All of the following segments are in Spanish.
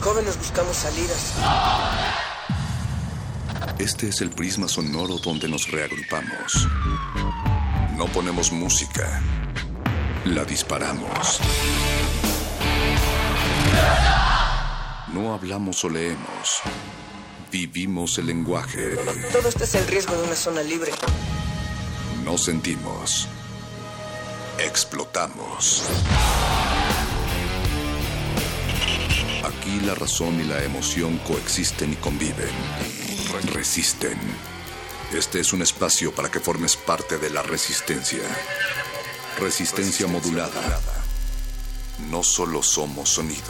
jóvenes buscamos salidas. Este es el prisma sonoro donde nos reagrupamos. No ponemos música, la disparamos. No hablamos o leemos, vivimos el lenguaje. Todo esto es el riesgo de una zona libre. No sentimos, explotamos. Aquí la razón y la emoción coexisten y conviven. Resisten. Este es un espacio para que formes parte de la resistencia. Resistencia modulada. No solo somos sonido.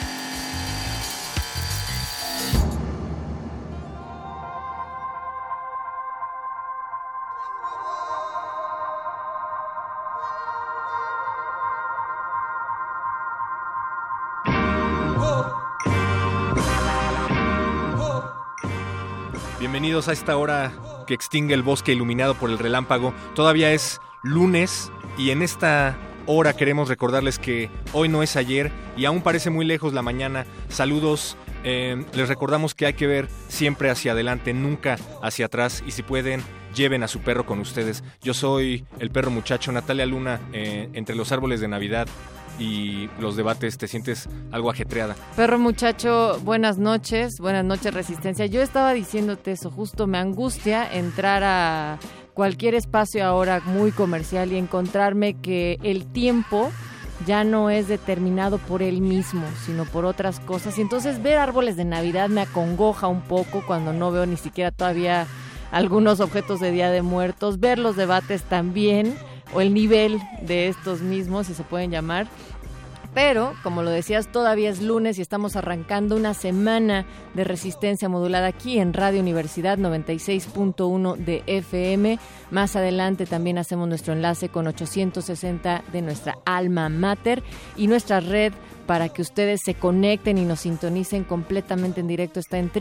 Bienvenidos a esta hora que extingue el bosque iluminado por el relámpago. Todavía es lunes y en esta hora queremos recordarles que hoy no es ayer y aún parece muy lejos la mañana. Saludos, les recordamos que hay que ver siempre hacia adelante, nunca hacia atrás, y si pueden, lleven a su perro con ustedes. Yo soy el perro muchacho, Natalia Luna, entre los árboles de Navidad y los debates. ¿Te sientes algo ajetreada? Perro muchacho, buenas noches Resistencia. Yo estaba diciéndote eso, justo me angustia entrar a cualquier espacio ahora muy comercial y encontrarme que el tiempo ya no es determinado por él mismo, sino por otras cosas. Y entonces ver árboles de Navidad me acongoja un poco cuando no veo ni siquiera todavía algunos objetos de Día de Muertos. Ver los debates también, o el nivel de estos mismos, si se pueden llamar. Pero, como lo decías, todavía es lunes y estamos arrancando una semana de resistencia modulada aquí en Radio Universidad 96.1 de FM. Más adelante también hacemos nuestro enlace con 860 de nuestra alma mater y nuestra red para que ustedes se conecten y nos sintonicen completamente en directo. Está en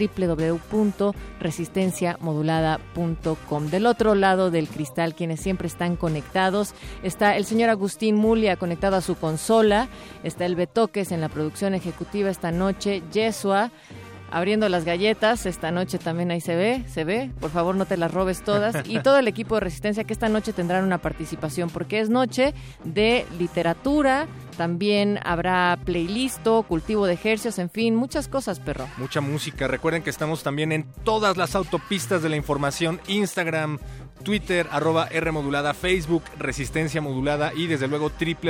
www.resistenciamodulada.com. Del otro lado del cristal, quienes siempre están conectados, está el señor Agustín Mulia conectado a su consola, está el Betoques en la producción ejecutiva esta noche, Yesua abriendo las galletas, esta noche también ahí se ve, por favor no te las robes todas, y todo el equipo de Resistencia que esta noche tendrán una participación, porque es noche de literatura, también habrá playlist, cultivo de ejercicios, en fin, muchas cosas, perro. Mucha música. Recuerden que estamos también en todas las autopistas de la información, Instagram, Twitter, @Rmodulada, Facebook, Resistencia Modulada y desde luego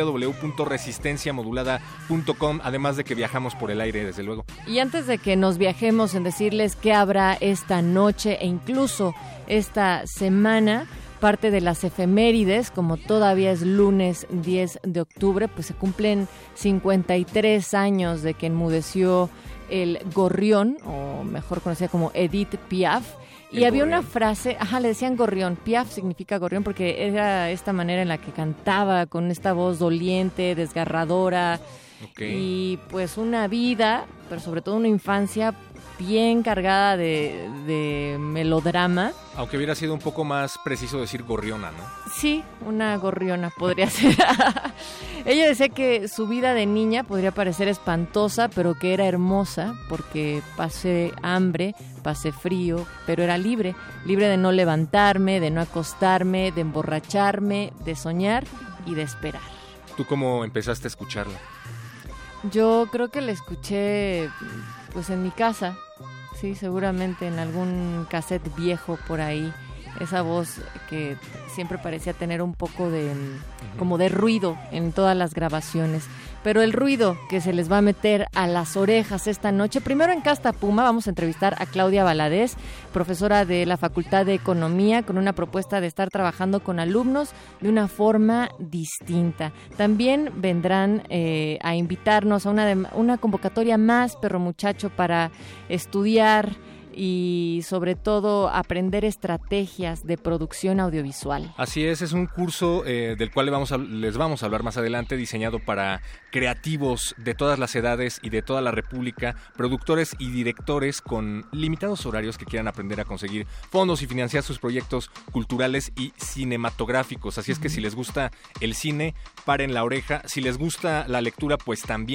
www.resistenciamodulada.com, además de que viajamos por el aire, desde luego. Y antes de que nos viajemos en decirles qué habrá esta noche e incluso esta semana, parte de las efemérides, como todavía es lunes 10 de octubre, pues se cumplen 53 años de que enmudeció el gorrión, o mejor conocida como Edith Piaf. Y había gorrión. Una frase, le decían gorrión, Piaf significa gorrión porque era esta manera en la que cantaba con esta voz doliente, desgarradora, y pues una vida, pero sobre todo una infancia bien cargada de melodrama. Aunque hubiera sido un poco más preciso decir gorriona, ¿no? Sí, una gorriona podría ser. Ella decía que su vida de niña podría parecer espantosa, pero que era hermosa porque pasé hambre, pasé frío, pero era libre de no levantarme, de no acostarme, de emborracharme, de soñar y de esperar. ¿Tú cómo empezaste a escucharla? Yo creo que la escuché pues en mi casa, sí, seguramente en algún cassette viejo por ahí, esa voz que siempre parecía tener un poco de como de ruido en todas las grabaciones. Pero el ruido que se les va a meter a las orejas esta noche, primero en Casta Puma vamos a entrevistar a Claudia Valadez, profesora de la Facultad de Economía, con una propuesta de estar trabajando con alumnos de una forma distinta. También vendrán a invitarnos a una convocatoria más, perro muchacho, para estudiar y sobre todo aprender estrategias de producción audiovisual. Así es un curso del cual les vamos a hablar más adelante, diseñado para creativos de todas las edades y de toda la República, productores y directores con limitados horarios que quieran aprender a conseguir fondos y financiar sus proyectos culturales y cinematográficos. Así es que si les gusta el cine, paren la oreja. Si les gusta la lectura, pues también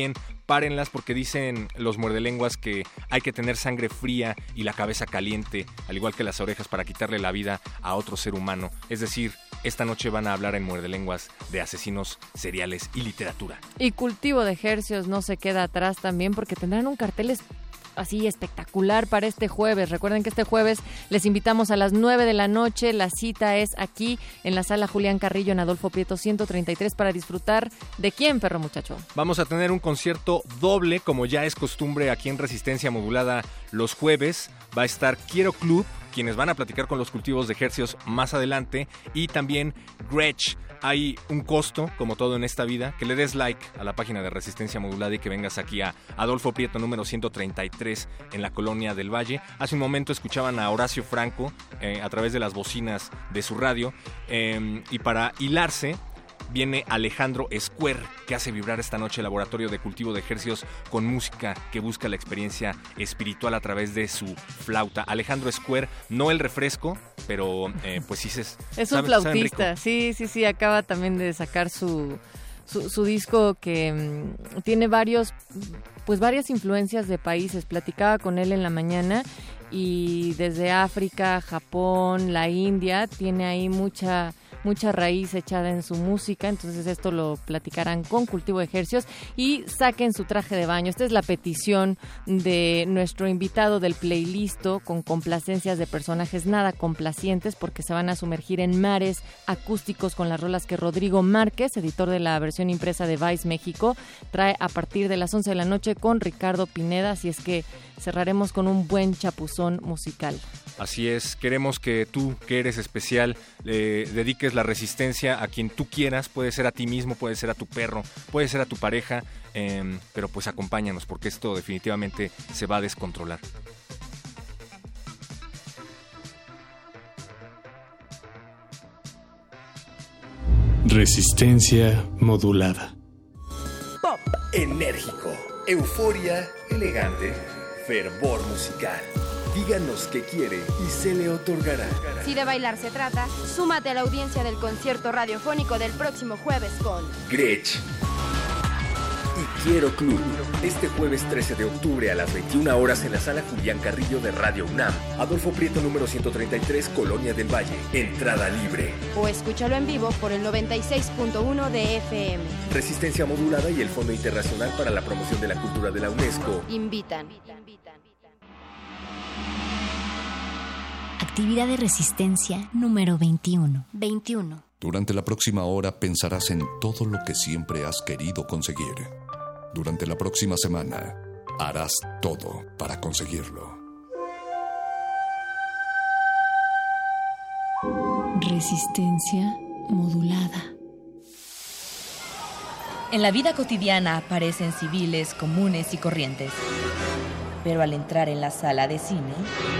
párenlas porque dicen los muerdelenguas que hay que tener sangre fría y la cabeza caliente, al igual que las orejas, para quitarle la vida a otro ser humano. Es decir, esta noche van a hablar en Muerdelenguas de asesinos seriales y literatura. Y Cultivo de Ejercicios no se queda atrás también porque tendrán un cartel así espectacular para este jueves. Recuerden que este jueves les invitamos a las 9 de la noche. La cita es aquí en la sala Julián Carrillo en Adolfo Prieto 133 para disfrutar ¿de quién, perro muchacho? Vamos a tener un concierto doble, como ya es costumbre aquí en Resistencia Modulada los jueves. Va a estar Quiero Club, quienes van a platicar con los Cultivos de Ejercicios más adelante, y también Gretsch. Hay un costo, como todo en esta vida, que le des like a la página de Resistencia Modulada y que vengas aquí a Adolfo Prieto número 133 en la Colonia del Valle. Hace un momento escuchaban a Horacio Franco a través de las bocinas de su radio, y para hilarse viene Alejandro Square, que hace vibrar esta noche el Laboratorio de Cultivo de Ejercicios con música que busca la experiencia espiritual a través de su flauta. Alejandro Square, no el refresco, pero pues sí es un flautista, sí, acaba también de sacar su disco que tiene varias influencias de países. Platicaba con él en la mañana y desde África, Japón, la India, tiene ahí mucha raíz echada en su música, entonces esto lo platicarán con Cultivo de Ejercicios y saquen su traje de baño. Esta es la petición de nuestro invitado del playlist, con complacencias de personajes nada complacientes, porque se van a sumergir en mares acústicos con las rolas que Rodrigo Márquez, editor de la versión impresa de Vice México, trae a partir de las 11 de la noche con Ricardo Pineda, así es que cerraremos con un buen chapuzón musical. Así es, queremos que tú, que eres especial, dediques la resistencia a quien tú quieras. Puede ser a ti mismo, puede ser a tu perro, puede ser a tu pareja, pero pues acompáñanos porque esto definitivamente se va a descontrolar. Resistencia modulada. Pop enérgico, euforia elegante, fervor musical. Díganos qué quiere y se le otorgará. Si de bailar se trata, súmate a la audiencia del concierto radiofónico del próximo jueves con Gretsch y Quiero Club. Este jueves 13 de octubre a las 21 horas en la sala Julián Carrillo de Radio UNAM. Adolfo Prieto número 133, Colonia del Valle. Entrada libre. O escúchalo en vivo por el 96.1 de FM. Resistencia Modulada y el Fondo Internacional para la Promoción de la Cultura de la UNESCO invitan. Actividad de resistencia número 21. Durante la próxima hora pensarás en todo lo que siempre has querido conseguir. Durante la próxima semana harás todo para conseguirlo. Resistencia modulada. En la vida cotidiana aparecen civiles comunes y corrientes. Pero al entrar en la sala de cine,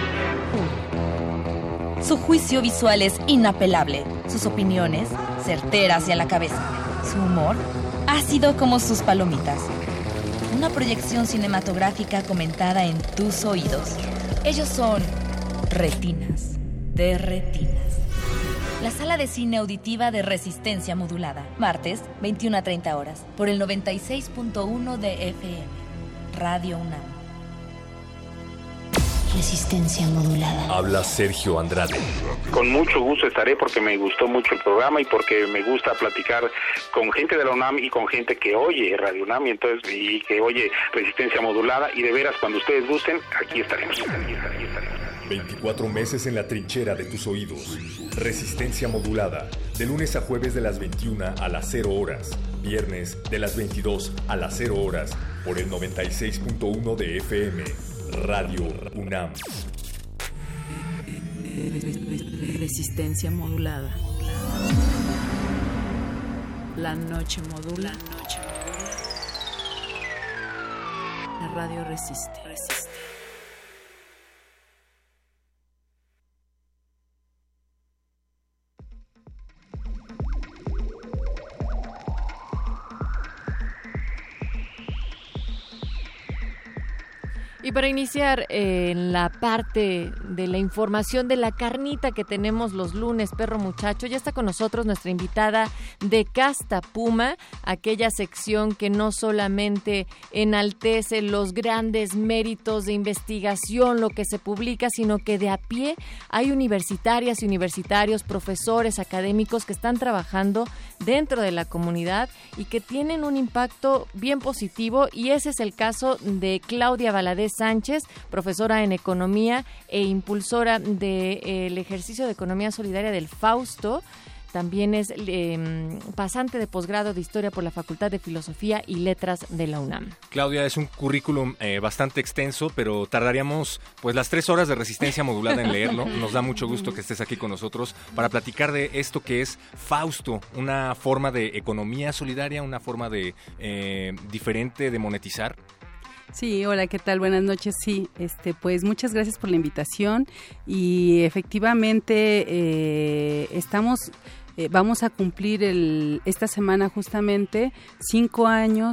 su juicio visual es inapelable, sus opiniones certeras y a la cabeza, su humor ácido como sus palomitas. Una proyección cinematográfica comentada en tus oídos. Ellos son Retinas de Retinas. La sala de cine auditiva de Resistencia Modulada. Martes, 21 a 30 horas, por el 96.1 de FM. Radio UNAM. Resistencia modulada. Habla Sergio Andrade. Con mucho gusto estaré porque me gustó mucho el programa y porque me gusta platicar con gente de la UNAM y con gente que oye Radio UNAM y que oye Resistencia Modulada, y de veras cuando ustedes gusten, aquí estaremos. 24 meses en la trinchera de tus oídos. Resistencia Modulada, de lunes a jueves de las 21 a las 0 horas, viernes de las 22 a las 0 horas, por el 96.1 de FM. Radio UNAM. Resistencia modulada. La noche modula. La radio resiste. Y para iniciar en la parte de la información de la carnita que tenemos los lunes, perro muchacho, ya está con nosotros nuestra invitada de Casta Puma, aquella sección que no solamente enaltece los grandes méritos de investigación, lo que se publica, sino que de a pie hay universitarias y universitarios, profesores, académicos que están trabajando dentro de la comunidad y que tienen un impacto bien positivo, y ese es el caso de Claudia Valadez Sánchez, profesora en Economía e impulsora del ejercicio de Economía Solidaria del Fausto. También es pasante de posgrado de Historia por la Facultad de Filosofía y Letras de la UNAM. Claudia, es un currículum bastante extenso, pero tardaríamos pues las 3 horas de resistencia modulada en leerlo. Nos da mucho gusto que estés aquí con nosotros para platicar de esto que es Fausto, una forma de economía solidaria, una forma de diferente de monetizar. Sí, hola, ¿qué tal? Buenas noches. Sí, pues muchas gracias por la invitación y efectivamente vamos a cumplir esta semana justamente 5 años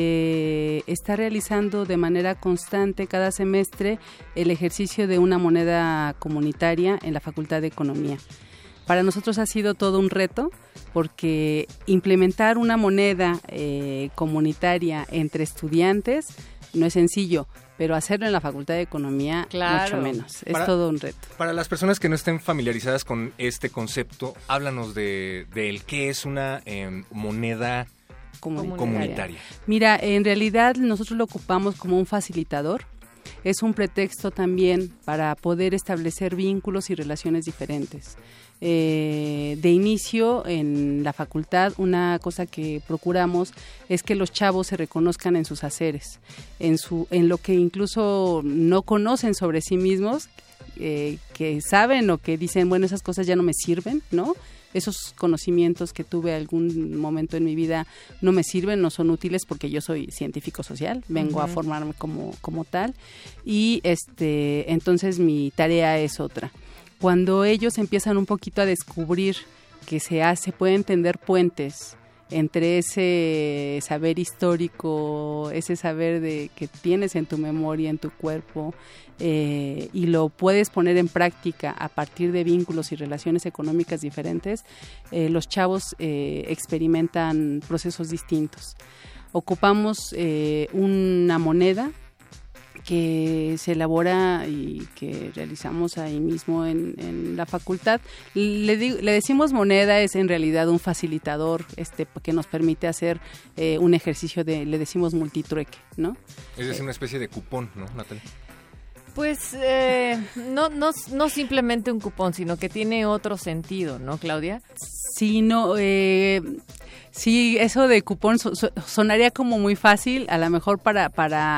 de estar realizando de manera constante cada semestre el ejercicio de una moneda comunitaria en la Facultad de Economía. Para nosotros ha sido todo un reto porque implementar una moneda comunitaria entre estudiantes no es sencillo, pero hacerlo en la Facultad de Economía, mucho menos. Es todo un reto. Para las personas que no estén familiarizadas con este concepto, háblanos de qué es una moneda comunitaria. Mira, en realidad nosotros lo ocupamos como un facilitador. Es un pretexto también para poder establecer vínculos y relaciones diferentes. De inicio, en la facultad, una cosa que procuramos es que los chavos se reconozcan en sus haceres, en lo que incluso no conocen sobre sí mismos, que saben o que dicen, bueno, esas cosas ya no me sirven, ¿no? Esos conocimientos que tuve algún momento en mi vida no me sirven, no son útiles porque yo soy científico social, vengo a formarme como tal, y entonces mi tarea es otra. Cuando ellos empiezan un poquito a descubrir que se pueden tender puentes entre ese saber histórico, ese saber que tienes en tu memoria, en tu cuerpo, y lo puedes poner en práctica a partir de vínculos y relaciones económicas diferentes, los chavos experimentan procesos distintos. Ocupamos una moneda que se elabora y que realizamos ahí mismo en la facultad. Le decimos moneda, es en realidad un facilitador que nos permite hacer un ejercicio le decimos multitrueque, ¿no? Es decir, una especie de cupón, ¿no, Natalia? Pues no simplemente un cupón, sino que tiene otro sentido, ¿no, Claudia? Sí, no, sí, eso de cupón sonaría como muy fácil, a lo mejor para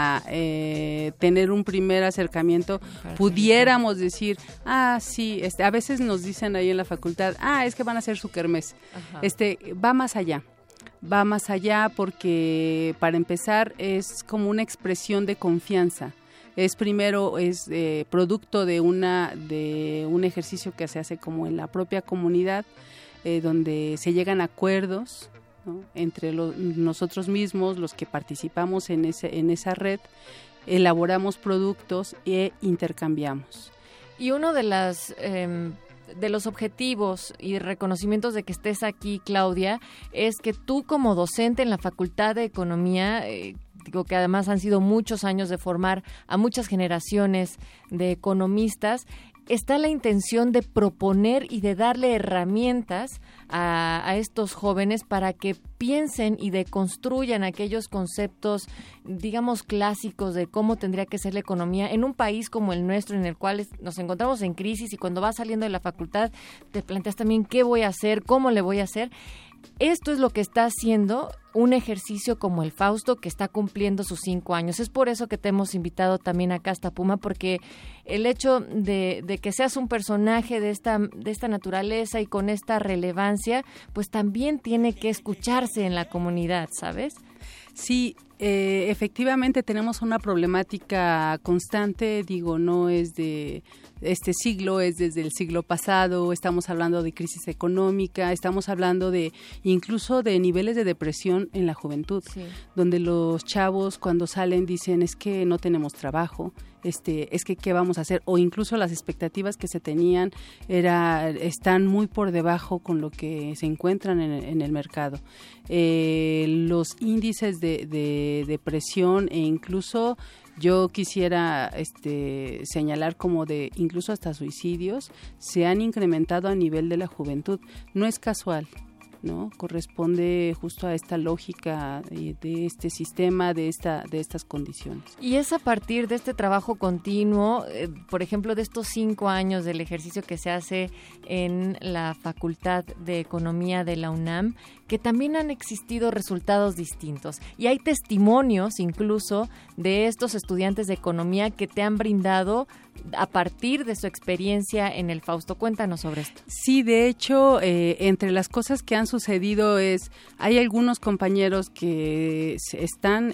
tener un primer acercamiento pudiéramos decir, sí, a veces nos dicen ahí en la facultad, es que van a hacer su kermés. Va más allá. Va más allá porque, para empezar, es como una expresión de confianza. Es producto de un ejercicio que se hace como en la propia comunidad, donde se llegan a acuerdos, ¿no? Entre nosotros mismos, los que participamos en esa red, elaboramos productos e intercambiamos. Y uno de los objetivos y reconocimientos de que estés aquí, Claudia, es que tú como docente en la Facultad de Economía, digo que además han sido muchos años de formar a muchas generaciones de economistas, está la intención de proponer y de darle herramientas a estos jóvenes para que piensen y deconstruyan aquellos conceptos, digamos, clásicos de cómo tendría que ser la economía en un país como el nuestro, en el cual nos encontramos en crisis, y cuando vas saliendo de la facultad te planteas también qué voy a hacer, cómo le voy a hacer. Esto es lo que está haciendo un ejercicio como el Fausto, que está cumpliendo sus 5 años. Es por eso que te hemos invitado también a Casta Puma, porque el hecho de que seas un personaje de esta naturaleza y con esta relevancia, pues también tiene que escucharse en la comunidad, ¿sabes? Sí, Efectivamente tenemos una problemática constante, no es de este siglo, es desde el siglo pasado, estamos hablando de crisis económica, estamos hablando de incluso de niveles de depresión en la juventud, donde los chavos cuando salen dicen es que no tenemos trabajo, es que qué vamos a hacer, o incluso las expectativas que se tenían están muy por debajo con lo que se encuentran en el mercado. Los índices de depresión e incluso yo quisiera señalar como de incluso hasta suicidios se han incrementado a nivel de la juventud. No es casual, ¿no? Corresponde justo a esta lógica de este sistema, de estas condiciones. Y es a partir de este trabajo continuo, por ejemplo, de estos 5 años del ejercicio que se hace en la Facultad de Economía de la UNAM, que también han existido resultados distintos. Y hay testimonios incluso de estos estudiantes de economía que te han brindado a partir de su experiencia en el Fausto. Cuéntanos sobre esto. Sí, de hecho, entre las cosas que han sucedido hay algunos compañeros que están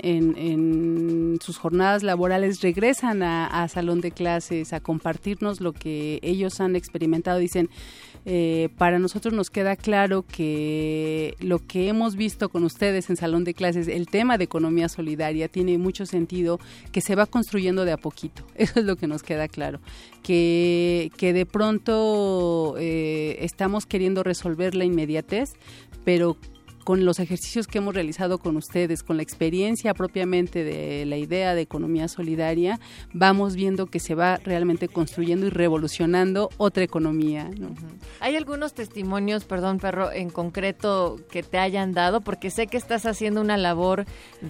en sus jornadas laborales, regresan a salón de clases a compartirnos lo que ellos han experimentado. Dicen, para nosotros nos queda claro que lo que hemos visto con ustedes en salón de clases, el tema de economía solidaria tiene mucho sentido, que se va construyendo de a poquito. Eso es lo que nos queda claro, que de pronto estamos queriendo resolver la inmediatez, pero con los ejercicios que hemos realizado con ustedes, con la experiencia propiamente de la idea de economía solidaria, vamos viendo que se va realmente construyendo y revolucionando otra economía, ¿no? ¿Hay algunos testimonios, perdón, Perro, en concreto que te hayan dado? Porque sé que estás haciendo una labor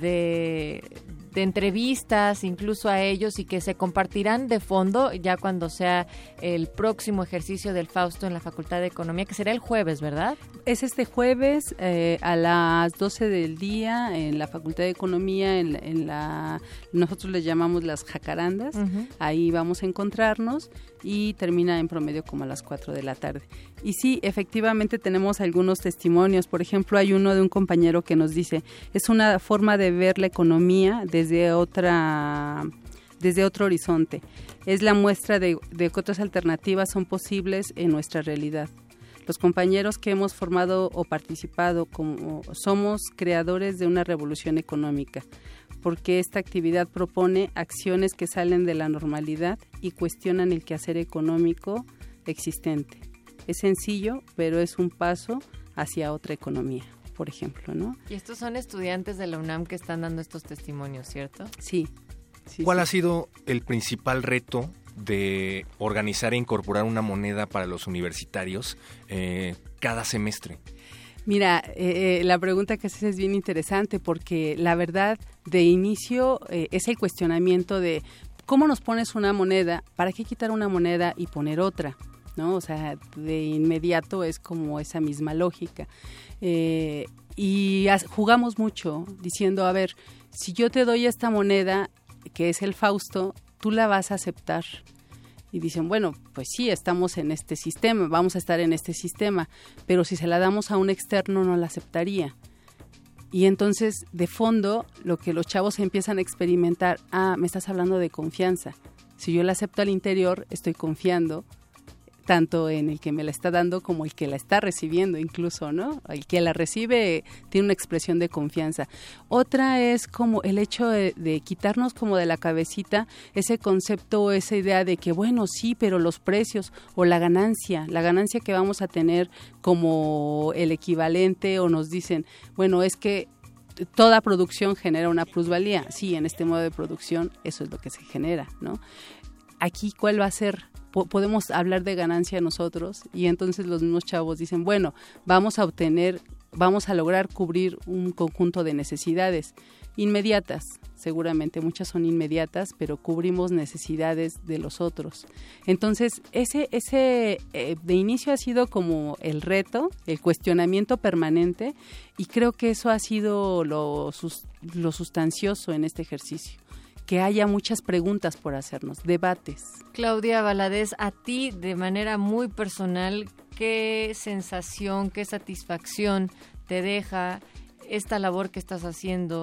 de entrevistas incluso a ellos y que se compartirán de fondo ya cuando sea el próximo ejercicio del Fausto en la Facultad de Economía, que será el jueves, ¿verdad? Es este jueves a las 12 del día en la Facultad de Economía, nosotros les llamamos las jacarandas. Ahí vamos a encontrarnos y termina en promedio como a las 4 de la tarde. Y sí, efectivamente tenemos algunos testimonios. Por ejemplo, hay uno de un compañero que nos dice, es una forma de ver la economía desde otro horizonte. Es la muestra de que otras alternativas son posibles en nuestra realidad. Los compañeros que hemos formado o participado somos creadores de una revolución económica, porque esta actividad propone acciones que salen de la normalidad y cuestionan el quehacer económico existente. Es sencillo, pero es un paso hacia otra economía, por ejemplo, ¿no? Y estos son estudiantes de la UNAM que están dando estos testimonios, ¿cierto? Sí. ¿Cuál ha sido el principal reto de organizar e incorporar una moneda para los universitarios cada semestre? Mira, la pregunta que haces es bien interesante porque la verdad de inicio es el cuestionamiento de ¿cómo nos pones una moneda? ¿Para qué quitar una moneda y poner otra? ¿No? O sea, de inmediato es como esa misma lógica. Y jugamos mucho diciendo, a ver, si yo te doy esta moneda, que es el Fausto, tú la vas a aceptar. Y dicen, bueno, pues sí, estamos en este sistema, vamos a estar en este sistema, pero si se la damos a un externo no la aceptaría. Y entonces, de fondo, lo que los chavos empiezan a experimentar, me estás hablando de confianza. Si yo la acepto al interior, estoy confiando tanto en el que me la está dando como el que la está recibiendo incluso, ¿no? El que la recibe tiene una expresión de confianza. Otra es como el hecho de quitarnos como de la cabecita ese concepto o esa idea de que, bueno, sí, pero los precios o la ganancia que vamos a tener como el equivalente, o nos dicen, bueno, es que toda producción genera una plusvalía. Sí, en este modo de producción eso es lo que se genera, ¿no? Aquí, ¿cuál va a ser? Podemos hablar de ganancia nosotros y entonces los mismos chavos dicen, bueno, vamos a lograr cubrir un conjunto de necesidades inmediatas, seguramente muchas son inmediatas, pero cubrimos necesidades de los otros. Entonces, ese de inicio ha sido como el reto, el cuestionamiento permanente, y creo que eso ha sido lo sustancioso en este ejercicio. Que haya muchas preguntas por hacernos, debates. Claudia Valadez, a ti de manera muy personal, ¿qué sensación, qué satisfacción te deja esta labor que estás haciendo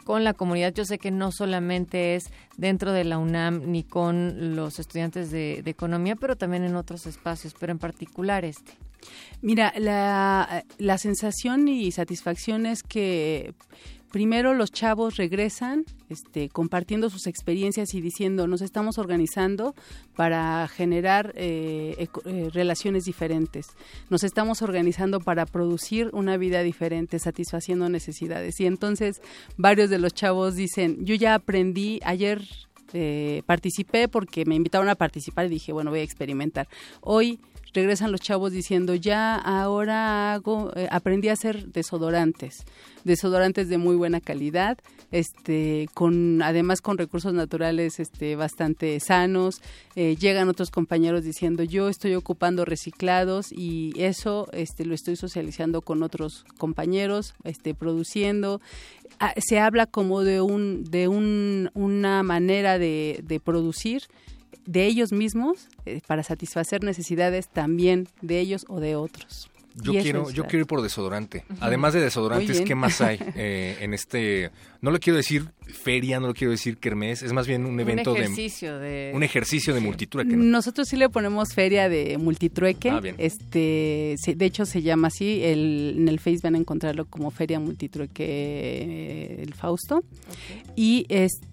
con la comunidad. Yo sé que no solamente es dentro de la UNAM ni con los estudiantes de economía, pero también en otros espacios, pero en particular este. Mira, la sensación y satisfacción es que primero los chavos regresan compartiendo sus experiencias y diciendo, nos estamos organizando para generar relaciones diferentes, nos estamos organizando para producir una vida diferente, satisfaciendo necesidades. Y entonces varios de los chavos dicen, yo ya aprendí, ayer participé porque me invitaron a participar y dije, bueno, voy a experimentar. Hoy regresan los chavos diciendo, ya ahora aprendí a hacer desodorantes de muy buena calidad, además con recursos naturales bastante sanos. Llegan otros compañeros diciendo, yo estoy ocupando reciclados y eso lo estoy socializando con otros compañeros, produciendo. Se habla como de una manera de producir de ellos mismos para satisfacer necesidades también de ellos o de otros. Yo quiero ir por desodorante. Uh-huh. Además de desodorantes, ¿qué más hay en no le quiero decir feria, no le quiero decir kermés, es más bien un evento un ejercicio de multitrueque, ¿no? Nosotros sí le ponemos feria de multitrueque. Bien. De hecho se llama así, en el Face van a encontrarlo como Feria Multitrueque el Fausto. Okay.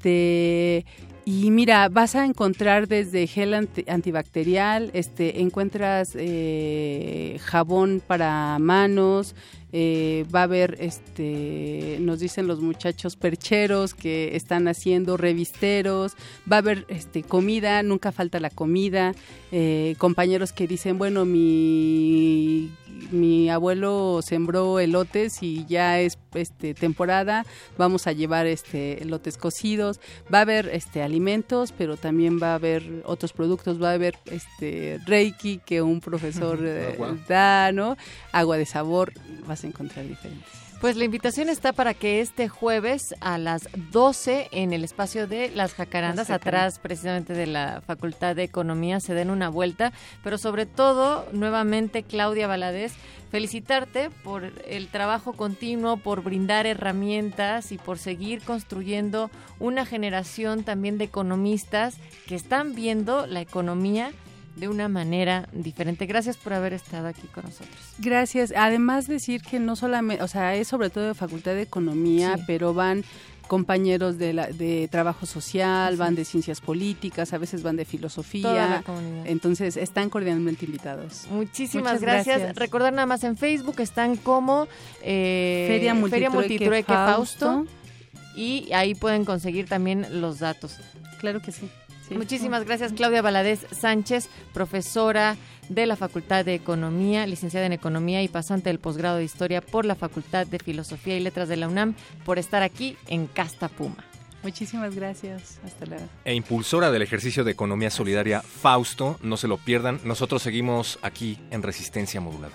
Y mira, vas a encontrar desde gel antibacterial, encuentras jabón para manos, va a haber, nos dicen los muchachos, percheros que están haciendo, revisteros, va a haber comida, nunca falta la comida, compañeros que dicen, bueno, mi abuelo sembró elotes y ya es temporada, vamos a llevar elotes cocidos, va a haber alimentos, pero también va a haber otros productos, va a haber Reiki que un profesor da, ¿no? Agua de sabor, vas a encontrar diferentes. Pues la invitación está para que este jueves a las 12 en el espacio de Las Jacarandas, atrás precisamente de la Facultad de Economía, se den una vuelta, pero sobre todo, nuevamente, Claudia Valadez, felicitarte por el trabajo continuo, por brindar herramientas y por seguir construyendo una generación también de economistas que están viendo la economía de una manera diferente. Gracias por haber estado aquí con nosotros. Gracias. Además decir que no solamente, es sobre todo de Facultad de Economía, sí, pero van compañeros de trabajo social, sí, van de ciencias políticas, a veces van de filosofía. Toda la comunidad. Entonces están cordialmente invitados. Muchísimas gracias. Recordar nada más en Facebook están como Feria Multitrueque Fausto y ahí pueden conseguir también los datos. Claro que sí. Sí. Muchísimas gracias, Claudia Valadez Sánchez, profesora de la Facultad de Economía, licenciada en Economía y pasante del posgrado de Historia por la Facultad de Filosofía y Letras de la UNAM, por estar aquí en Casta Puma. Muchísimas gracias. Hasta luego. E impulsora del ejercicio de economía solidaria Fausto, no se lo pierdan. Nosotros seguimos aquí en Resistencia Modulada.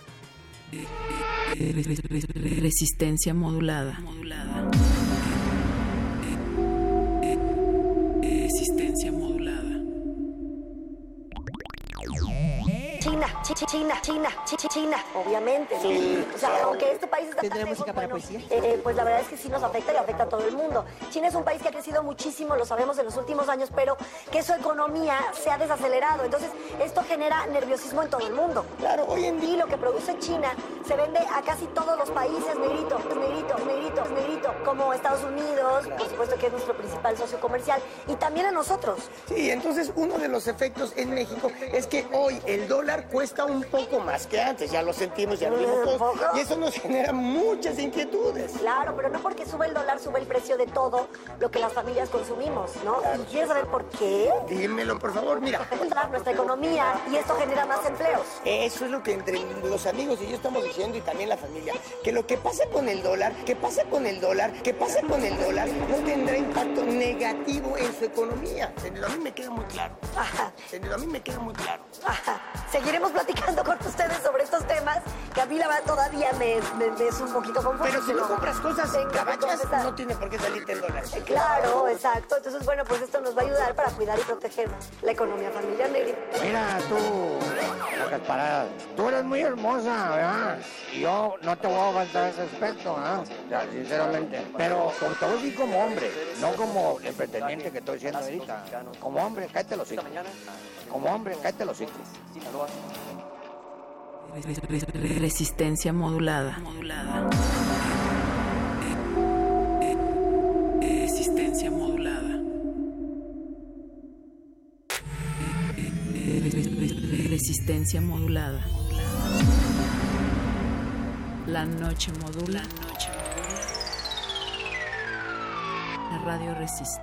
Resistencia modulada. Resistencia modulada. China, obviamente. Sí. O sea, aunque este país está ¿Tendrá música para poesía? Pues la verdad es que sí nos afecta y afecta a todo el mundo. China es un país que ha crecido muchísimo, lo sabemos en los últimos años, pero que su economía se ha desacelerado. Entonces, esto genera nerviosismo en todo el mundo. Claro, hoy en día lo que produce China se vende a casi todos los países, negrito, como Estados Unidos, por supuesto que es nuestro principal socio comercial, y también a nosotros. Sí, entonces uno de los efectos en México es que hoy el dólar cuesta un poco más que antes, ya lo sentimos, ya lo vimos todos, y eso nos genera muchas inquietudes. Claro, pero no porque sube el dólar, sube el precio de todo lo que las familias consumimos, ¿no? Claro. ¿Y quieres saber por qué? Dímelo, por favor, mira. Nuestra economía, y esto genera más empleos. Eso es lo que entre los amigos y yo estamos diciendo, y también la familia, que lo que pasa con el dólar, no tendrá impacto negativo en su economía. A mí me queda muy claro. Seguiremos seguiremos platicando con ustedes sobre estos temas, que a mí la verdad todavía me es un poquito confuso. Pero si no compras cosas en gabachas, no tiene por qué salirte en dólares. Claro, exacto. Entonces, bueno, pues esto nos va a ayudar para cuidar y proteger la economía familiar, Negri. Mira, tú, Pocas Paradas, tú eres muy hermosa, ¿verdad? Y yo no te voy a faltar ese aspecto, ¿ah? Ya, sinceramente. Pero te voy a decir como hombre, no como el pretendiente que estoy siendo ahorita. Como hombre, cállate los hijos. Como hombre, cállate los hijos. Resistencia modulada. Resistencia modulada. Resistencia modulada. La noche modula. La radio resiste.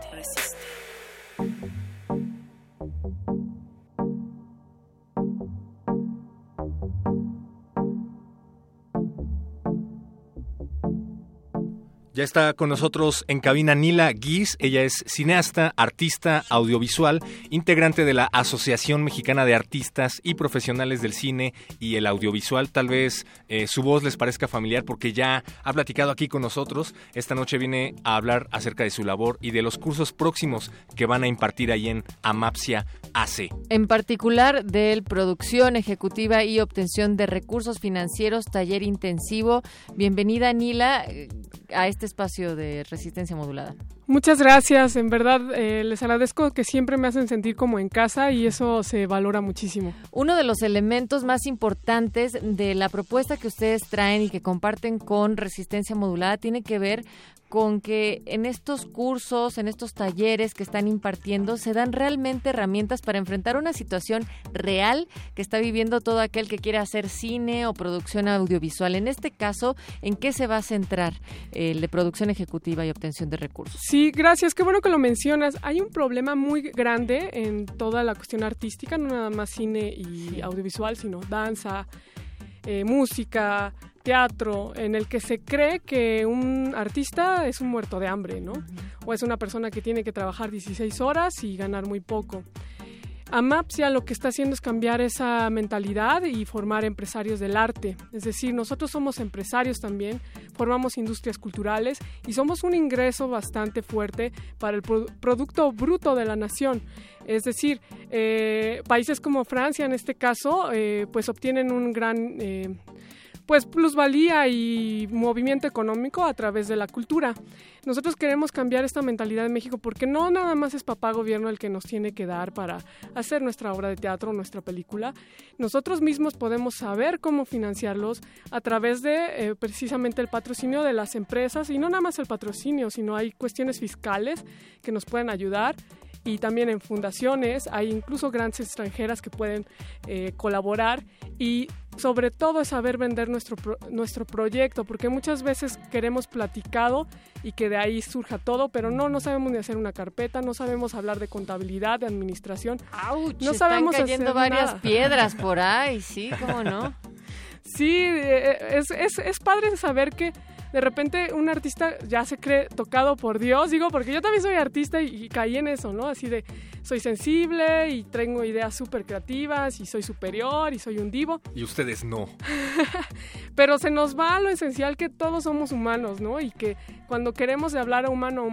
Ya está con nosotros en cabina Nila Guis. Ella es cineasta, artista audiovisual, integrante de la Asociación Mexicana de Artistas y Profesionales del Cine y el Audiovisual. Tal vez su voz les parezca familiar porque ya ha platicado aquí con nosotros. Esta noche viene a hablar acerca de su labor y de los cursos próximos que van a impartir ahí en Amapsia AC. En particular de producción ejecutiva y obtención de recursos financieros, taller intensivo. Bienvenida, Nila, a este espacio de Resistencia Modulada. Muchas gracias, en verdad les agradezco que siempre me hacen sentir como en casa y eso se valora muchísimo. Uno de los elementos más importantes de la propuesta que ustedes traen y que comparten con Resistencia Modulada tiene que ver con que en estos cursos, en estos talleres que están impartiendo, se dan realmente herramientas para enfrentar una situación real que está viviendo todo aquel que quiere hacer cine o producción audiovisual. En este caso, ¿en qué se va a centrar el de producción ejecutiva y obtención de recursos? Sí, gracias, qué bueno que lo mencionas. Hay un problema muy grande en toda la cuestión artística, no nada más cine y audiovisual, sino danza, música, teatro, en el que se cree que un artista es un muerto de hambre, ¿no? O es una persona que tiene que trabajar 16 horas y ganar muy poco. Amapsia lo que está haciendo es cambiar esa mentalidad y formar empresarios del arte. Es decir, nosotros somos empresarios también, formamos industrias culturales y somos un ingreso bastante fuerte para el producto bruto de la nación. Es decir, países como Francia, en este caso, pues obtienen un gran plusvalía y movimiento económico a través de la cultura. Nosotros queremos cambiar esta mentalidad en México porque no nada más es papá gobierno el que nos tiene que dar para hacer nuestra obra de teatro, nuestra película. Nosotros mismos podemos saber cómo financiarlos a través de precisamente el patrocinio de las empresas, y no nada más el patrocinio, sino hay cuestiones fiscales que nos pueden ayudar. Y también en fundaciones, hay incluso grandes extranjeras que pueden colaborar, y sobre todo es saber vender nuestro proyecto, porque muchas veces queremos platicado y que de ahí surja todo, pero no sabemos ni hacer una carpeta, no sabemos hablar de contabilidad, de administración. ¡Auch! No sabemos están cayendo hacer varias nada. piedras por ahí, sí, ¿cómo no? Sí, es padre saber que de repente un artista ya se cree tocado por Dios, digo, porque yo también soy artista y caí en eso, ¿no? Así de, soy sensible y tengo ideas súper creativas y soy superior y soy un divo. Y ustedes no. Pero se nos va lo esencial, que todos somos humanos, ¿no? Y que cuando queremos hablar a humano,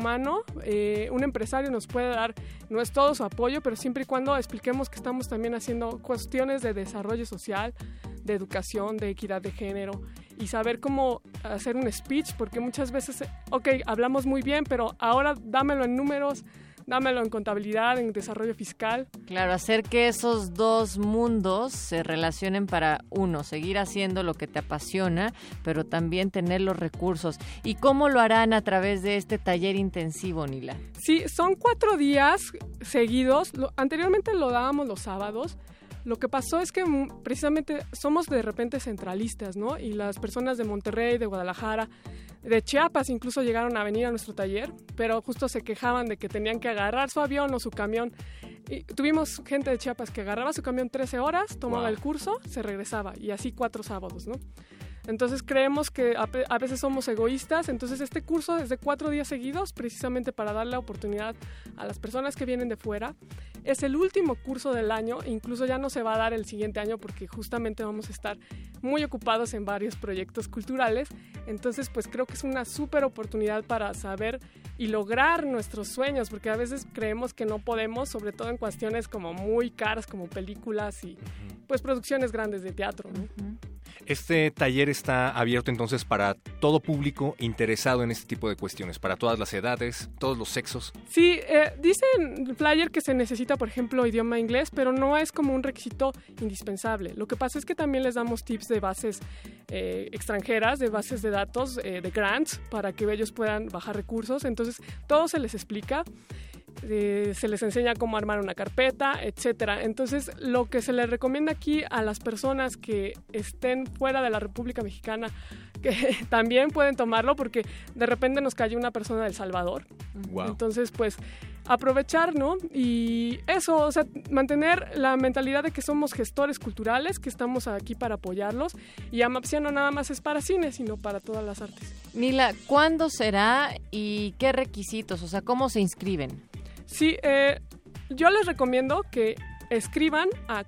un empresario nos puede dar, no es todo su apoyo, pero siempre y cuando expliquemos que estamos también haciendo cuestiones de desarrollo social, de educación, de equidad de género, y saber cómo hacer un speech, porque muchas veces, hablamos muy bien, pero ahora dámelo en números, dámelo en contabilidad, en desarrollo fiscal. Claro, hacer que esos dos mundos se relacionen para uno, seguir haciendo lo que te apasiona, pero también tener los recursos. ¿Y cómo lo harán a través de este taller intensivo, Nila? Sí, son 4 días seguidos. Anteriormente lo dábamos los sábados. Lo que pasó es que precisamente somos de repente centralistas, ¿no? Y las personas de Monterrey, de Guadalajara, de Chiapas incluso llegaron a venir a nuestro taller, pero justo se quejaban de que tenían que agarrar su avión o su camión. Y tuvimos gente de Chiapas que agarraba su camión 13 horas, tomaba el curso, se regresaba, y así 4 sábados, ¿no? Entonces creemos que a veces somos egoístas, entonces este curso es de 4 días seguidos, precisamente para dar la oportunidad a las personas que vienen de fuera. Es el último curso del año, incluso ya no se va a dar el siguiente año porque justamente vamos a estar muy ocupados en varios proyectos culturales. Entonces, pues creo que es una súper oportunidad para saber y lograr nuestros sueños, porque a veces creemos que no podemos, sobre todo en cuestiones como muy caras, como películas y pues producciones grandes de teatro, ¿no? Este taller está abierto entonces para todo público interesado en este tipo de cuestiones, para todas las edades, todos los sexos. Sí, dice en el flyer que se necesita, por ejemplo, idioma inglés, pero no es como un requisito indispensable. Lo que pasa es que también les damos tips de bases extranjeras, de bases de datos, de grants, para que ellos puedan bajar recursos. Entonces, todo se les explica. Se les enseña cómo armar una carpeta, etcétera. Entonces, lo que se les recomienda aquí a las personas que estén fuera de la República Mexicana, que también pueden tomarlo, porque de repente nos cayó una persona de El Salvador. Wow. Entonces, pues, aprovechar, ¿no? Y eso, o sea, mantener la mentalidad de que somos gestores culturales, que estamos aquí para apoyarlos, y Amapsia no nada más es para cine, sino para todas las artes. Nila, ¿cuándo será y qué requisitos? O sea, ¿cómo se inscriben? Sí, yo les recomiendo que escriban a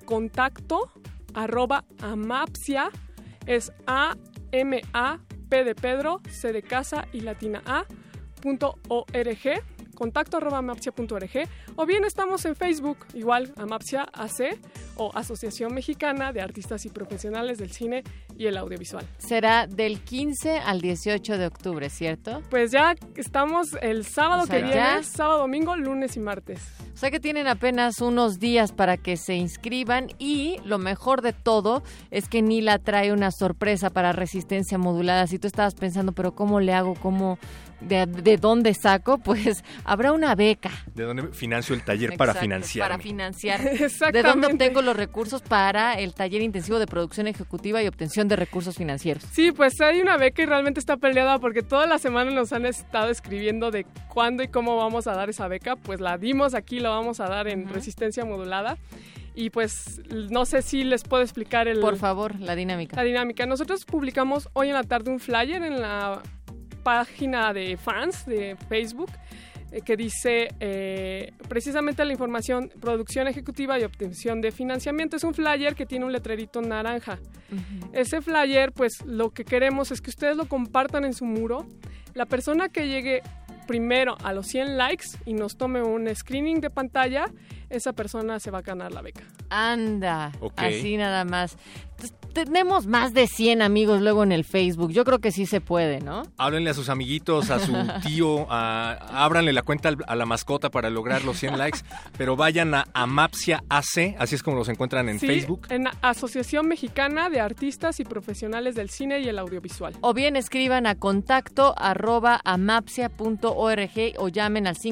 contacto@amapsia, es A-M-A-P de Pedro, C de casa y latina A.org, contacto@amapsia.org, o bien estamos en Facebook, igual Amapsia AC o Asociación Mexicana de Artistas y Profesionales del Cine y el Audiovisual. Será del 15 al 18 de octubre, ¿cierto? Pues ya estamos el sábado que viene, sábado, domingo, lunes y martes. O sea que tienen apenas unos días para que se inscriban, y lo mejor de todo es que Nila trae una sorpresa para Resistencia Modulada. Si tú estabas pensando, pero ¿cómo le hago? ¿Cómo? ¿De dónde saco? Pues habrá una beca. ¿De dónde financio el taller? Exacto, para financiar? Para financiar. ¿De dónde obtengo los recursos para el taller intensivo de producción ejecutiva y obtención de recursos financieros? Sí, pues hay una beca y realmente está peleada porque toda la semana nos han estado escribiendo de cuándo y cómo vamos a dar esa beca. Pues la dimos aquí, la vamos a dar en Resistencia Modulada. Y pues no sé si les puedo explicar Por favor, la dinámica. La dinámica. Nosotros publicamos hoy en la tarde un flyer en la página de fans de Facebook que dice precisamente la información: producción ejecutiva y obtención de financiamiento. Es un flyer que tiene un letrerito naranja. Ese flyer, pues lo que queremos es que ustedes lo compartan en su muro. La persona que llegue primero a los 100 likes y nos tome un screening de pantalla, esa persona se va a ganar la beca. Anda, así nada más. Tenemos más de 100 amigos luego en el Facebook. Yo creo que sí se puede, ¿no? Háblenle a sus amiguitos, a su tío, ábranle la cuenta a la mascota para lograr los 100 likes, pero vayan a Amapsia AC, así es como los encuentran en Facebook. En Asociación Mexicana de Artistas y Profesionales del Cine y el Audiovisual. O bien escriban a contacto@amapsia.org o llamen al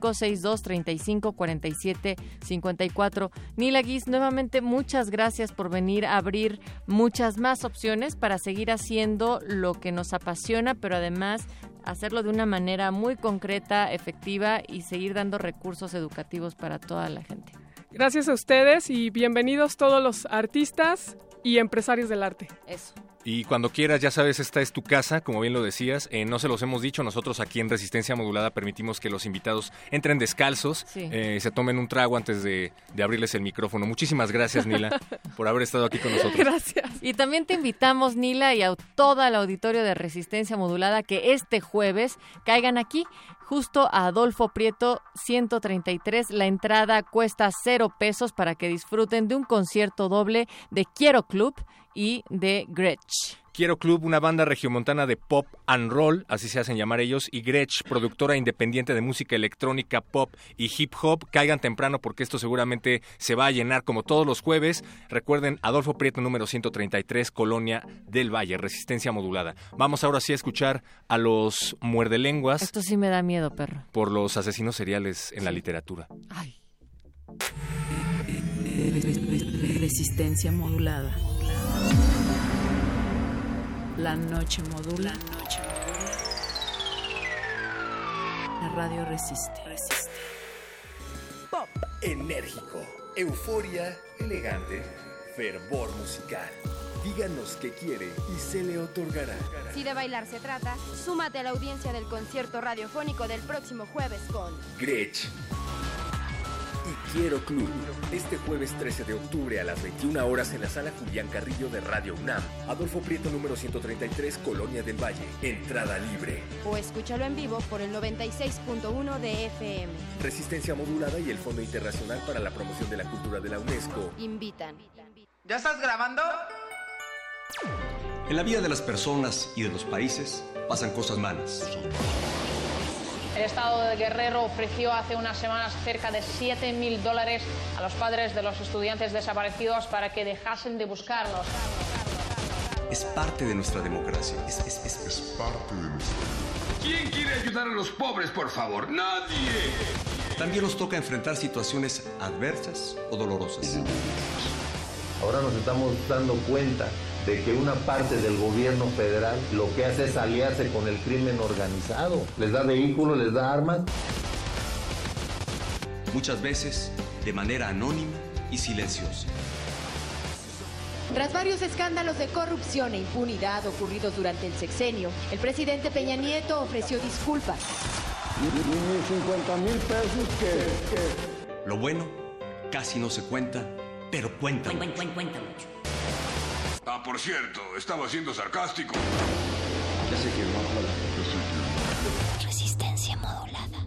5562-3547-54. Nila Guis, nuevamente muchas gracias por venir a abrir muchas más opciones para seguir haciendo lo que nos apasiona, pero además hacerlo de una manera muy concreta, efectiva, y seguir dando recursos educativos para toda la gente. Gracias a ustedes y bienvenidos todos los artistas y empresarios del arte. Eso. Y cuando quieras, ya sabes, esta es tu casa, como bien lo decías. No se los hemos dicho, nosotros aquí en Resistencia Modulada permitimos que los invitados entren descalzos, se tomen un trago antes de abrirles el micrófono. Muchísimas gracias, Nila, por haber estado aquí con nosotros. Gracias. Y también te invitamos, Nila, y a todo el auditorio de Resistencia Modulada, que este jueves caigan aquí, justo a Adolfo Prieto 133. La entrada cuesta 0 pesos para que disfruten de un concierto doble de Quiero Club y de Gretsch. Quiero Club, una banda regiomontana de pop and roll, así se hacen llamar ellos, y Gretsch, productora independiente de música electrónica, pop y hip hop. Caigan temprano porque esto seguramente se va a llenar como todos los jueves. Recuerden, Adolfo Prieto número 133, Colonia del Valle, Resistencia Modulada. Vamos ahora sí a escuchar a los muerdelenguas. Esto sí me da miedo, perro. Por los asesinos seriales en la literatura. Ay. Resistencia Modulada. La noche modula. La radio resiste. Pop enérgico, euforia elegante, fervor musical. Díganos qué quiere y se le otorgará. Si de bailar se trata, súmate a la audiencia del concierto radiofónico del próximo jueves con Gretsch y Quiero Club. Este jueves 13 de octubre a las 21 horas en la sala Julián Carrillo de Radio UNAM. Adolfo Prieto número 133, Colonia del Valle. Entrada libre. O escúchalo en vivo por el 96.1 de FM. Resistencia Modulada y el Fondo Internacional para la Promoción de la Cultura de la UNESCO invitan. ¿Ya estás grabando? En la vida de las personas y de los países pasan cosas malas. El Estado de Guerrero ofreció hace unas semanas cerca de $7.000 a los padres de los estudiantes desaparecidos para que dejasen de buscarlos. Es parte de nuestra democracia. Es parte de nuestra democracia. ¿Quién quiere ayudar a los pobres, por favor? ¡Nadie! También nos toca enfrentar situaciones adversas o dolorosas. Ahora nos estamos dando cuenta de que una parte del gobierno federal lo que hace es aliarse con el crimen organizado. Les da vehículos, les da armas. Muchas veces de manera anónima y silenciosa. Tras varios escándalos de corrupción e impunidad ocurridos durante el sexenio, el presidente Peña Nieto ofreció disculpas. Ni 50,000 pesos que... Lo bueno casi no se cuenta, pero cuenta mucho. Cuenta mucho. Ah, por cierto, estaba siendo sarcástico. Ya sé que no. Resistencia modulada.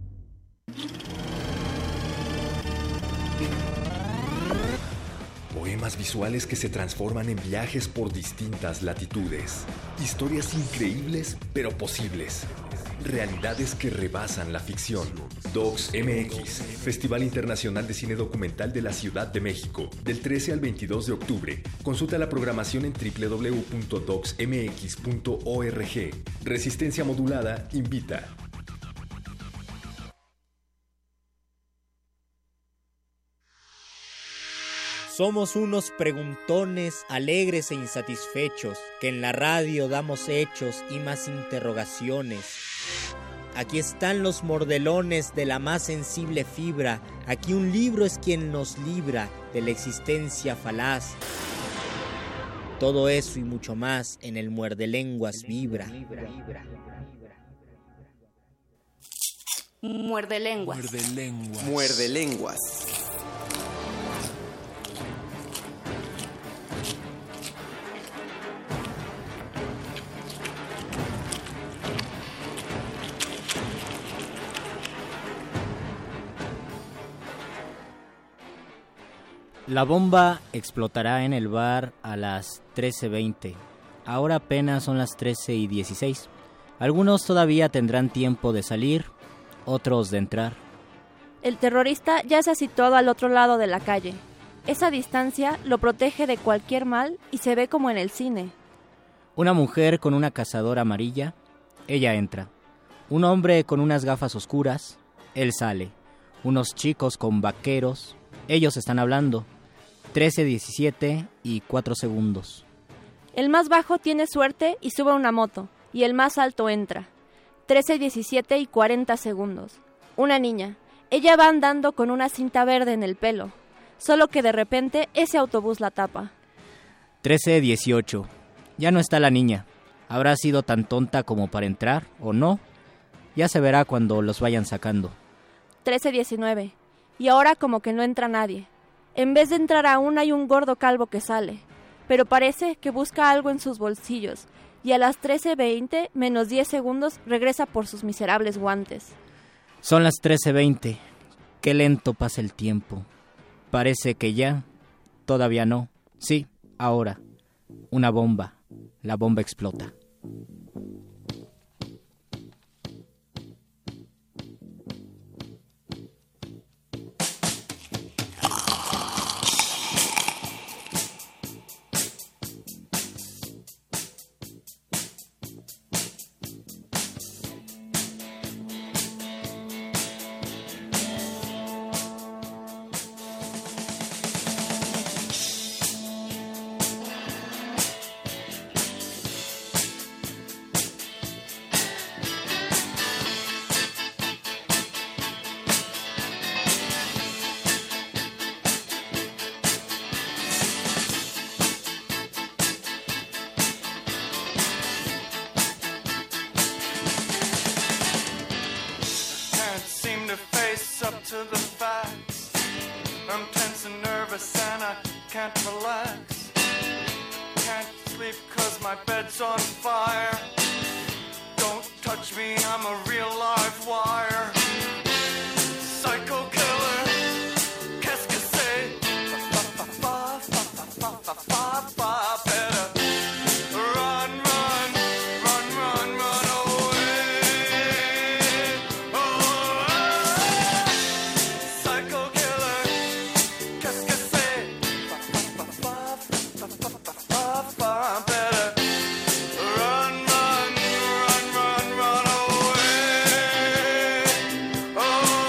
Poemas visuales que se transforman en viajes por distintas latitudes. Historias increíbles pero posibles. Realidades que rebasan la ficción. Docs MX, Festival Internacional de Cine Documental de la Ciudad de México, del 13 al 22 de octubre. Consulta la programación en www.docsmx.org. Resistencia Modulada invita. Somos unos preguntones alegres e insatisfechos, que en la radio damos hechos y más interrogaciones. Aquí están los mordelones de la más sensible fibra, aquí un libro es quien nos libra de la existencia falaz. Todo eso y mucho más en el Muerdelenguas vibra. Muerdelenguas. Muerdelenguas. Muerdelenguas. La bomba explotará en el bar a las 13:20. Ahora apenas son las 13:16. Algunos todavía tendrán tiempo de salir, otros de entrar. El terrorista ya se ha situado al otro lado de la calle. Esa distancia lo protege de cualquier mal y se ve como en el cine. Una mujer con una cazadora amarilla, ella entra. Un hombre con unas gafas oscuras, él sale. Unos chicos con vaqueros, ellos están hablando. 13:17 y 4 segundos. El más bajo tiene suerte y sube a una moto, y el más alto entra. 13:17 y 40 segundos. Una niña. Ella va andando con una cinta verde en el pelo, solo que de repente ese autobús la tapa. 13:18. Ya no está la niña. ¿Habrá sido tan tonta como para entrar o no? Ya se verá cuando los vayan sacando. 13:19. Y ahora como que no entra nadie. En vez de entrar aún hay un gordo calvo que sale, pero parece que busca algo en sus bolsillos, y a las 13:20 menos 10 segundos regresa por sus miserables guantes. Son las 13:20. Qué lento pasa el tiempo. Parece que ya, todavía no. Sí, ahora. Una bomba. La bomba explota. I'm tense and nervous and I can't relax. Can't sleep 'cause my bed's on fire. Don't touch me, I'm a real live wire. Psycho killer, qu'est-ce que c'est? Better run, run, run, run, run away. Oh, psycho killer, qu'est-ce que c'est? Better run, run, run, run, run away. Oh,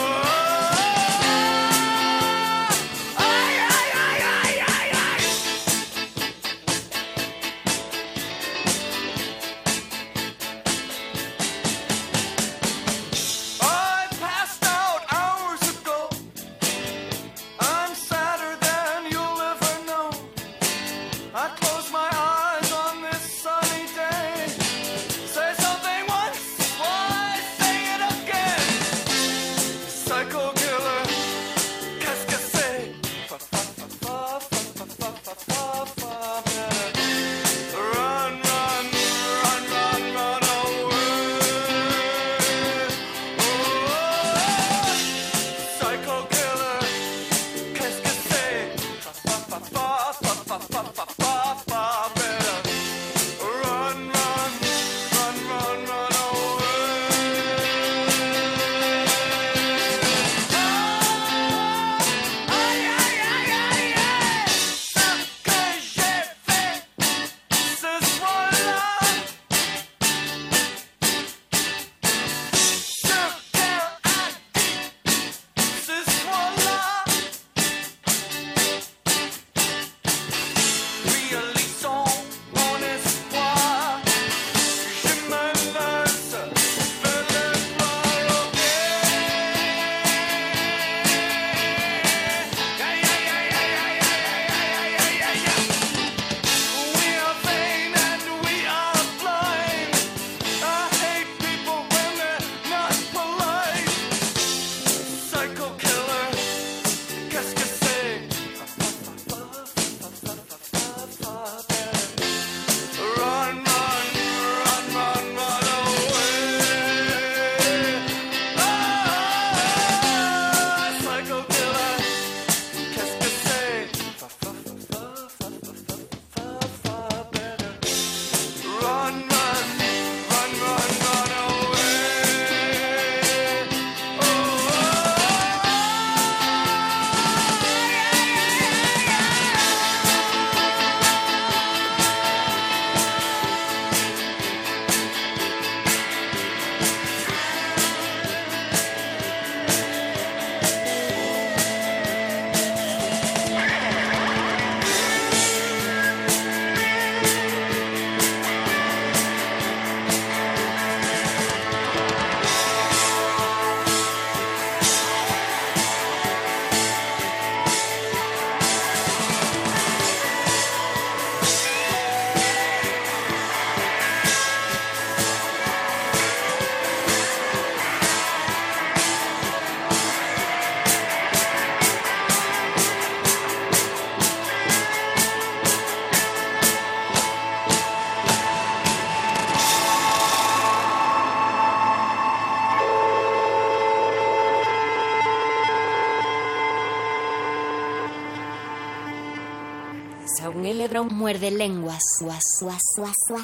ay, ay, ay, ay, ay, ay. I passed out hours ago. I'm sadder than you'll ever know. I close my eyes on this sunny day. Say something once, why say it again? Psycho killer, qu'est-ce que c'est? Run, run, run, run, run away. Oh, psycho killer, qu'est-ce que c'est? Better run, run, run, run, run away. Aïe, aïe, aïe, aïe, aïe. Ce que j'ai fait ce soir-là, ce qu'elle a dit ce soir-là, réalisons mon espoir. Je me lance vers le gloire. Aïe, aïe, aïe, aïe, aïe, aïe, aïe, aïe, aïe. We are vain and we are blind. I hate people when they're not polite. Psycho killer, qu'est-ce que c'est? Run, run, run, run, run away. Ah, psycho killer, qu'est-ce que c'est? Better run, run, run, run, run away. Oh, Saúl el ladrón muerde lenguas. Guas, guas, guas, guas.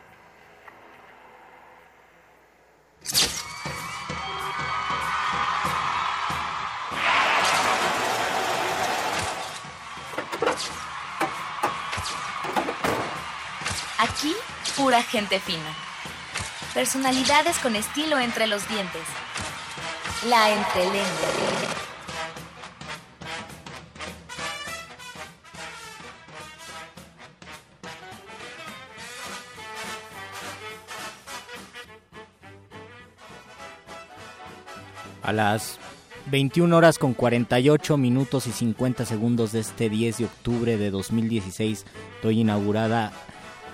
Aquí, pura gente fina. Personalidades con estilo entre los dientes. La entrelengua. A las 21 horas con 48 minutos y 50 segundos de este 10 de octubre de 2016 doy inaugurada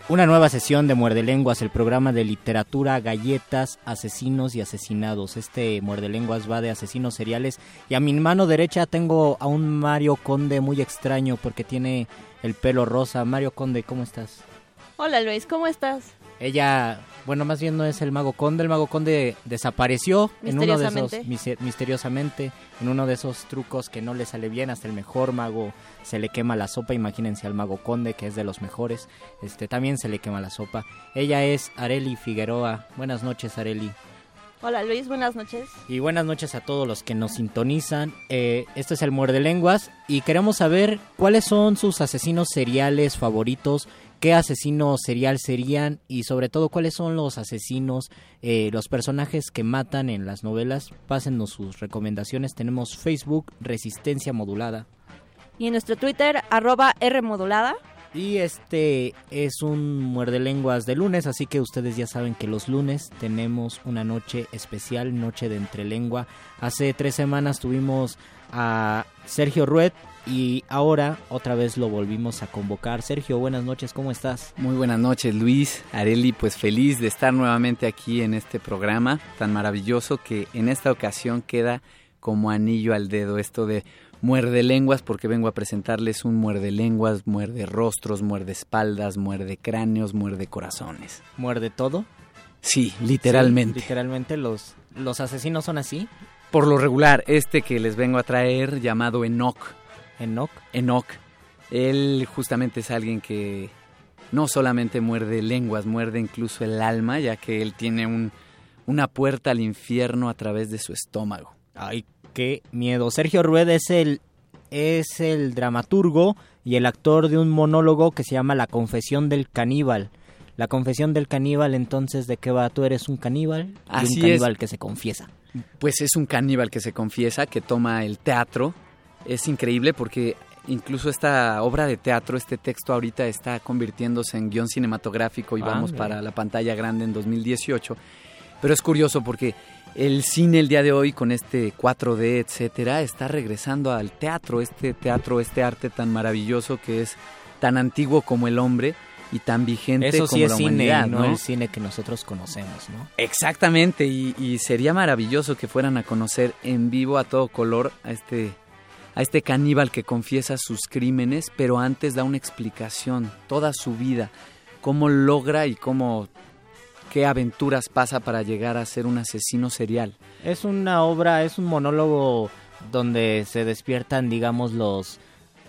Una nueva sesión de Muerde Lenguas, el programa de literatura, galletas, asesinos y asesinados. Este Muerde Lenguas va de asesinos seriales y a mi mano derecha tengo a un Mario Conde muy extraño porque tiene el pelo rosa. Mario Conde, ¿cómo estás? Hola Luis, ¿cómo estás? Ella, bueno, más bien no es el Mago Conde desapareció misteriosamente en uno de esos trucos que no le sale bien, hasta el mejor mago se le quema la sopa. Imagínense al Mago Conde, que es de los mejores, también se le quema la sopa. Ella es Arely Figueroa. Buenas noches, Arely. Hola Luis, buenas noches. Y buenas noches a todos los que nos sintonizan. Este es el Muerde Lenguas y queremos saber cuáles son sus asesinos seriales favoritos, qué asesino serial serían y sobre todo cuáles son los asesinos, los personajes que matan en las novelas. Pásennos sus recomendaciones. Tenemos Facebook, Resistencia Modulada. Y en nuestro Twitter, @Rmodulada. Y este es un Muerde Lenguas de lunes, así que ustedes ya saben que los lunes tenemos una noche especial, noche de entrelengua. Hace 3 semanas tuvimos a Sergio Rued y ahora otra vez lo volvimos a convocar. Sergio, buenas noches, ¿cómo estás? Muy buenas noches, Luis. Arely, pues feliz de estar nuevamente aquí en este programa tan maravilloso que en esta ocasión queda como anillo al dedo esto de Muerde Lenguas, porque vengo a presentarles un Muerde Lenguas, muerde rostros, muerde espaldas, muerde cráneos, muerde corazones. ¿Muerde todo? Sí, literalmente. Sí, literalmente los asesinos son así. Por lo regular, que les vengo a traer, llamado Enoch. ¿Enoch? Él justamente es alguien que no solamente muerde lenguas, muerde incluso el alma, ya que él tiene una puerta al infierno a través de su estómago. Ay, qué miedo. Sergio Rued es el dramaturgo y el actor de un monólogo que se llama La Confesión del Caníbal. La Confesión del Caníbal, entonces, ¿de qué va? ¿Tú eres un caníbal? Así un caníbal que se confiesa. Pues es un caníbal que se confiesa, que toma el teatro. Es increíble porque incluso esta obra de teatro, este texto ahorita está convirtiéndose en guión cinematográfico y vamos para la pantalla grande en 2018. Pero es curioso porque el cine el día de hoy con este 4D, etcétera, está regresando al teatro, este arte tan maravilloso que es tan antiguo como el hombre y tan vigente eso como sí es la cine, humanidad, no el cine que nosotros conocemos, ¿no? Exactamente, y sería maravilloso que fueran a conocer en vivo a todo color a este caníbal que confiesa sus crímenes, pero antes da una explicación, toda su vida, cómo logra y qué aventuras pasa para llegar a ser un asesino serial. Es una obra, es un monólogo donde se despiertan, digamos, los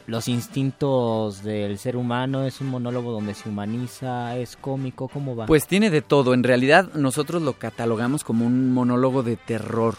instintos del ser humano. Es un monólogo donde se humaniza, es cómico, ¿cómo va? Pues tiene de todo. En realidad nosotros lo catalogamos como un monólogo de terror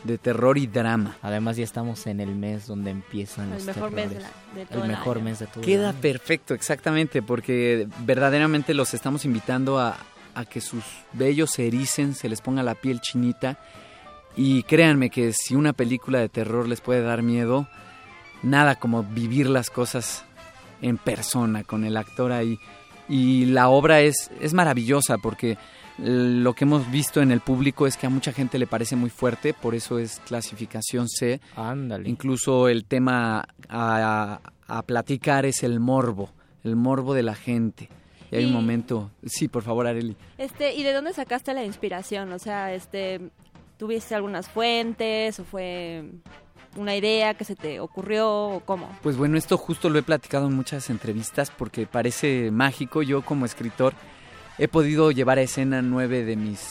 y drama. Además ya estamos en el mes donde empiezan los mejor terrores. mes de todo el mejor mes de todo. Queda perfecto, exactamente, porque verdaderamente los estamos invitando a que sus vellos se ericen, se les ponga la piel chinita. Y créanme que si una película de terror les puede dar miedo, nada como vivir las cosas en persona, con el actor ahí. Y la obra es maravillosa porque lo que hemos visto en el público es que a mucha gente le parece muy fuerte, por eso es clasificación C. Ándale. Incluso el tema a platicar es el morbo de la gente. Y hay un momento... Sí, por favor, Arely. ¿Y de dónde sacaste la inspiración? O sea, ¿tuviste algunas fuentes o fue una idea que se te ocurrió o cómo? Pues bueno, esto justo lo he platicado en muchas entrevistas porque parece mágico. Yo como escritor he podido llevar a escena 9 de mis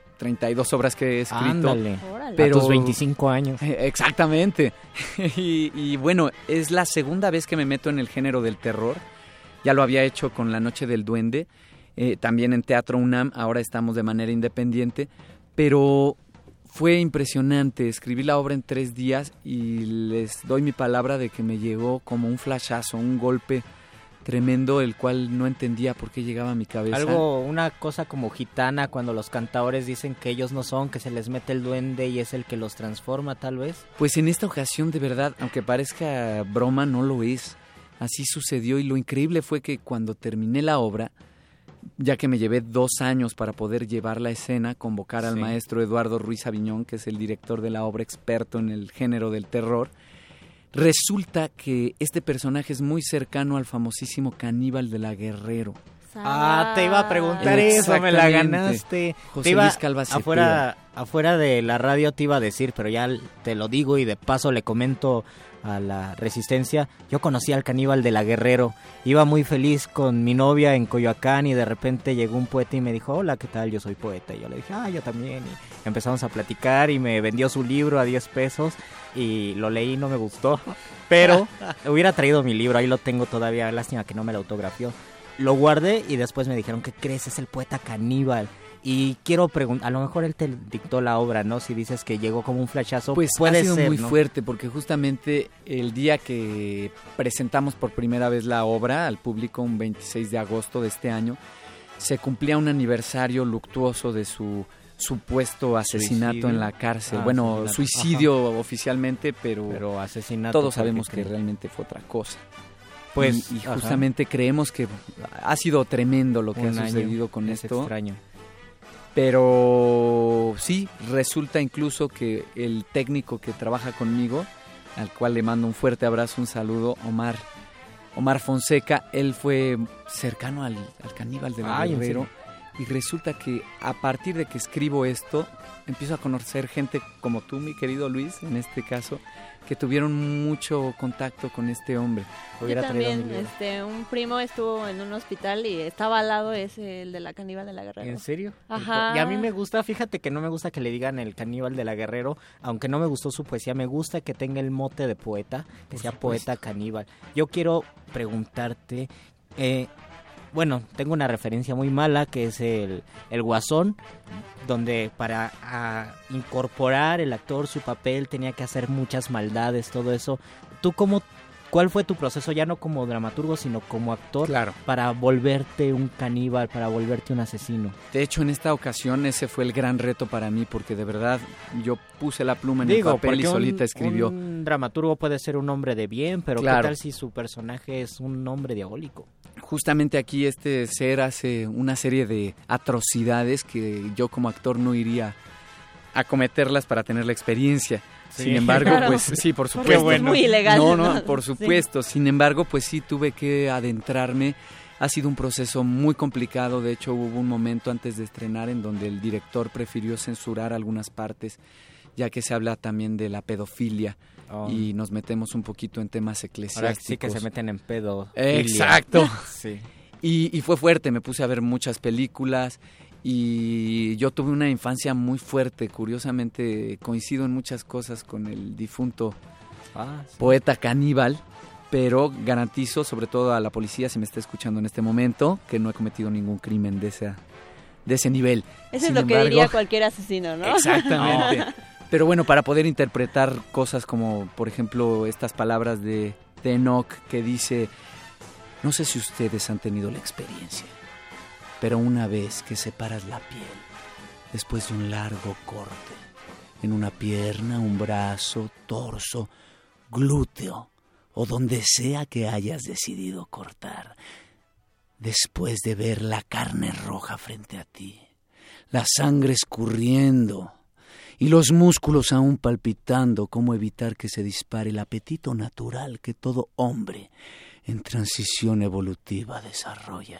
32 obras que he escrito. Ándale, pero... a tus 25 años. Exactamente. Y bueno, es la segunda vez que me meto en el género del terror. Ya lo había hecho con La Noche del Duende, también en Teatro UNAM, ahora estamos de manera independiente, pero fue impresionante. Escribí la obra en 3 días y les doy mi palabra de que me llegó como un flashazo, un golpe tremendo, el cual no entendía por qué llegaba a mi cabeza. Una cosa como gitana, cuando los cantadores dicen que ellos no son, que se les mete el duende y es el que los transforma, tal vez. Pues en esta ocasión, de verdad, aunque parezca broma, no lo es. Así sucedió y lo increíble fue que cuando terminé la obra, ya que me llevé 2 años para poder llevarla a escena, convocar al maestro Eduardo Ruiz Aviñón, que es el director de la obra, experto en el género del terror, resulta que este personaje es muy cercano al famosísimo Caníbal de la Guerrero. Te iba a preguntar eso, me la ganaste. José Te iba, Luis Calva Cepeda. afuera de la radio te iba a decir, pero ya te lo digo y de paso le comento a la Resistencia. Yo conocí al Caníbal de la Guerrero. Iba muy feliz con mi novia en Coyoacán y de repente llegó un poeta y me dijo, hola, ¿qué tal? Yo soy poeta. Y yo le dije, yo también. Y empezamos a platicar y me vendió su libro a 10 pesos y lo leí y no me gustó. Pero hubiera traído mi libro, ahí lo tengo todavía. Lástima que no me lo autografió. Lo guardé y después me dijeron, ¿qué crees? Es el poeta Caníbal. Y quiero preguntar, a lo mejor él te dictó la obra, ¿no? Si dices que llegó como un flashazo, pues puede ha sido ser, muy ¿no? fuerte, porque justamente el día que presentamos por primera vez la obra al público, un 26 de agosto de este año, se cumplía un aniversario luctuoso de su supuesto asesinato ¿Suicidio? en la cárcel. Bueno, suicidio oficialmente, pero asesinato. Todos sabemos que realmente fue otra cosa. Pues, y justamente creemos que ha sido tremendo lo que ha sucedido con esto. Extraño. Pero sí, resulta incluso que el técnico que trabaja conmigo, al cual le mando un fuerte abrazo, un saludo, Omar Fonseca, él fue cercano al Caníbal de la Guerrero. Y resulta que a partir de que escribo esto, empiezo a conocer gente como tú, mi querido Luis, en este caso, que tuvieron mucho contacto con este hombre. Yo también, un primo estuvo en un hospital y estaba al lado el de la Caníbal de la Guerrero. ¿En serio? Ajá. Y a mí me gusta, fíjate que no me gusta que le digan el Caníbal de la Guerrero, aunque no me gustó su poesía, me gusta que tenga el mote de poeta, que sea poeta caníbal. Yo quiero preguntarte, bueno, tengo una referencia muy mala que es el Guasón, donde para incorporar el actor su papel tenía que hacer muchas maldades, todo eso. ¿Tú cuál fue tu proceso, ya no como dramaturgo, sino como actor, para volverte un caníbal, para volverte un asesino? De hecho, en esta ocasión ese fue el gran reto para mí, porque de verdad yo puse la pluma en el papel y solita escribió. Un dramaturgo puede ser un hombre de bien, pero ¿qué tal si su personaje es un hombre diabólico? Justamente aquí este ser hace una serie de atrocidades que yo como actor no iría a cometerlas para tener la experiencia. Sí. Sin embargo, pues sí, por supuesto. Porque es muy ilegal. No, por supuesto. Sí. Sin embargo, pues sí tuve que adentrarme. Ha sido un proceso muy complicado. De hecho, hubo un momento antes de estrenar en donde el director prefirió censurar algunas partes, ya que se habla también de la pedofilia. Y nos metemos un poquito en temas eclesiásticos. Ahora sí que se meten en pedo. Exacto. Sí. Y fue fuerte, me puse a ver muchas películas y yo tuve una infancia muy fuerte. Curiosamente coincido en muchas cosas con el difunto poeta caníbal, pero garantizo, sobre todo a la policía, si me está escuchando en este momento, que no he cometido ningún crimen de ese nivel. Eso es lo que diría cualquier asesino, ¿no? Exactamente. Pero bueno, para poder interpretar cosas como, por ejemplo, estas palabras de Enoch que dice, no sé si ustedes han tenido la experiencia, pero una vez que separas la piel, después de un largo corte, en una pierna, un brazo, torso, glúteo, o donde sea que hayas decidido cortar, después de ver la carne roja frente a ti, la sangre escurriendo, y los músculos aún palpitando, cómo evitar que se dispare el apetito natural que todo hombre en transición evolutiva desarrolla.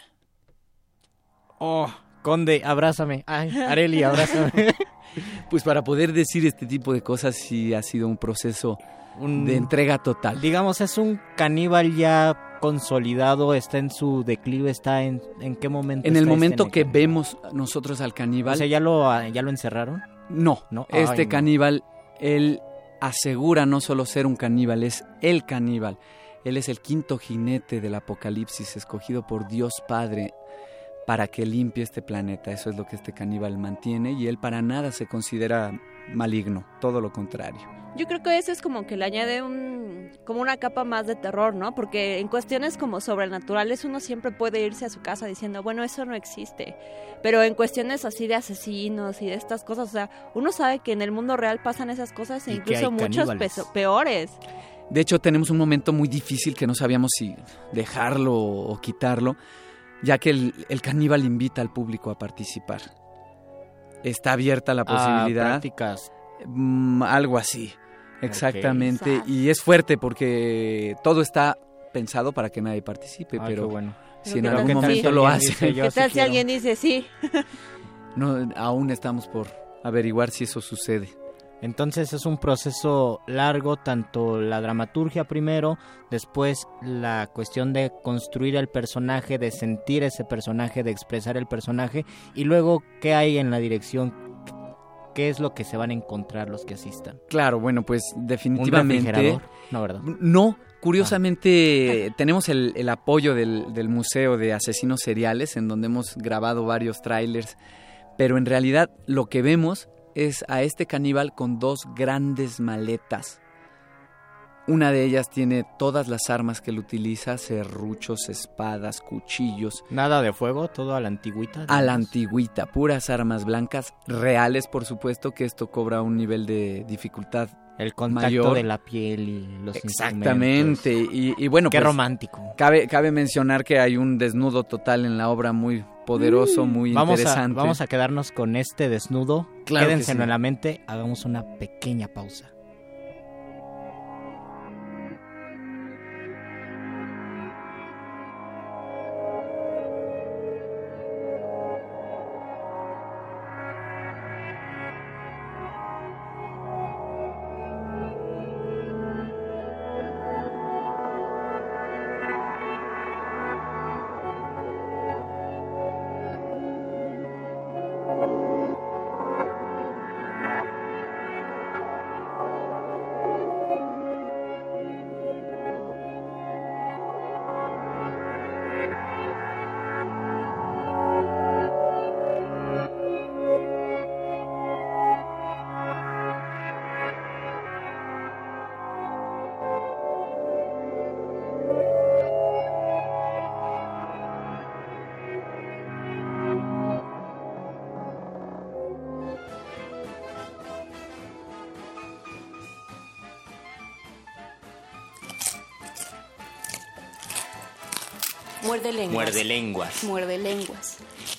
Oh, Conde, abrázame. Ay, Areli, abrázame. Pues para poder decir este tipo de cosas sí ha sido un proceso de entrega total. Digamos, es un caníbal ya consolidado, está en su declive, está en qué momento. En el momento que vemos nosotros al caníbal. O sea, ¿ya lo encerraron? No. Caníbal, él asegura no solo ser un caníbal, es el caníbal. Él es el quinto jinete del apocalipsis, escogido por Dios Padre para que limpie este planeta. Eso es lo que este caníbal mantiene, y él para nada se considera maligno, todo lo contrario. Yo creo que eso es como que le añade como una capa más de terror, ¿no? Porque en cuestiones como sobrenaturales uno siempre puede irse a su casa diciendo, bueno, eso no existe. Pero en cuestiones así de asesinos y de estas cosas, o sea, uno sabe que en el mundo real pasan esas cosas e incluso muchos peores. De hecho, tenemos un momento muy difícil que no sabíamos si dejarlo o quitarlo, ya que el caníbal invita al público a participar. Está abierta la posibilidad. Prácticas. Algo así. Exactamente, y es fuerte porque todo está pensado para que nadie participe, pero si en algún momento lo hacen. ¿Qué tal si alguien dice sí? No, aún estamos por averiguar si eso sucede. Entonces es un proceso largo, tanto la dramaturgia primero, después la cuestión de construir el personaje, de sentir ese personaje, de expresar el personaje, y luego qué hay en la dirección, qué es lo que se van a encontrar los que asistan. Claro, bueno, pues definitivamente... ¿Un refrigerador? No, ¿verdad? No, curiosamente tenemos el apoyo del Museo de Asesinos Seriales, en donde hemos grabado varios trailers, pero en realidad lo que vemos es a este caníbal con 2 grandes maletas. Una de ellas tiene todas las armas que él utiliza, serruchos, espadas, cuchillos. Nada de fuego, todo a la antigüita. A la antigüita, puras armas blancas, reales por supuesto, que esto cobra un nivel de dificultad el contacto mayor. De la piel y los exactamente, y bueno, qué pues, romántico. Cabe mencionar que hay un desnudo total en la obra muy poderoso, muy interesante. Vamos a quedarnos con este desnudo. Claro, quédense sí. en la mente, hagamos una pequeña pausa. Muerde lenguas. Muerde lenguas. Muerde lenguas.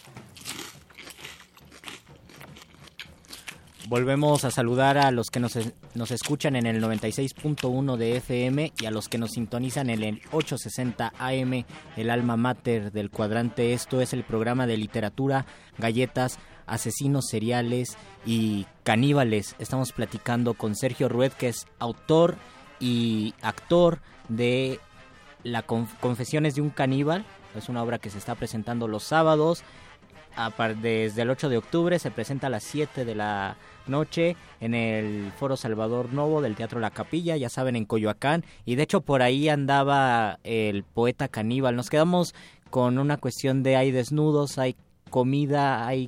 Volvemos a saludar a los que nos escuchan en el 96.1 de FM y a los que nos sintonizan en el 860 AM, el alma mater del cuadrante. Esto es el programa de literatura, galletas, asesinos seriales y caníbales. Estamos platicando con Sergio Rued, que es autor y actor de La Confesiones de un Caníbal. Es una obra que se está presentando los sábados. Desde el 8 de octubre se presenta a las 7 de la noche en el Foro Salvador Novo del Teatro La Capilla, ya saben, en Coyoacán. Y de hecho por ahí andaba el poeta caníbal. Nos quedamos con una cuestión de hay desnudos, hay comida, hay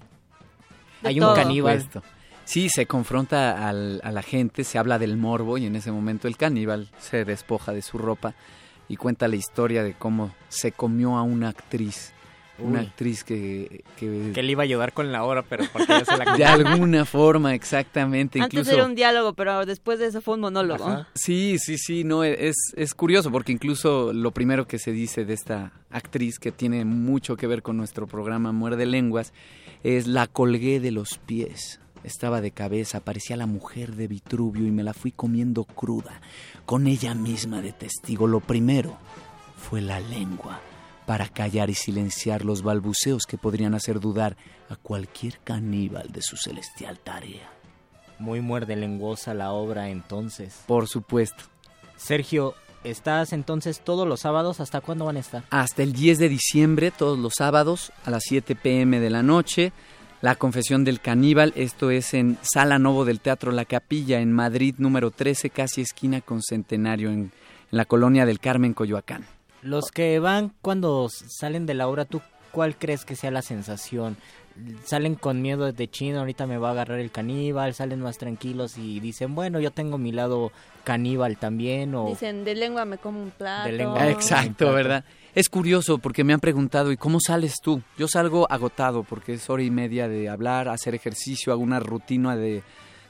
un caníbal. Sí, se confronta a la gente, se habla del morbo y en ese momento el caníbal se despoja de su ropa y cuenta la historia de cómo se comió a una actriz. Una actriz que le iba a ayudar con la hora, pero porque ya se la de alguna forma, exactamente. Antes incluso era un diálogo, pero después de eso fue un monólogo. Ajá. Sí, no, es curioso porque incluso lo primero que se dice de esta actriz, que tiene mucho que ver con nuestro programa Muerde Lenguas, es: la colgué de los pies. Estaba de cabeza, parecía la mujer de Vitruvio y me la fui comiendo cruda, con ella misma de testigo. Lo primero fue la lengua, para callar y silenciar los balbuceos que podrían hacer dudar a cualquier caníbal de su celestial tarea. Muy muerdelenguosa la obra, entonces. Por supuesto. Sergio, ¿estás entonces todos los sábados? ¿Hasta cuándo van a estar? Hasta el 10 de diciembre, todos los sábados, a las 7 p.m. de la noche. La Confesión del Caníbal, esto es en Sala Novo del Teatro La Capilla, en Madrid, número 13, casi esquina con Centenario, en la colonia del Carmen, Coyoacán. Los que van cuando salen de la obra, ¿tú cuál crees que sea la sensación? ¿Salen con miedo de chino, ahorita me va a agarrar el caníbal? ¿Salen más tranquilos y dicen, bueno, yo tengo mi lado caníbal también? O dicen, de lengua me como un plato. Exacto, ¿verdad? Es curioso porque me han preguntado, ¿y cómo sales tú? Yo salgo agotado porque es hora y media de hablar, hacer ejercicio, hago una rutina de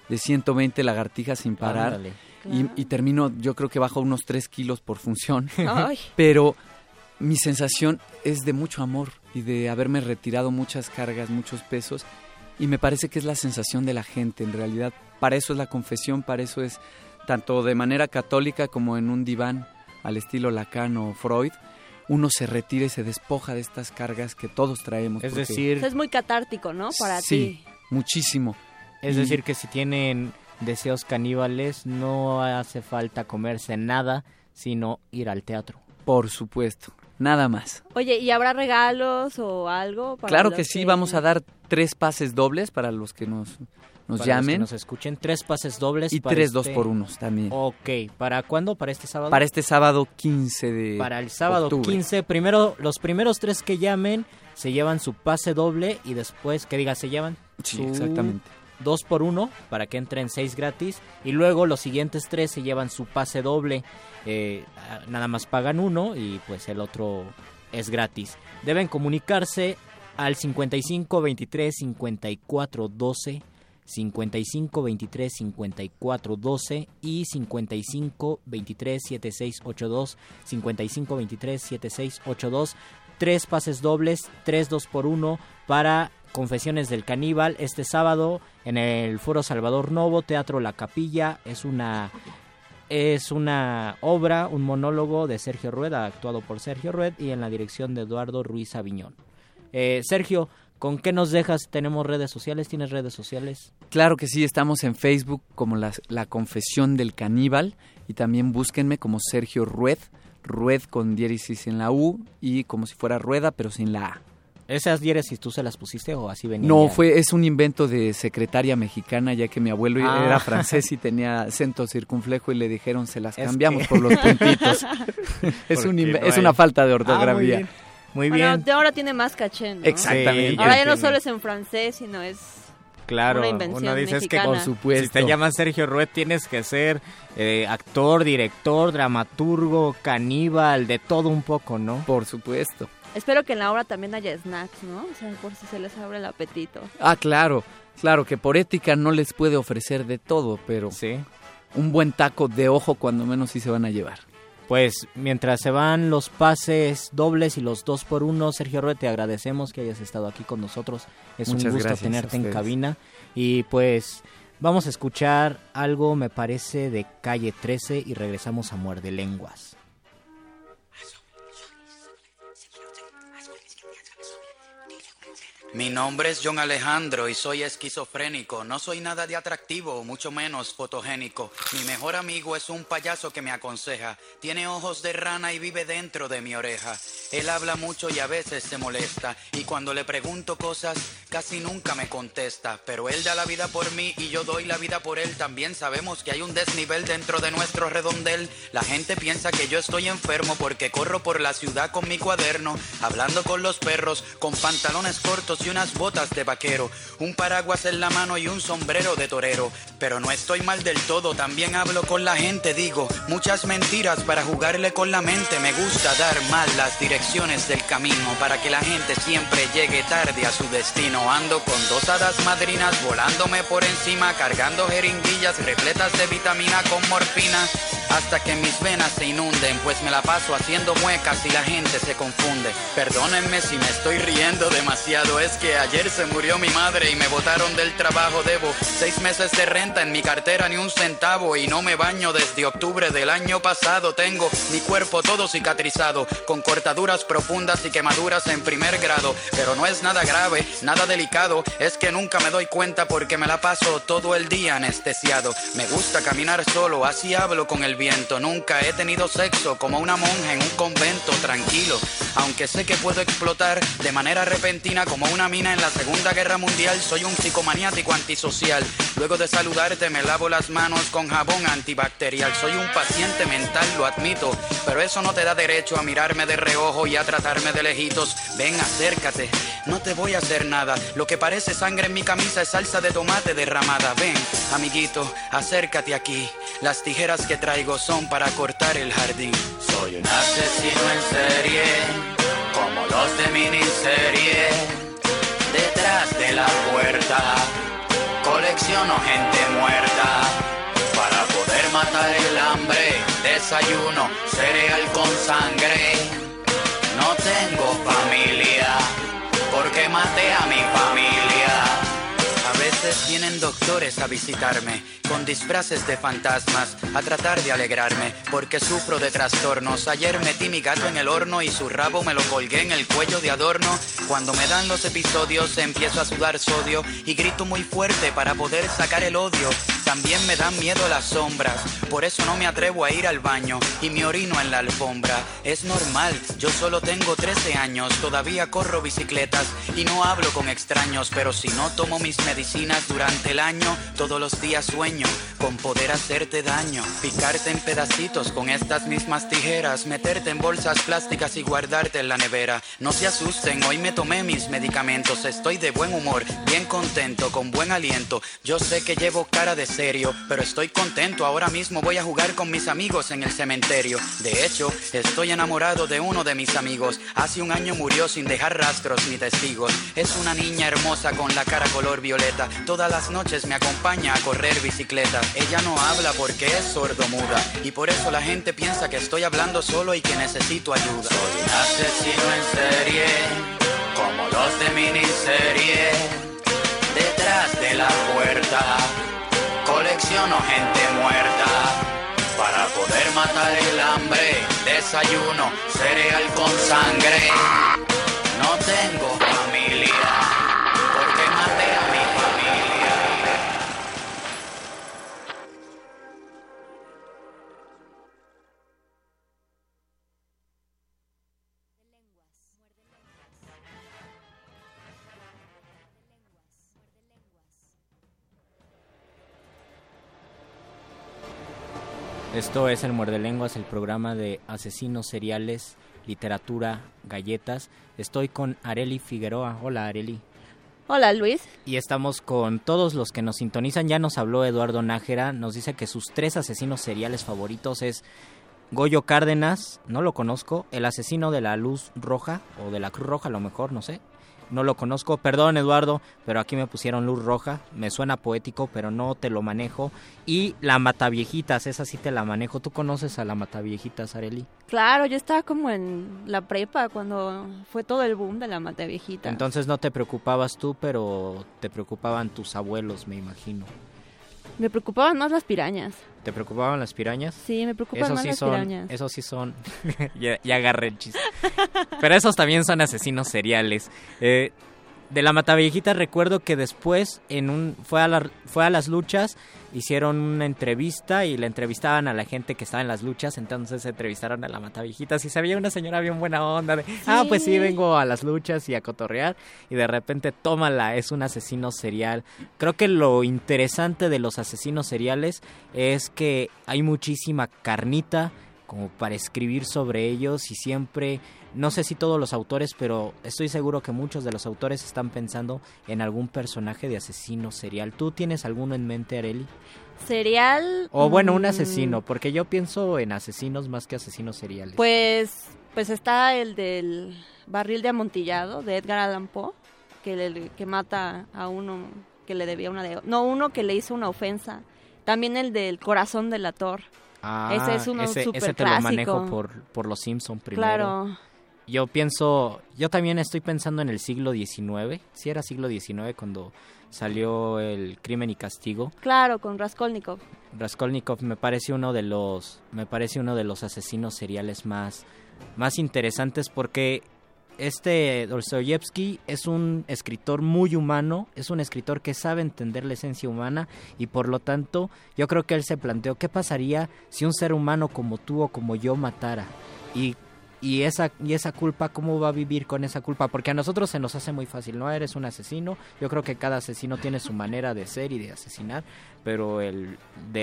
120 lagartijas sin parar. Ándale. Y termino, yo creo que bajo unos 3 kilos por función. Ay. Pero mi sensación es de mucho amor y de haberme retirado muchas cargas, muchos pesos. Y me parece que es la sensación de la gente, en realidad. Para eso es la confesión, para eso es tanto de manera católica como en un diván al estilo Lacan o Freud, uno se retira y se despoja de estas cargas que todos traemos. Es porque- decir, Es muy catártico, ¿no? Para sí, ti. muchísimo. Es Y- decir, que si tienen deseos caníbales, no hace falta comerse nada, sino ir al teatro. Por supuesto, nada más. Oye, ¿y habrá regalos o algo? Para Claro los que sí, vamos a dar 3 pases dobles para los que nos Para llamen. los que nos escuchen, 3 pases dobles. Y para 3 este- 2x1 también. Ok, ¿para cuándo? ¿Para este sábado? Para este sábado 15 de Para el sábado octubre. 15, los primeros 3 que llamen se llevan su pase doble y después, que diga, se llevan Sí, su exactamente. 2x1 para que entren 6 gratis y luego los siguientes 3 se llevan su pase doble. Nada más pagan uno y pues el otro es gratis. Deben comunicarse al 55 23 54 12, 55 23 54 12 y 55 23 76 82, 55 23 76 82. 3 pases dobles, 3 2x1 para Confesiones del Caníbal este sábado en el Foro Salvador Novo, Teatro La Capilla. Es una obra, un monólogo de Sergio Rueda, actuado por Sergio Rued y en la dirección de Eduardo Ruiz Aviñón. Sergio, ¿con qué nos dejas? ¿Tenemos redes sociales? ¿Tienes redes sociales? Claro que sí, estamos en Facebook como la Confesión del Caníbal y también búsquenme como Sergio Rued, Rued con diéresis en la U y como si fuera rueda pero sin la A. ¿Esas diéresis tú se las pusiste o así venían? No, ya? es un invento de secretaria mexicana, ya que mi abuelo Ah. era francés y tenía acento circunflejo y le dijeron se las Es cambiamos que- por los puntitos. es una falta de ortografía. Muy Bueno, bien. de ahora tiene más caché, ¿no? Exactamente. Ahora ya no solo es en francés, sino es Claro, una invención uno dice mexicana. es que Por supuesto. si te llaman Sergio Rued tienes que ser actor, director, dramaturgo, caníbal, de todo un poco, ¿no? Por supuesto. Espero que en la obra también haya snacks, ¿no? O sea, por si se les abre el apetito. Ah, claro, que por ética no les puede ofrecer de todo, pero sí. Un buen taco de ojo cuando menos sí se van a llevar. Pues mientras se van los pases dobles y los 2x1, Sergio Rued, te agradecemos que hayas estado aquí con nosotros. Es Muchas un gusto gracias tenerte a en ustedes. cabina. Y pues vamos a escuchar algo, me parece, de Calle 13 y regresamos a Muerde Lenguas. Mi nombre es John Alejandro y soy esquizofrénico. No soy nada de atractivo, mucho menos fotogénico. Mi mejor amigo es un payaso que me aconseja. Tiene ojos de rana y vive dentro de mi oreja. Él habla mucho y a veces se molesta. Y cuando le pregunto cosas, casi nunca me contesta. Pero él da la vida por mí y yo doy la vida por él. También sabemos que hay un desnivel dentro de nuestro redondel. La gente piensa que yo estoy enfermo porque corro por la ciudad con mi cuaderno, hablando con los perros, con pantalones cortos y unas botas de vaquero, un paraguas en la mano y un sombrero de torero. Pero no estoy mal del todo, también hablo con la gente, digo muchas mentiras para jugarle con la mente. Me gusta dar mal las direcciones del camino para que la gente siempre llegue tarde a su destino. Ando con 2 hadas madrinas volándome por encima, cargando jeringuillas repletas de vitamina con morfina, hasta que mis venas se inunden, pues me la paso haciendo muecas y la gente se confunde. Perdónenme si me estoy riendo demasiado, es que ayer se murió mi madre y me botaron del trabajo. Debo 6 meses de renta, en mi cartera ni un centavo y no me baño desde octubre del año pasado. Tengo mi cuerpo todo cicatrizado, con cortaduras profundas y quemaduras en primer grado. Pero no es nada grave, nada delicado, es que nunca me doy cuenta porque me la paso todo el día anestesiado. Me gusta caminar solo, así hablo con el viento. Nunca he tenido sexo como una monja en un convento, tranquilo, aunque sé que puedo explotar de manera repentina como una mina en la Segunda Guerra Mundial. Soy un psicomaniático antisocial. Luego de saludarte me lavo las manos con jabón antibacterial. Soy un paciente mental, lo admito, pero eso no te da derecho a mirarme de reojo y a tratarme de lejitos. Ven, acércate, no te voy a hacer nada. Lo que parece sangre en mi camisa es salsa de tomate derramada. Ven, amiguito, acércate aquí. Las tijeras que traigo son para cortar el jardín. Soy un asesino en serie, como los de miniserie. Detrás de la puerta colecciono gente muerta. Para poder matar el hambre, desayuno cereal con sangre. No tengo familia, porque maté a mi familia. A veces veces vienen doctores a visitarme con disfraces de fantasmas a tratar de alegrarme porque sufro de trastornos. Ayer metí mi gato en el horno y su rabo me lo colgué en el cuello de adorno. Cuando me dan los episodios empiezo a sudar sodio y grito muy fuerte para poder sacar el odio. También me dan miedo las sombras, por eso no me atrevo a ir al baño y me orino en la alfombra. Es normal, yo solo tengo 13 años, todavía corro bicicletas y no hablo con extraños, pero si no tomo mis medicinas durante el año, todos los días sueño con poder hacerte daño. Picarte en pedacitos con estas mismas tijeras, meterte en bolsas plásticas y guardarte en la nevera. No se asusten, hoy me tomé mis medicamentos, estoy de buen humor, bien contento, con buen aliento. Yo sé que llevo cara de serio, pero estoy contento. Ahora mismo voy a jugar con mis amigos en el cementerio. De hecho, estoy enamorado de uno de mis amigos. Hace un año murió sin dejar rastros ni testigos. Es una niña hermosa con la cara color violeta. Todas las noches me acompaña a correr bicicleta. Ella no habla porque es sordomuda y por eso la gente piensa que estoy hablando solo y que necesito ayuda. Soy un asesino en serie, como los de miniserie. Detrás de la puerta colecciono gente muerta para poder matar el hambre. Desayuno cereal con sangre. No tengo familia porque maté a mi familia. Esto es el Muerde Lenguas, el programa de asesinos seriales, literatura, galletas. Estoy con Arely Figueroa. Hola, Arely. Hola, Luis. Y estamos con todos los que nos sintonizan. Ya nos habló Eduardo Nájera, nos dice que sus 3 asesinos seriales favoritos es Goyo Cárdenas, no lo conozco, el asesino de la luz roja, o de la cruz roja a lo mejor, no sé. No lo conozco, perdón Eduardo, pero aquí me pusieron luz roja, me suena poético, pero no te lo manejo. Y la Mataviejitas, esa sí te la manejo. ¿Tú conoces a la Mataviejitas, Arely? Claro, yo estaba como en la prepa cuando fue todo el boom de la Mataviejitas. Entonces no te preocupabas tú, pero te preocupaban tus abuelos, me imagino. Me preocupaban más las pirañas. ¿Te preocupaban las pirañas? Sí, me preocupan más las pirañas. Esos sí son... ya agarré el chiste. Pero esos también son asesinos seriales. De la Mataviejita recuerdo que después fue a las luchas, hicieron una entrevista y le entrevistaban a la gente que estaba en las luchas, entonces entrevistaron a la Mataviejita y se veía una señora bien buena onda de, sí. Pues sí, vengo a las luchas y a cotorrear, y de repente tómala, es un asesino serial. Creo que lo interesante de los asesinos seriales es que hay muchísima carnita como para escribir sobre ellos, y siempre, no sé si todos los autores, pero estoy seguro que muchos de los autores están pensando en algún personaje de asesino serial. ¿Tú tienes alguno en mente, Arely? ¿Serial? O bueno, un asesino, porque yo pienso en asesinos más que asesinos seriales. Pues está el del barril de amontillado, de Edgar Allan Poe, que mata a uno que le debía uno que le hizo una ofensa. También el del corazón delator. Ese es uno súper clásico. Ese te lo manejo por los Simpson primero. Claro. Yo también estoy pensando en el siglo XIX. Sí, era siglo XIX cuando salió el Crimen y Castigo. Claro, con Raskolnikov. Raskolnikov me parece uno de los asesinos seriales más interesantes, porque Dostoyevsky es un escritor muy humano, es un escritor que sabe entender la esencia humana, y por lo tanto yo creo que él se planteó qué pasaría si un ser humano como tú o como yo matara, y esa culpa, cómo va a vivir con esa culpa, porque a nosotros se nos hace muy fácil, ¿no? Eres un asesino. Yo creo que cada asesino tiene su manera de ser y de asesinar, pero el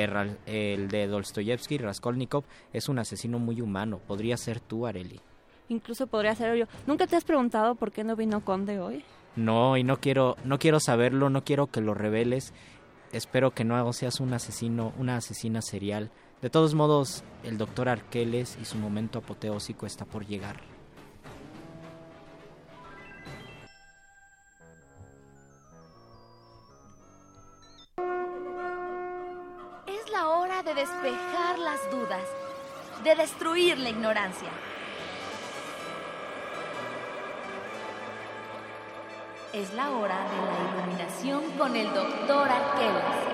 de Dostoyevsky, Raskolnikov, es un asesino muy humano. Podría ser tú, Arely. Incluso podría ser yo. ¿Nunca te has preguntado por qué no vino Conde hoy? No, y no quiero saberlo, no quiero que lo reveles. Espero que no seas un asesino, una asesina serial. De todos modos, el doctor Arqueles y su momento apoteósico está por llegar. Es la hora de despejar las dudas, de destruir la ignorancia. Es la hora de la iluminación con el Dr. Arqueles.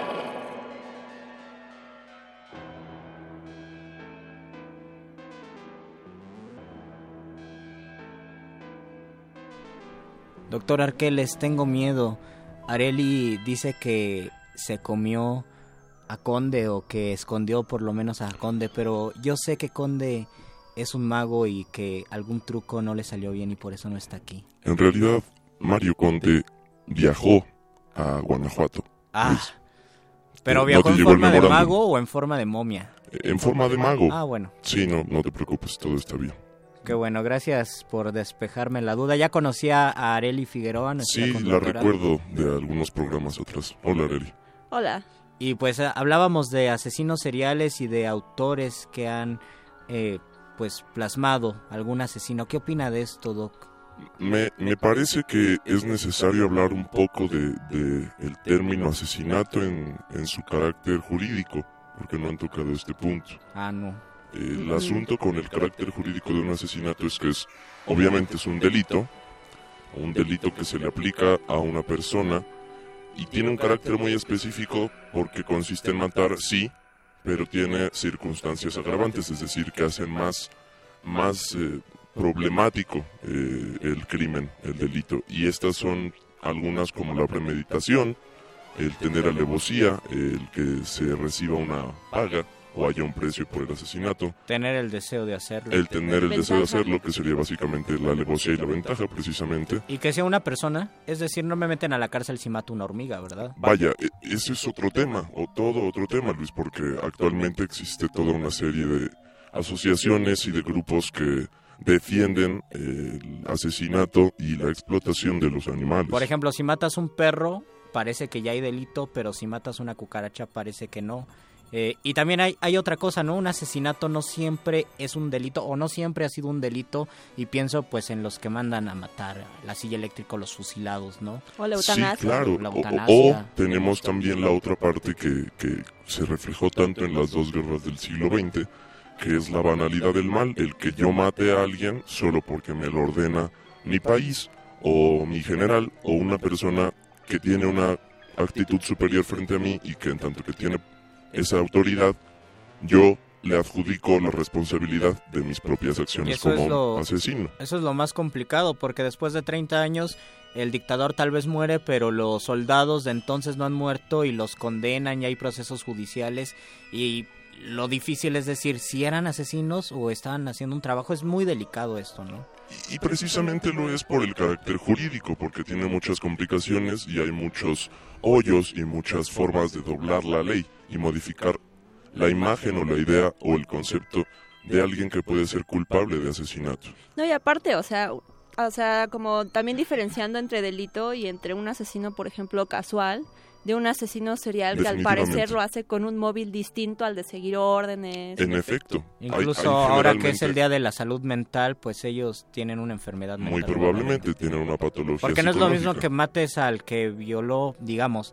Doctor Arqueles, tengo miedo. Areli dice que se comió a Conde o que escondió por lo menos a Conde, pero yo sé que Conde es un mago y que algún truco no le salió bien y por eso no está aquí. En realidad, Mario Conde viajó a Guanajuato. ¿Pero viajó en forma de mago o en forma de momia? En forma de mago. Bueno. Sí, no te preocupes, todo está bien. Qué bueno, gracias por despejarme la duda. ¿Ya conocía a Areli Figueroa? Sí, la recuerdo de algunos programas atrás. Hola, Areli. Hola. Y pues hablábamos de asesinos seriales y de autores que han pues plasmado algún asesino. ¿Qué opina de esto, Doc? Me parece que es necesario hablar un poco de el término asesinato en su carácter jurídico, porque no han tocado este punto. No. El asunto con el carácter jurídico de un asesinato es que obviamente es un delito que se le aplica a una persona y tiene un carácter muy específico porque consiste en matar, sí, pero tiene circunstancias agravantes, es decir, que hacen más problemático el crimen, el delito. Y estas son algunas como la premeditación, el tener alevosía, el que se reciba una paga o haya un precio por el asesinato. Tener el deseo de hacerlo. El tener el deseo de hacerlo, que sería básicamente la alevosía y la ventaja, precisamente. Y que sea una persona, es decir, no me meten a la cárcel si mato una hormiga, ¿verdad? Vaya, ese es otro tema, otro tema, Luis, porque actualmente existe toda una serie de asociaciones y de grupos que defienden el asesinato y la explotación de los animales. Por ejemplo, si matas un perro, parece que ya hay delito, pero si matas una cucaracha, parece que no. Y también hay otra cosa, ¿no? Un asesinato no siempre es un delito, o no siempre ha sido un delito, y pienso pues en los que mandan a matar, la silla eléctrica, los fusilados, ¿no? O la eutanasia. Sí, claro. La eutanasia. O tenemos también la otra parte que se reflejó tanto en las dos guerras del siglo XX, que es la banalidad del mal, el que yo mate a alguien solo porque me lo ordena mi país, o mi general, o una persona que tiene una actitud superior frente a mí y que en tanto que tiene esa autoridad, yo le adjudico la responsabilidad de mis propias acciones como asesino. Eso es lo más complicado, porque después de 30 años el dictador tal vez muere, pero los soldados de entonces no han muerto y los condenan y hay procesos judiciales, y lo difícil es decir si eran asesinos o estaban haciendo un trabajo. Es muy delicado esto, ¿no? Y precisamente lo es por el carácter jurídico, porque tiene muchas complicaciones y hay muchos hoyos y muchas formas de doblar la ley y modificar la imagen o la idea o el concepto de alguien que puede ser culpable de asesinato. No, y aparte, o sea, como también diferenciando entre delito y entre un asesino, por ejemplo, casual, de un asesino serial que al parecer lo hace con un móvil distinto al de seguir órdenes. En efecto. Incluso ahora que es el Día de la Salud Mental, pues ellos tienen una enfermedad mental. Muy probablemente tienen una patología porque no es lo mismo que mates al que violó, digamos,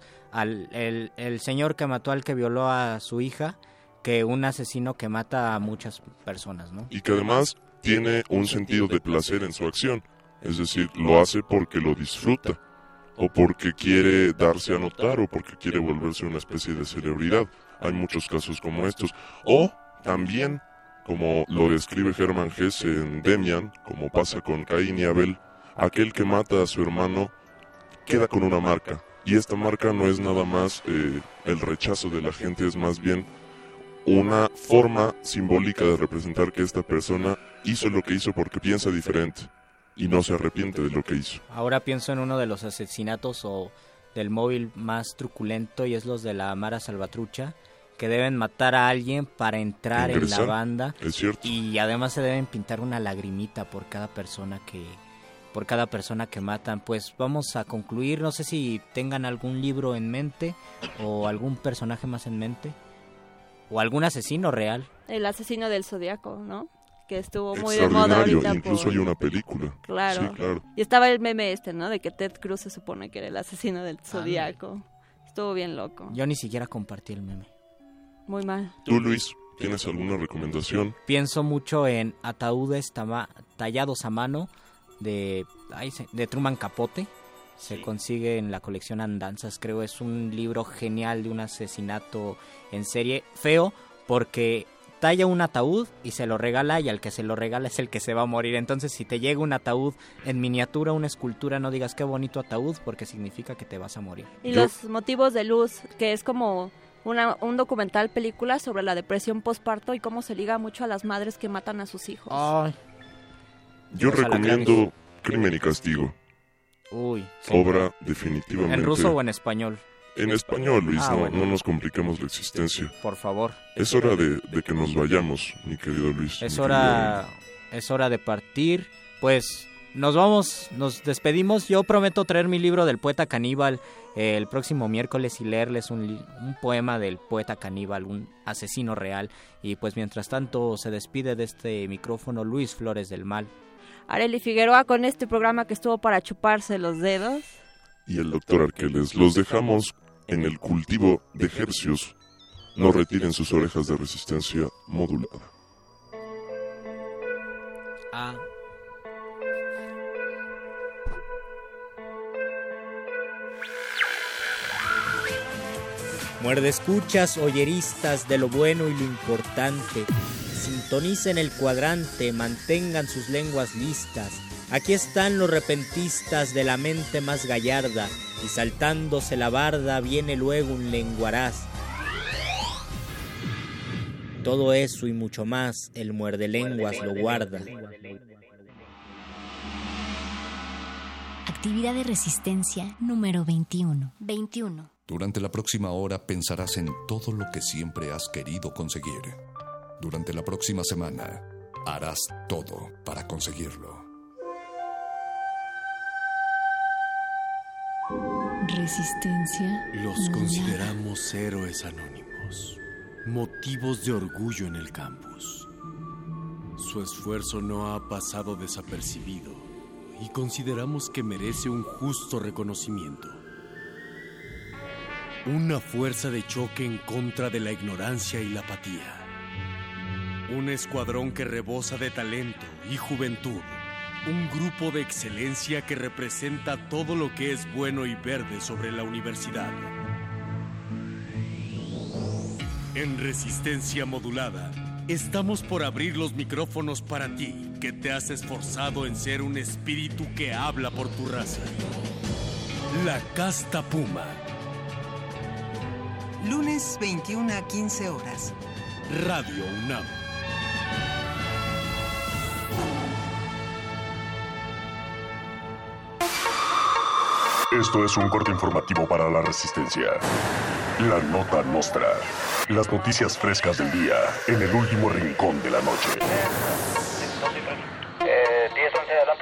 el señor que mató al que violó a su hija, que un asesino que mata a muchas personas, ¿no? Y que además tiene un sentido de placer en su acción, es decir, lo hace porque lo disfruta, o porque quiere darse a notar, o porque quiere volverse una especie de celebridad. Hay muchos casos como estos. O también, como lo describe Hermann Hesse en Demian, como pasa con Caín y Abel, aquel que mata a su hermano queda con una marca. Y esta marca no es nada más el rechazo de la gente, es más bien una forma simbólica de representar que esta persona hizo lo que hizo porque piensa diferente y no se arrepiente de lo que hizo. Ahora pienso en uno de los asesinatos o del móvil más truculento, y es los de la Mara Salvatrucha, que deben matar a alguien para entrar en la banda. Es cierto. Y además se deben pintar una lagrimita por cada persona que matan. Pues vamos a concluir, no sé si tengan algún libro en mente o algún personaje más en mente o algún asesino real. El asesino del Zodiaco, ¿no? Que estuvo muy de moda ahorita. Incluso hay una película. Claro. Sí, claro. Y estaba el meme ¿no? De que Ted Cruz se supone que era el asesino del Zodiaco. Estuvo bien loco. Yo ni siquiera compartí el meme. Muy mal. ¿Tú, Luis, tienes alguna recomendación? Pienso mucho en ataúdes tallados a mano de Truman Capote, Se consigue en la colección Andanzas, creo. Es un libro genial de un asesinato en serie. Feo porque talla un ataúd y se lo regala, y al que se lo regala es el que se va a morir. Entonces, si te llega un ataúd en miniatura, una escultura, no digas qué bonito ataúd, porque significa que te vas a morir. Y Los motivos de luz, que es como un documental, película sobre la depresión postparto y cómo se liga mucho a las madres que matan a sus hijos. Ay. Yo recomiendo Crimen y Castigo. Uy, sí. Obra definitivamente... ¿En ruso o en español? En español, Luis, bueno. No nos compliquemos la existencia. Por favor. Es hora de que nos vayamos, mi querido Luis. Es hora de partir. Pues nos despedimos. Yo prometo traer mi libro del poeta caníbal el próximo miércoles y leerles un poema del poeta caníbal, un asesino real. Y pues mientras tanto se despide de este micrófono Luis Flores del Mal. Arely Figueroa con este programa que estuvo para chuparse los dedos. Y el doctor Arqueles. Los dejamos en el cultivo de hercios. No retiren sus orejas de resistencia modulada. Muerde escuchas, oyeristas de lo bueno y lo importante. Sintonicen el cuadrante, mantengan sus lenguas listas. Aquí están los repentistas de la mente más gallarda, y saltándose la barda viene luego un lenguaraz. Todo eso y mucho más, el muerde lenguas lo guarda. Actividad de resistencia número 21. Durante la próxima hora pensarás en todo lo que siempre has querido conseguir. Durante la próxima semana harás todo para conseguirlo. Resistencia. Los consideramos héroes anónimos, motivos de orgullo en el campus. Su esfuerzo no ha pasado desapercibido y consideramos que merece un justo reconocimiento. Una fuerza de choque en contra de la ignorancia y la apatía. Un escuadrón que rebosa de talento y juventud. Un grupo de excelencia que representa todo lo que es bueno y verde sobre la universidad. En Resistencia Modulada, estamos por abrir los micrófonos para ti, que te has esforzado en ser un espíritu que habla por tu raza. La Casta Puma. Lunes 21 a 15 horas. Radio UNAM. Esto es un corte informativo para la Resistencia. La Nota Nostra. Las noticias frescas del día en el último rincón de la noche. 10-11, adelante.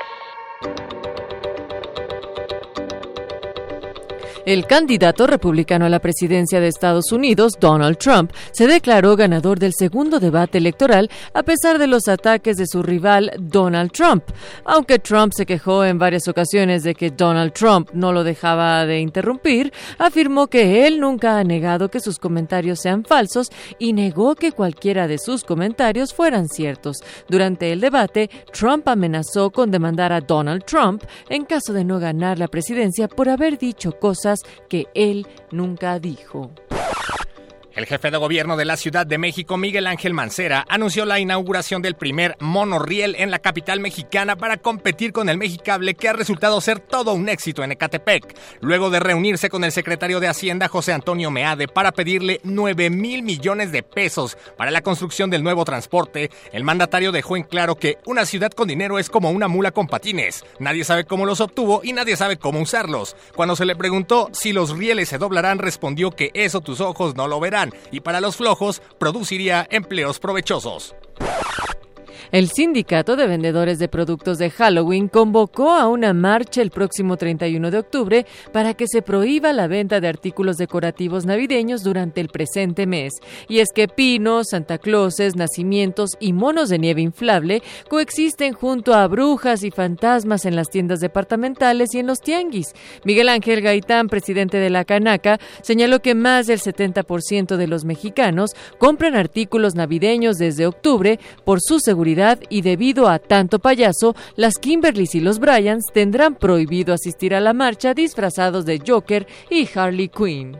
El candidato republicano a la presidencia de Estados Unidos, Donald Trump, se declaró ganador del segundo debate electoral a pesar de los ataques de su rival Donald Trump. Aunque Trump se quejó en varias ocasiones de que Donald Trump no lo dejaba de interrumpir, afirmó que él nunca ha negado que sus comentarios sean falsos y negó que cualquiera de sus comentarios fueran ciertos. Durante el debate, Trump amenazó con demandar a Donald Trump en caso de no ganar la presidencia por haber dicho cosas que él nunca dijo. El jefe de gobierno de la Ciudad de México, Miguel Ángel Mancera, anunció la inauguración del primer monorriel en la capital mexicana para competir con el Mexicable, que ha resultado ser todo un éxito en Ecatepec. Luego de reunirse con el secretario de Hacienda, José Antonio Meade, para pedirle 9,000 millones de pesos para la construcción del nuevo transporte, el mandatario dejó en claro que una ciudad con dinero es como una mula con patines. Nadie sabe cómo los obtuvo y nadie sabe cómo usarlos. Cuando se le preguntó si los rieles se doblarán, respondió que eso tus ojos no lo verán. Y para los flojos, produciría empleos provechosos. El Sindicato de Vendedores de Productos de Halloween convocó a una marcha el próximo 31 de octubre para que se prohíba la venta de artículos decorativos navideños durante el presente mes. Y es que pinos, Santa Clauses, nacimientos y monos de nieve inflable coexisten junto a brujas y fantasmas en las tiendas departamentales y en los tianguis. Miguel Ángel Gaitán, presidente de la Canaca, señaló que más del 70% de los mexicanos compran artículos navideños desde octubre por su seguridad seguridad y debido a tanto payaso, las Kimberlys y los Bryans tendrán prohibido asistir a la marcha disfrazados de Joker y Harley Quinn.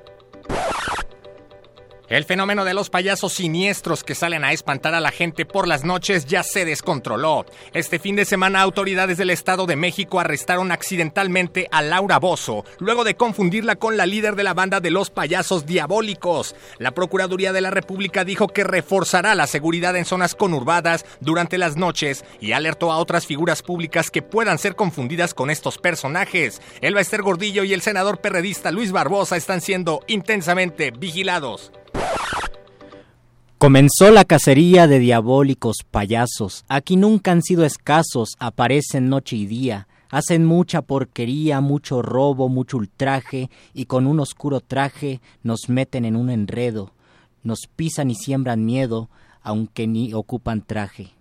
El fenómeno de los payasos siniestros que salen a espantar a la gente por las noches ya se descontroló. Este fin de semana, autoridades del Estado de México arrestaron accidentalmente a Laura Bozzo, luego de confundirla con la líder de la banda de los payasos diabólicos. La Procuraduría de la República dijo que reforzará la seguridad en zonas conurbadas durante las noches y alertó a otras figuras públicas que puedan ser confundidas con estos personajes. Elba Ester Gordillo y el senador perredista Luis Barbosa están siendo intensamente vigilados. Comenzó la cacería de diabólicos payasos. Aquí nunca han sido escasos, aparecen noche y día. Hacen mucha porquería, mucho robo, mucho ultraje, y con un oscuro traje nos meten en un enredo. Nos pisan y siembran miedo, aunque ni ocupan traje.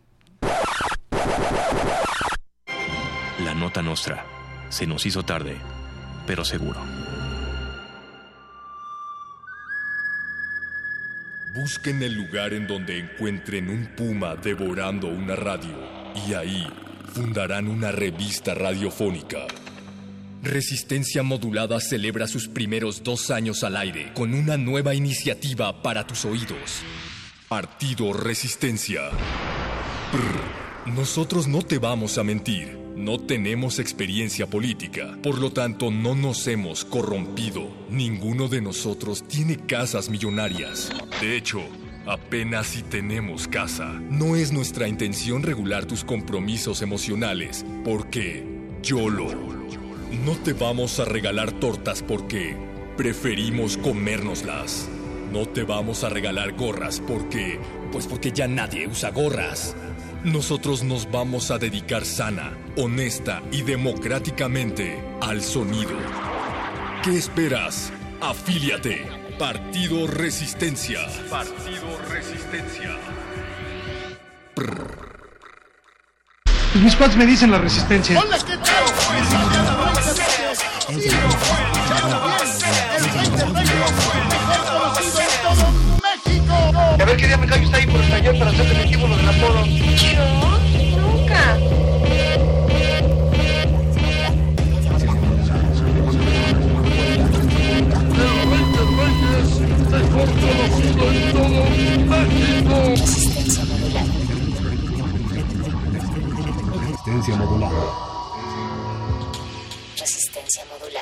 La nota nostra. Se nos hizo tarde, pero seguro. Busquen el lugar en donde encuentren un puma devorando una radio y ahí fundarán una revista radiofónica. Resistencia Modulada celebra sus primeros 2 años al aire con una nueva iniciativa para tus oídos. Partido Resistencia. Nosotros no te vamos a mentir. No tenemos experiencia política, por lo tanto no nos hemos corrompido. Ninguno de nosotros tiene casas millonarias. De hecho, apenas si tenemos casa. No es nuestra intención regular tus compromisos emocionales, porque YOLO. No te vamos a regalar tortas porque preferimos comérnoslas. No te vamos a regalar gorras porque ya nadie usa gorras. Nosotros nos vamos a dedicar sana, honesta y democráticamente al sonido. ¿Qué esperas? Afíliate. Partido Resistencia. Partido Resistencia. Mis cuates me dicen la Resistencia. ¡Hola, qué tal! A ver qué día me callo está ahí por el taller para hacer definitivo lo del apodo. ¿Yo? Nunca. Resistencia modulada. Resistencia modulada.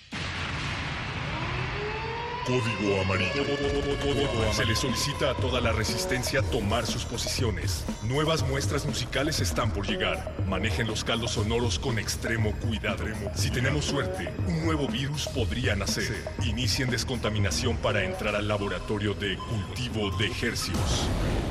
Código amarillo. Se le solicita a toda la resistencia tomar sus posiciones. Nuevas muestras musicales están por llegar. Manejen los caldos sonoros con extremo cuidado. Si tenemos suerte, un nuevo virus podría nacer. Inicien descontaminación para entrar al laboratorio de cultivo de hercios.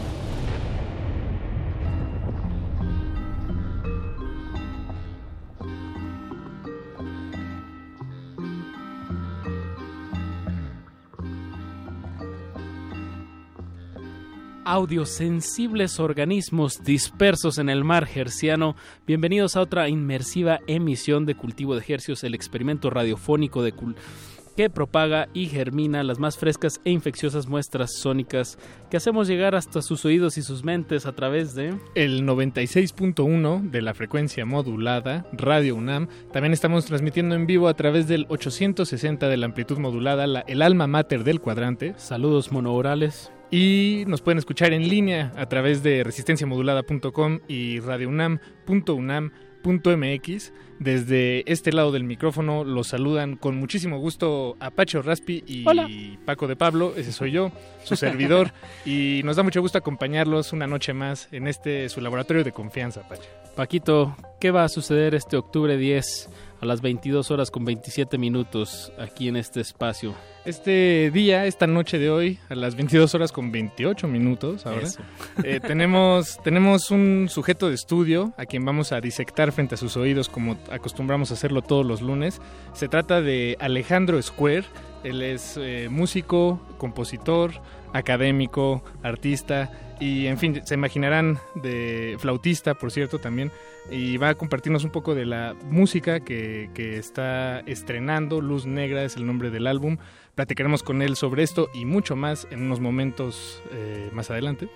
Audiosensibles organismos dispersos en el mar herciano, bienvenidos a otra inmersiva emisión de Cultivo de Hercios, el experimento radiofónico que propaga y germina las más frescas e infecciosas muestras sónicas que hacemos llegar hasta sus oídos y sus mentes a través de el 96.1 de la frecuencia modulada Radio UNAM. También estamos transmitiendo en vivo a través del 860 de la amplitud modulada, el alma mater del cuadrante. Saludos monoorales. Y nos pueden escuchar en línea a través de resistenciamodulada.com y radiounam.unam.mx. Desde este lado del micrófono los saludan con muchísimo gusto Apache Raspi y Hola. Paco de Pablo, ese soy yo, su servidor, y nos da mucho gusto acompañarlos una noche más en su laboratorio de confianza, Apache. Paquito, ¿qué va a suceder este octubre 10 a las 22 horas con 27 minutos aquí en este espacio? Esta noche de hoy, a las 22 horas con 28 minutos ahora, tenemos un sujeto de estudio a quien vamos a disectar frente a sus oídos como acostumbramos a hacerlo todos los lunes. Se trata de Alejandro Square. Él es músico, compositor, académico, artista y, en fin, se imaginarán de flautista, por cierto, también, y va a compartirnos un poco de la música que está estrenando. Luz Negra es el nombre del álbum. Platicaremos con él sobre esto y mucho más en unos momentos más adelante.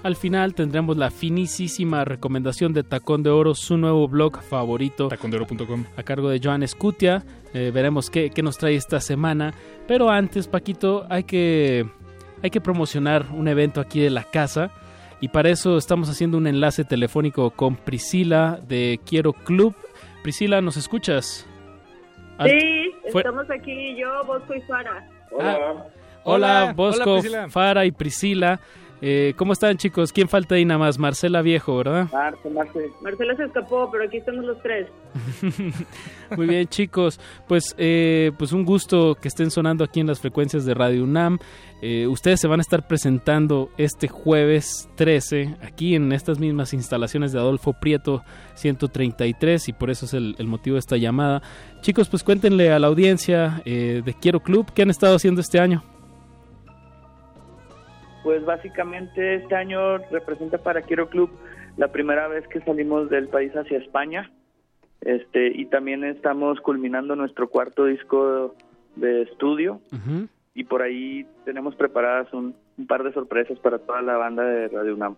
Al final tendremos la finísima recomendación de Tacón de Oro, su nuevo blog favorito, tacondeoro.com, a cargo de Joan Escutia. Veremos qué nos trae esta semana. Pero antes, Paquito, hay que promocionar un evento aquí de la casa. Y para eso estamos haciendo un enlace telefónico con Priscila de Quiero Club. Priscila, ¿nos escuchas? Sí, estamos aquí yo, Bosco y Fara. Hola, Bosco, hola, Fara y Priscila. ¿Cómo están, chicos? ¿Quién falta ahí nada más? Marcela Viejo, ¿verdad? Marcela se escapó, pero aquí estamos los tres. Muy bien, chicos. Pues un gusto que estén sonando aquí en las frecuencias de Radio UNAM. Ustedes se van a estar presentando este jueves 13 aquí en estas mismas instalaciones de Adolfo Prieto 133 y por eso es el motivo de esta llamada. Chicos, pues cuéntenle a la audiencia de Quiero Club qué han estado haciendo este año. Pues básicamente este año representa para Quiero Club la primera vez que salimos del país hacia España, y también estamos culminando nuestro cuarto disco de estudio. Uh-huh. Y por ahí tenemos preparadas un par de sorpresas para toda la banda de Radio UNAM.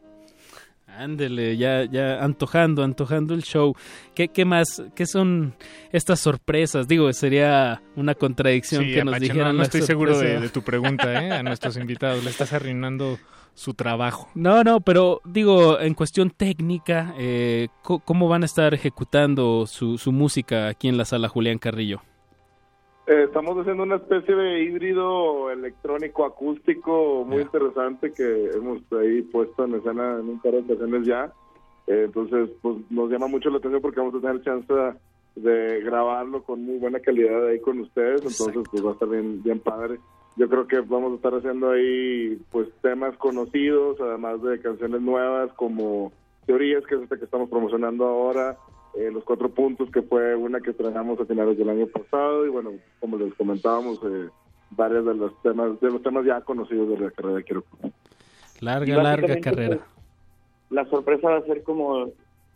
Ándele, ya antojando el show. ¿Qué más? ¿Qué son estas sorpresas? Digo, sería una contradicción que nos dijeran. No estoy seguro de tu pregunta, a nuestros invitados. Le estás arruinando su trabajo. No, pero digo, en cuestión técnica, ¿cómo van a estar ejecutando su música aquí en la Sala Julián Carrillo? Estamos haciendo una especie de híbrido electrónico acústico muy interesante que hemos ahí puesto en escena en un par de ocasiones ya. Entonces, pues nos llama mucho la atención porque vamos a tener chance de grabarlo con muy buena calidad ahí con ustedes. Entonces, pues va a estar bien padre. Yo creo que vamos a estar haciendo ahí pues temas conocidos, además de canciones nuevas como Teorías, que es que estamos promocionando ahora. Los 4 puntos, que fue una que estrenamos a finales del año pasado, y bueno, como les comentábamos, varios de los temas ya conocidos de la carrera de Quiero Club. Larga carrera. Pues, la sorpresa va a ser como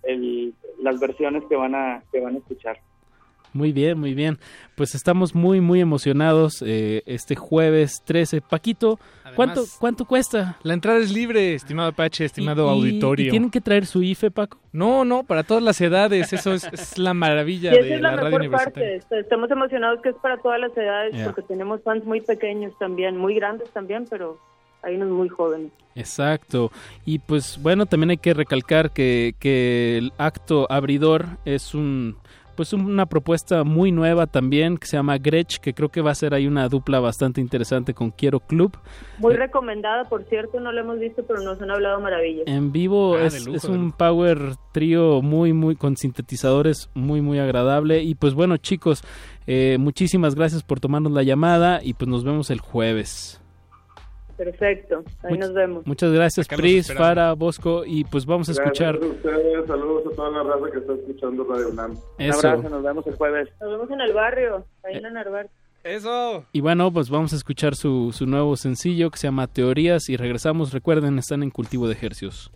las versiones que van a escuchar. Muy bien. Pues estamos muy, muy emocionados este jueves 13. Paquito, además, ¿cuánto cuesta? La entrada es libre, estimado Apache, estimado auditorio. ¿Y tienen que traer su IFE, Paco? No, para todas las edades. Eso es la maravilla de la radio universitaria. Estamos emocionados que es para todas las edades, porque tenemos fans muy pequeños también, muy grandes también, pero hay unos muy jóvenes. Exacto. Y pues bueno, también hay que recalcar que el acto abridor es una propuesta muy nueva también, que se llama Gretsch, que creo que va a ser ahí una dupla bastante interesante con Quiero Club. Muy recomendada, por cierto, no la hemos visto, pero nos han hablado maravillas. En vivo es un power trío muy, muy con sintetizadores, muy, muy agradable. Y pues bueno, chicos, muchísimas gracias por tomarnos la llamada y pues nos vemos el jueves. Perfecto, ahí nos vemos. Muchas gracias, Pris, Fara, Bosco, y pues vamos a escuchar. Gracias a ustedes, saludos a toda la raza que está escuchando Radio UNAM. Un abrazo, nos vemos el jueves. Nos vemos en el barrio, ahí en la Narvarte. ¡Eso! Y bueno, pues vamos a escuchar su nuevo sencillo que se llama Teorías y regresamos. Recuerden, están en Cultivo de Hercios.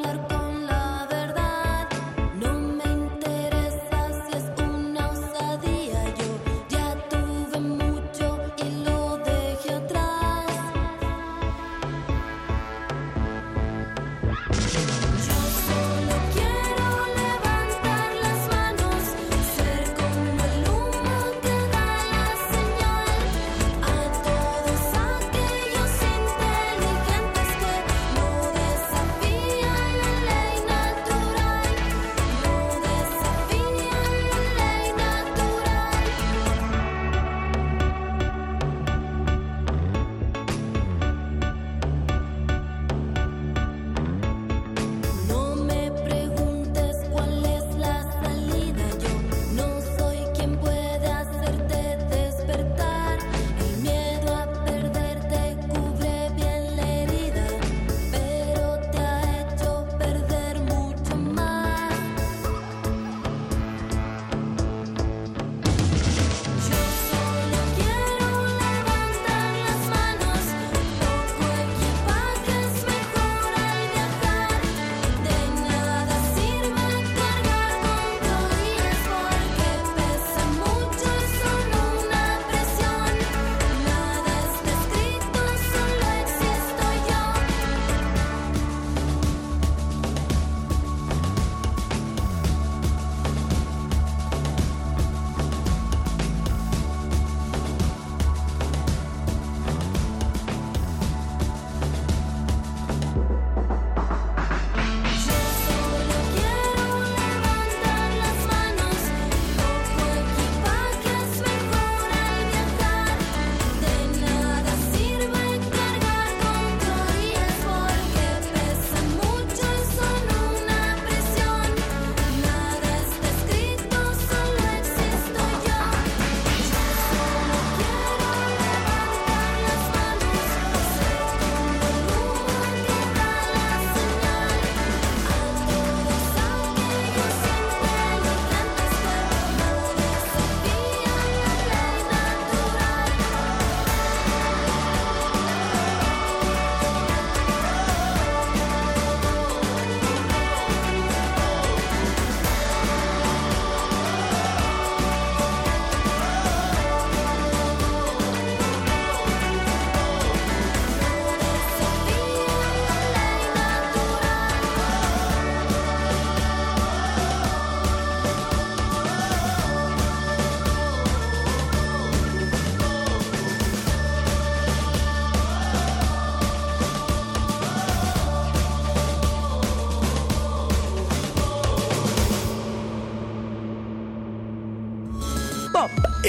Osadía.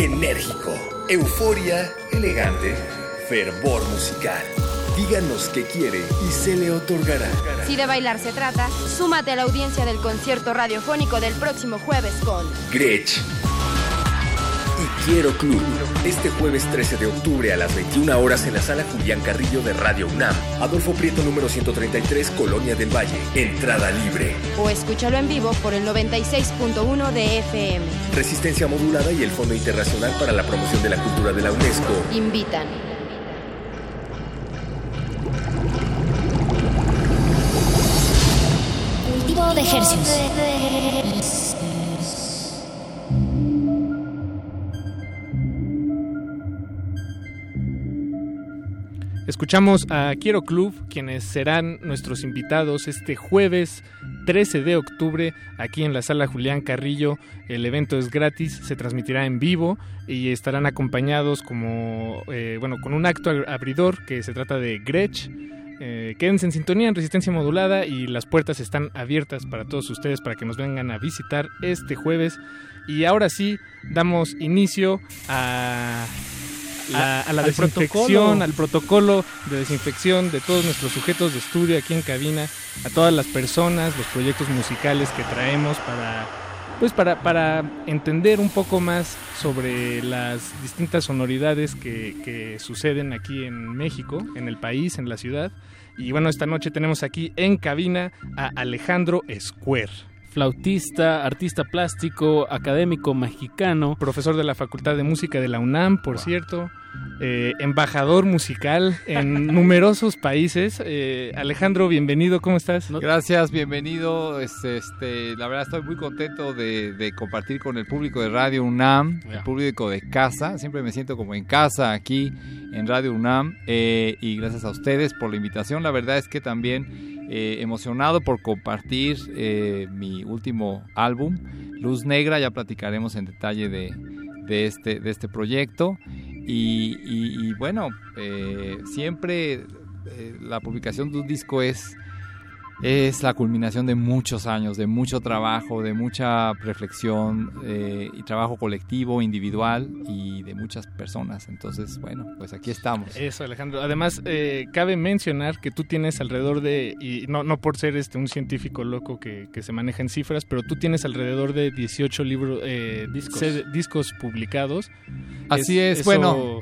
enérgico, euforia elegante, fervor musical. Díganos qué quiere y se le otorgará. Si de bailar se trata, súmate a la audiencia del concierto radiofónico del próximo jueves con Gretsch y Quiero Club. Este jueves 13 de octubre a las 21 horas en la Sala Julián Carrillo de Radio UNAM. Adolfo Prieto número 133, Colonia del Valle. Entrada libre. O escúchalo en vivo por el 96.1 de FM. Resistencia Modulada y el Fondo Internacional para la Promoción de la Cultura de la UNESCO invitan. Cultivo de ejercicios. Escuchamos a Quiero Club, quienes serán nuestros invitados este jueves 13 de octubre aquí en la Sala Julián Carrillo. El evento es gratis, se transmitirá en vivo y estarán acompañados con un acto abridor que se trata de Gretsch. Quédense en sintonía en Resistencia Modulada y las puertas están abiertas para todos ustedes para que nos vengan a visitar este jueves. Y ahora sí, damos inicio a la desinfección, al protocolo de desinfección de todos nuestros sujetos de estudio aquí en cabina, a todas las personas, los proyectos musicales que traemos para entender un poco más sobre las distintas sonoridades que suceden aquí en México, en el país, en la ciudad. Y bueno, esta noche tenemos aquí en cabina a Alejandro Square. Flautista, artista plástico, académico mexicano. Profesor de la Facultad de Música de la UNAM, por cierto. Embajador musical en numerosos países. Alejandro, bienvenido, ¿cómo estás? Gracias, bienvenido. La verdad estoy muy contento de compartir con el público de Radio UNAM, el público de casa. Siempre me siento como en casa aquí en Radio UNAM y gracias a ustedes por la invitación. La verdad es que también emocionado por compartir mi último álbum, Luz Negra. Ya platicaremos en detalle de este proyecto. Y bueno, siempre la publicación de un disco es la culminación de muchos años, de mucho trabajo, de mucha reflexión y trabajo colectivo, individual y de muchas personas. Entonces, bueno, pues aquí estamos. Eso, Alejandro. Además, cabe mencionar que tú tienes alrededor de, y no por ser un científico loco que se maneja en cifras, pero tú tienes alrededor de 18 discos publicados. Así es, bueno,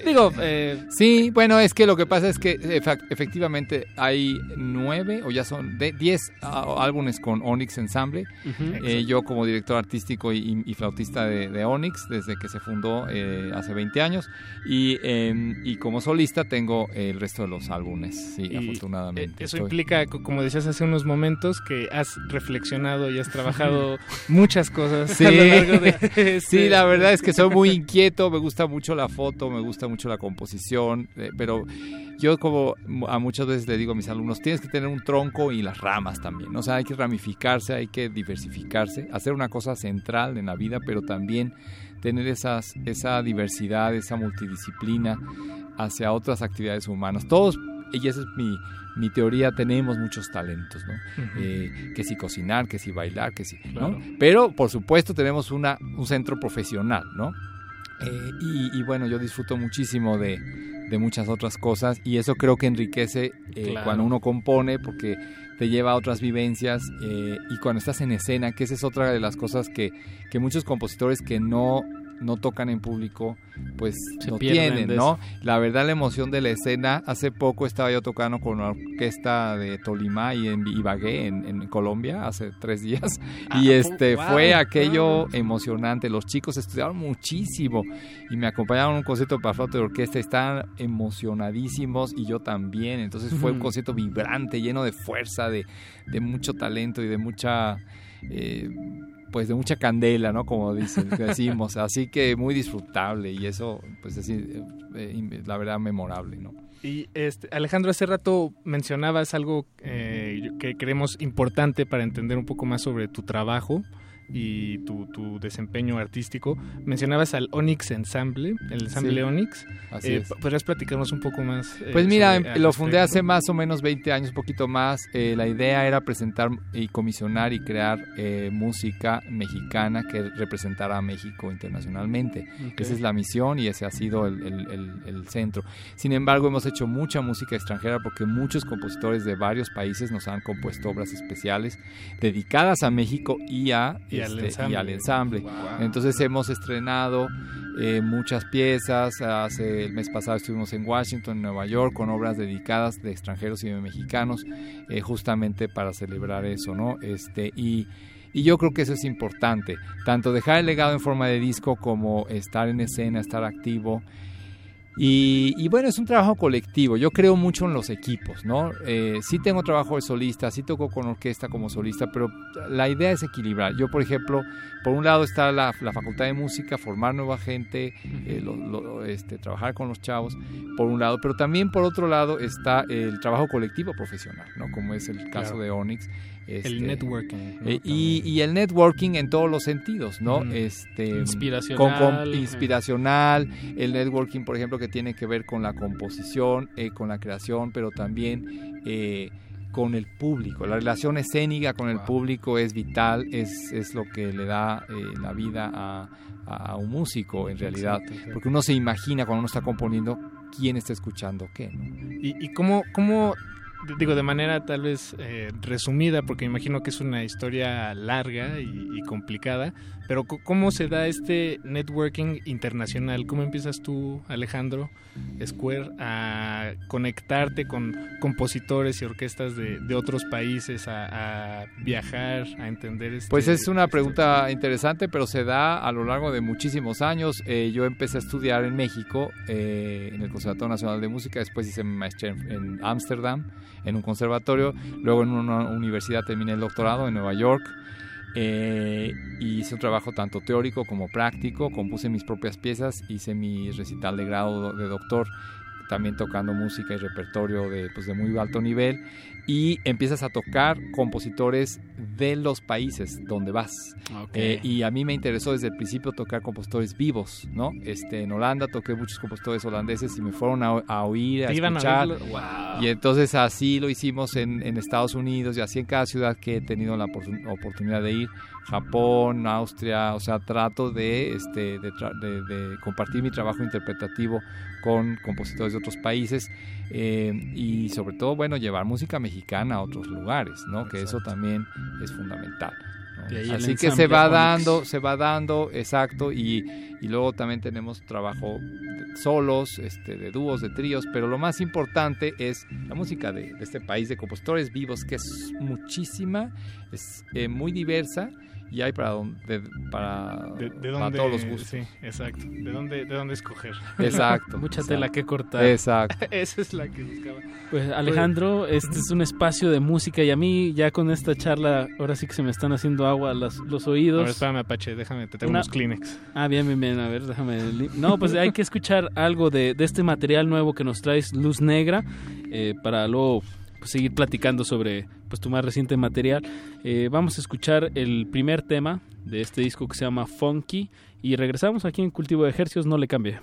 sí, bueno, es que lo que pasa es que efectivamente hay 9 o ya son 10 álbumes con Onyx Ensemble. Yo como director artístico y flautista de Onyx desde que se fundó hace 20 años y como solista tengo el resto de los álbumes, sí, afortunadamente. Eso implica, como decías hace unos momentos, que has reflexionado y has trabajado muchas cosas a lo largo de Sí, la verdad es que soy muy inquieto, me gusta mucho la foto, me gusta mucho la composición, pero yo como a muchas veces le digo a mis alumnos, tienes que tener un tronco y las ramas también, o sea, hay que ramificarse, hay que diversificarse, hacer una cosa central en la vida, pero también tener esa diversidad, esa multidisciplina hacia otras actividades humanas. Todos, y esa es mi teoría, tenemos muchos talentos, ¿no? Que si cocinar, que si bailar, que si, ¿no? Pero, por supuesto, tenemos un centro profesional, ¿no? Y bueno, yo disfruto muchísimo de muchas otras cosas y eso creo que enriquece cuando uno compone, porque te lleva a otras vivencias y cuando estás en escena, que esa es otra de las cosas que muchos compositores que no tocan en público pues no tienen, ¿no? La verdad, la emoción de la escena. Hace poco estaba yo tocando con una orquesta de Tolima y en Ibagué, en Colombia, hace 3 días y fue aquello emocionante. Los chicos estudiaron muchísimo y me acompañaron a un concierto para flauta de orquesta, estaban emocionadísimos y yo también. Entonces fue un concierto vibrante, lleno de fuerza, de mucho talento y de mucha pues de mucha candela, ¿no? Como decimos, así que muy disfrutable y eso, pues así, la verdad, memorable, ¿no? Y Alejandro, hace rato mencionabas algo que creemos importante para entender un poco más sobre tu trabajo. y tu desempeño artístico. Mencionabas al Onyx Ensemble, el ensamble Sí, Onyx. así es. ¿Podrías platicarnos un poco más? Pues mira, al lo fundé respecto? hace más o menos 20 años, un poquito más. La idea era presentar y comisionar y crear música mexicana que representara a México internacionalmente. Ok. Esa es la misión y ese ha sido el centro. Sin embargo, hemos hecho mucha música extranjera porque muchos compositores de varios países nos han compuesto obras especiales dedicadas a México y al ensamble. Wow. Entonces hemos estrenado muchas piezas. El mes pasado estuvimos en Washington, en Nueva York, con obras dedicadas de extranjeros y de mexicanos, justamente para celebrar eso, ¿no? Y yo creo que eso es importante, tanto dejar el legado en forma de disco como estar en escena, estar activo. Y bueno, es un trabajo colectivo. Yo creo mucho en los equipos, ¿no? Sí tengo trabajo de solista, sí toco con orquesta como solista, pero la idea es equilibrar. Yo, por ejemplo, por un lado está la Facultad de Música, formar nueva gente, trabajar con los chavos, por un lado, pero también por otro lado está el trabajo colectivo profesional, ¿no? Como es el caso de Onyx. El networking, ¿no? Y el networking en todos los sentidos, ¿no? Inspiracional. Inspiracional, el networking, por ejemplo, que tiene que ver con la composición, con la creación, pero también con el público. La relación escénica con el público es vital, es lo que le da la vida a un músico, en realidad. Exacto. Porque uno se imagina cuando uno está componiendo quién está escuchando qué, ¿no? ¿Y cómo digo, de manera tal vez resumida, porque me imagino que es una historia larga y complicada, pero ¿cómo se da este networking internacional? ¿Cómo empiezas tú, Alejandro Square, a conectarte con compositores y orquestas de otros países, a viajar, a entender Pues es una pregunta interesante, pero se da a lo largo de muchísimos años. Yo empecé a estudiar en México, en el Conservatorio Nacional de Música, después hice mi maestría en Ámsterdam, en un conservatorio, luego en una universidad terminé el doctorado en Nueva York. Y hice un trabajo tanto teórico como práctico, compuse mis propias piezas, hice mi recital de grado de doctor, también tocando música y repertorio de muy alto nivel, y empiezas a tocar compositores de los países donde vas. Okay. Y a mí me interesó desde el principio tocar compositores vivos, ¿no? En Holanda toqué muchos compositores holandeses y me fueron a oír, a escuchar. Wow. Y entonces así lo hicimos en Estados Unidos y así en cada ciudad que he tenido la oportunidad de ir. Japón, Austria, o sea, trato de compartir mi trabajo interpretativo con compositores de otros países y sobre todo, bueno, llevar música mexicana a otros lugares, ¿no? Que eso también es fundamental, ¿no? Así que se va dando, exacto, y luego también tenemos trabajo solos, de dúos, de tríos, pero lo más importante es la música de este país, de compositores vivos, que es muchísima, es muy diversa. Y hay para todos los gustos. Sí, exacto. ¿De dónde escoger? Exacto. Mucha tela que cortar. Exacto. Esa es la que buscaba. Pues Alejandro, este es un espacio de música y a mí ya con esta charla ahora sí que se me están haciendo agua los oídos. Ahora espérame, Apache, déjame, te tengo unos Kleenex. Ah, bien, a ver, déjame. No, pues hay que escuchar algo de este material nuevo que nos traes, Luz Negra, para luego seguir platicando sobre tu más reciente material. Vamos a escuchar el primer tema de este disco que se llama Funky y regresamos aquí en Cultivo de Ejercicios, no le cambie.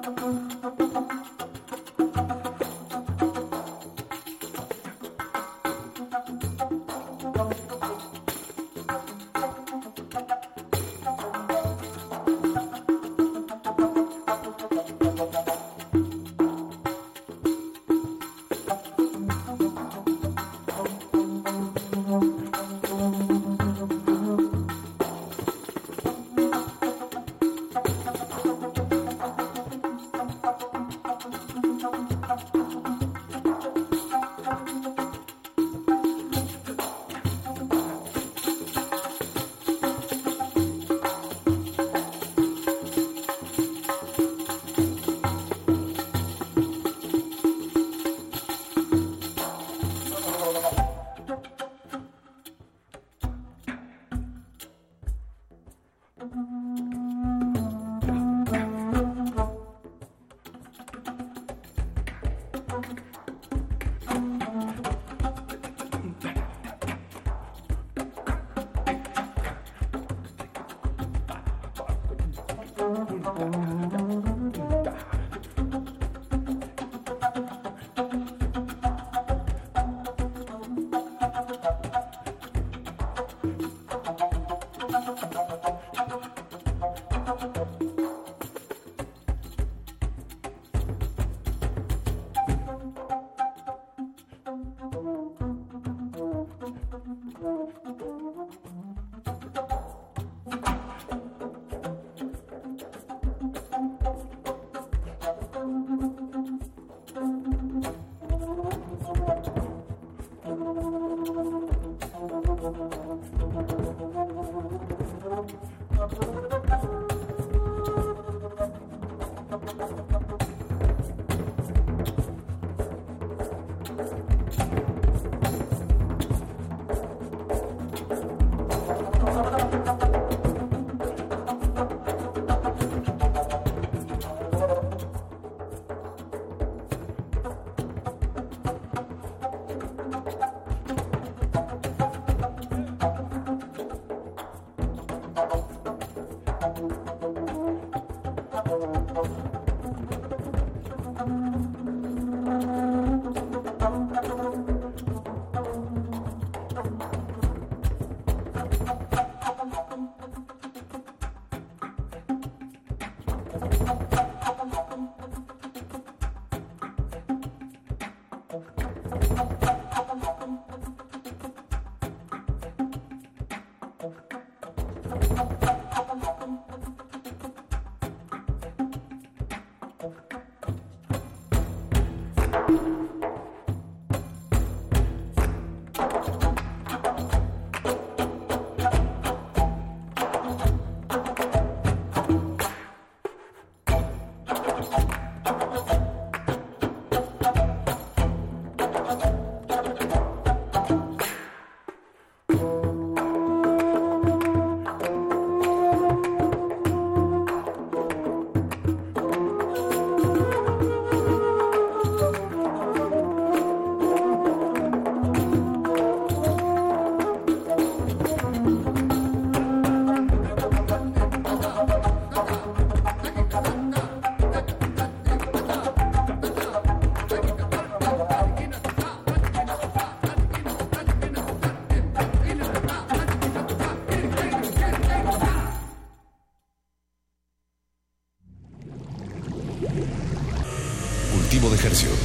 Cultivo de hercios.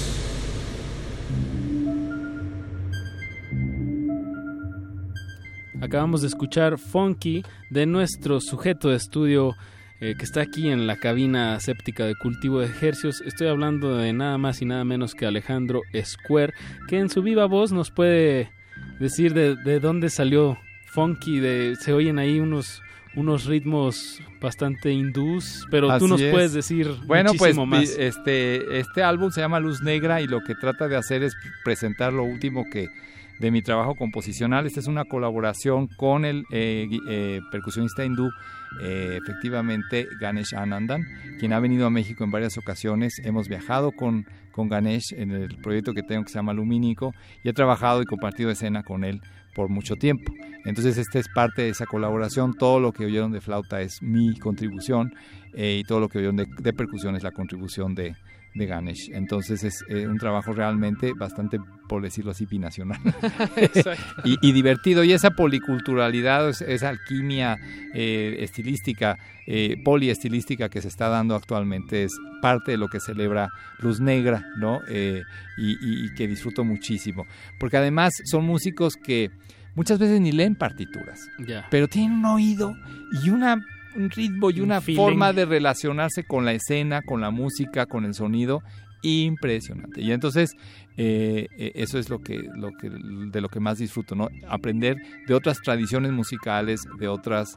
Acabamos de escuchar Funky de nuestro sujeto de estudio que está aquí en la cabina séptica de Cultivo de Hercios. Estoy hablando de nada más y nada menos que Alejandro Square, que en su viva voz nos puede decir de dónde salió Funky. Se oyen ahí unos ritmos bastante hindús, pero Así tú nos es. Puedes decir bueno, muchísimo pues, más. Este álbum se llama Luz Negra y lo que trata de hacer es presentar lo último de mi trabajo composicional. Esta es una colaboración con el percusionista hindú, efectivamente Ganesh Anandan, quien ha venido a México en varias ocasiones. Hemos viajado con Ganesh en el proyecto que tengo que se llama Lumínico y he trabajado y compartido escena con él por mucho tiempo. Entonces esta es parte de esa colaboración. Todo lo que oyeron de flauta es mi contribución, y todo lo que oyeron de percusión es la contribución de Ganesh. Entonces es un trabajo realmente bastante, por decirlo así, binacional y divertido. Y esa policulturalidad, esa alquimia estilística, poliestilística que se está dando actualmente es parte de lo que celebra Luz Negra, ¿no? Y que disfruto muchísimo. Porque además son músicos que muchas veces ni leen partituras, pero tienen un oído y un ritmo y una forma de relacionarse con la escena, con la música, con el sonido impresionante. Y entonces eso es de lo que más disfruto, ¿no? Aprender de otras tradiciones musicales, de otras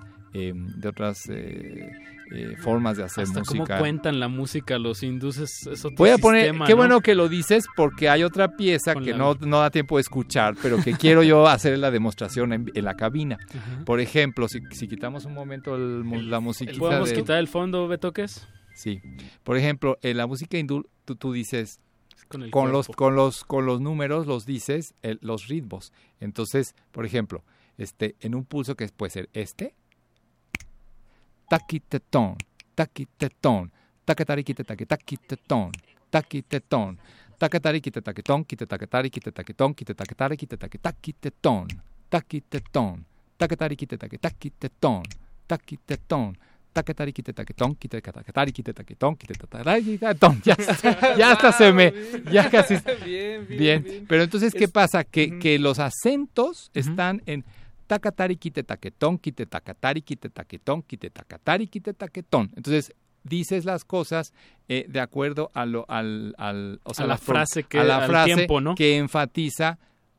formas de hacer hasta música. ¿Cómo cuentan la música los hindúes? Es otro Voy a poner, sistema, qué ¿no? bueno que lo dices, porque hay otra pieza que no da tiempo de escuchar, pero que quiero yo hacer la demostración en la cabina. Ajá. Por ejemplo, si quitamos un momento la musiquita. ¿Podemos quitar el fondo, Betoques? Sí. Por ejemplo, en la música hindú tú dices con los números los dices los ritmos. Entonces, por ejemplo, en un pulso que puede ser taquitetón, taquitetón, tacatariquitetaque, taquitetón, taquitetón, tacatariquitetaquetón, quitetaquetariquitetaquetón, quitetaquetariquitetaque, taquitetón, taquitetón, tacatariquitetaque, taquitetón, taquitetón, tacatariquitetaquetón, quitetaquetariquitetaquetón, quitetaquetariquitetaquetón. Ya hasta se me... Ya casi... Bien. Pero entonces, ¿qué pasa? Que los acentos están en... Tacatari, quitetaquetón, quitetacatari, quitetaquetón, quitetacatari, quitetaquetón. Entonces, dices las cosas de acuerdo a la frase tiempo, ¿no? que enfatiza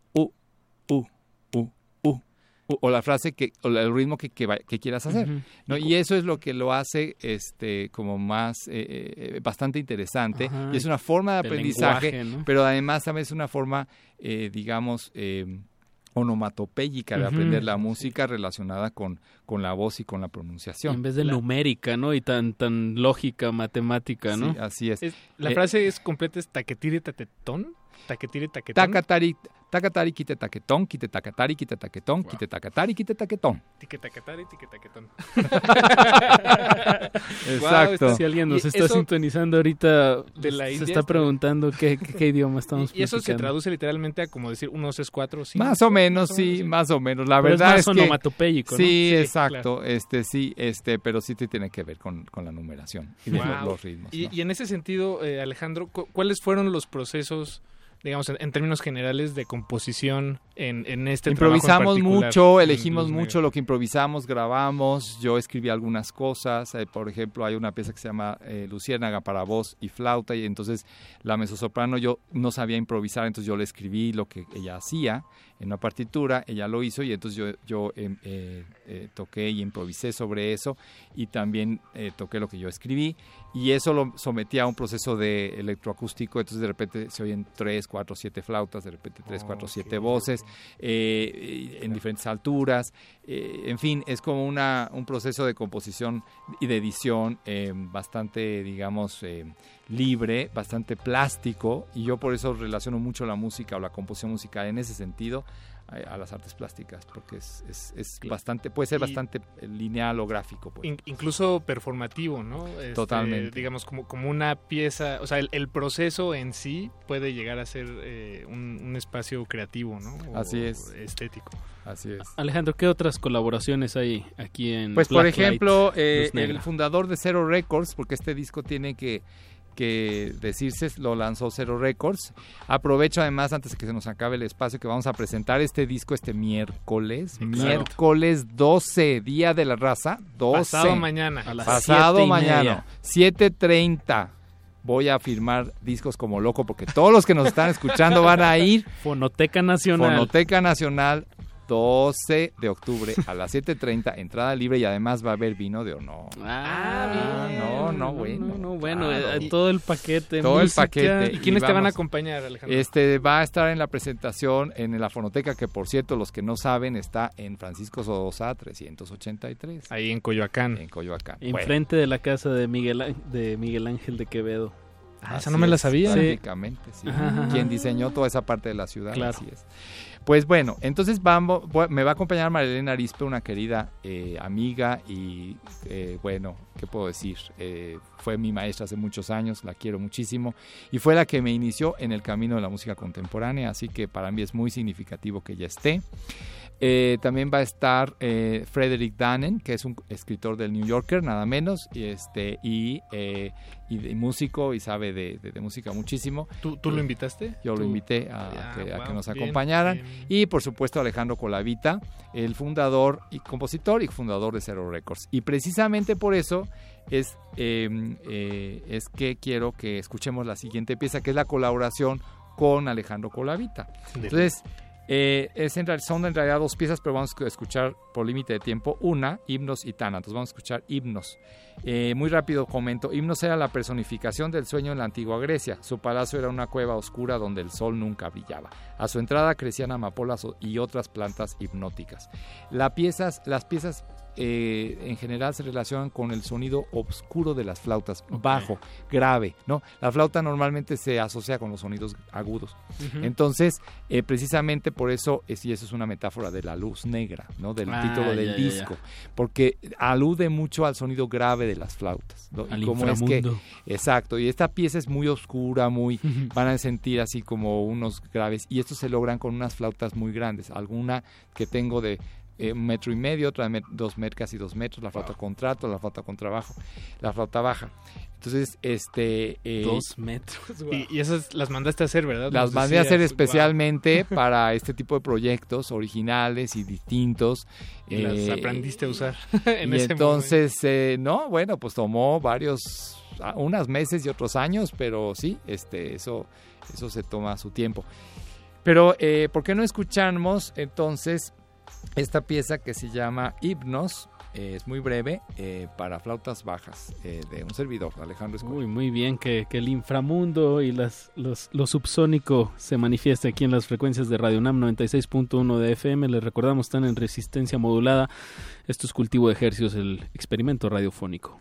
o la frase o el ritmo que quieras hacer, ¿no? Y eso es lo que lo hace como más bastante interesante. Y es una forma de aprendizaje, lenguaje, ¿no? pero además también es una forma, digamos, onomatopéyica de aprender la música relacionada con la voz y con la pronunciación. En vez de numérica, ¿no? Y tan lógica, matemática, ¿no? Sí, así es. La frase es completa, es taquetire tatetón. Taquetire taquetón. Tacatari, quitetaquetón, quitetaquetari, quitetaquetón, quitetaquetari, quitetaquetón. Tiquetacatari, tiquetaquetón. Exacto. Wow, si alguien nos está sintonizando ahorita, de la se India está preguntando qué idioma estamos y eso se platicando. traduce literalmente a como decir 1, 2, 3, 4, 5. Más o menos, sí, más o menos. La pero verdad es más onomatopéyico, ¿no? Sí, exacto. Claro. Pero sí te tiene que ver con la numeración y los ritmos. Y en ese sentido, Alejandro, ¿cuáles fueron los procesos, digamos, en términos generales de composición en este improvisamos trabajo en mucho, elegimos mucho lo que improvisamos, grabamos, yo escribí algunas cosas, por ejemplo hay una pieza que se llama Luciérnaga para voz y flauta, y entonces la mezzosoprano yo no sabía improvisar, entonces yo le escribí lo que ella hacía en una partitura, ella lo hizo y entonces yo toqué y improvisé sobre eso y también toqué lo que yo escribí y eso lo sometí a un proceso de electroacústico, entonces de repente se oyen 3, 4, 7 flautas, de repente 3, 4, 7 voces en diferentes alturas, en fin, es como un proceso de composición y de edición bastante, digamos, libre, bastante plástico, y yo por eso relaciono mucho la música o la composición musical en ese sentido a las artes plásticas, porque es bastante, puede ser bastante lineal o gráfico, pues. Incluso performativo, ¿no? Totalmente. Digamos, como una pieza, o sea, el proceso en sí puede llegar a ser un espacio creativo, ¿no? Así es. Estético. Así es. Alejandro, ¿qué otras colaboraciones hay aquí en Pues, por Black ejemplo, Light, el fundador de Zero Records, porque este disco tiene que decirse, lo lanzó Zero Records. Aprovecho además, antes de que se nos acabe el espacio, que vamos a presentar este disco miércoles 12, Día de la Raza, 12. Pasado mañana. A las Pasado 7:30. mañana, 7:30. Voy a firmar discos como loco, porque todos los que nos están escuchando van a ir. Fonoteca Nacional. Fonoteca Nacional, 12 de octubre a las 7:30, entrada libre, y además va a haber vino de honor. Bueno, todo el paquete. Todo música. el paquete. ¿Y quiénes te van a acompañar, Alejandro? Va a estar en la presentación en la Fonoteca, que por cierto, los que no saben, está en Francisco Sosa 383. Ahí en Coyoacán. En Coyoacán. Enfrente de la casa de Miguel Ángel de Quevedo. Esa no me la sabía. Prácticamente, sí. Ajá. Quien diseñó toda esa parte de la ciudad, Claro. así es. Pues bueno, entonces me va a acompañar Marilena Arispe, una querida amiga y bueno, ¿qué puedo decir? Fue mi maestra hace muchos años, la quiero muchísimo y fue la que me inició en el camino de la música contemporánea, así que para mí es muy significativo que ella esté. También va a estar Frederick Dannen, que es un escritor del New Yorker, nada menos, y músico y sabe de música muchísimo. ¿Tú lo invitaste? Yo lo invité a que nos acompañaran. Bien. Y por supuesto Alejandro Colavita, el fundador y compositor y fundador de Zero Records. Y precisamente por eso es que quiero que escuchemos la siguiente pieza, que es la colaboración con Alejandro Colavita. Entonces, son en realidad dos piezas, pero vamos a escuchar por límite de tiempo una, Himnos y Tánatos. Vamos a escuchar Himnos. Muy rápido comento, Himnos era la personificación del sueño en la antigua Grecia. Su palacio era una cueva oscura donde el sol nunca brillaba. A su entrada crecían amapolas y otras plantas hipnóticas. Las piezas en general se relacionan con el sonido oscuro de las flautas, bajo, grave, ¿no? La flauta normalmente se asocia con los sonidos agudos. Uh-huh. Entonces, precisamente por eso, y eso es una metáfora de la luz negra, ¿no? Del título del disco, porque alude mucho al sonido grave de las flautas, ¿no? Al y cómo inframundo. Exacto, y esta pieza es muy oscura, van a sentir así como unos graves, y esto se logran con unas flautas muy grandes, alguna que tengo de 1,5 metros, otra de 2 metros, casi 2 metros, la flauta contralto, la flauta contrabajo, la flauta baja. Entonces, 2 metros. Wow. Y esas las mandaste a hacer, ¿verdad? Las mandé a hacer especialmente para este tipo de proyectos originales y distintos. Las aprendiste a usar. En ese entonces, pues tomó unos meses y otros años, pero sí, eso se toma su tiempo. Pero, ¿por qué no escuchamos entonces esta pieza que se llama Himnos? Es muy breve, para flautas bajas, de un servidor, Alejandro Escobar. Muy bien, que el inframundo y lo subsónico se manifieste aquí en las frecuencias de Radio UNAM 96.1 de FM. Les recordamos, están en resistencia modulada. Esto es Cultivo de Hercios, el experimento radiofónico.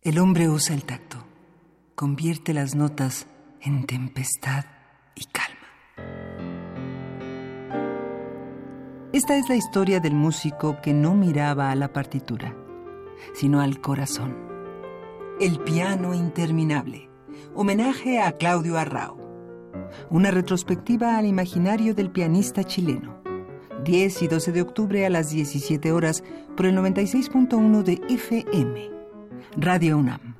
El hombre usa el tacto, convierte las notas en tempestad y calma. Esta es la historia del músico que no miraba a la partitura, sino al corazón. El piano interminable, homenaje a Claudio Arrau. Una retrospectiva al imaginario del pianista chileno. 10 y 12 de octubre a las 17 horas por el 96.1 de FM. Radio UNAM.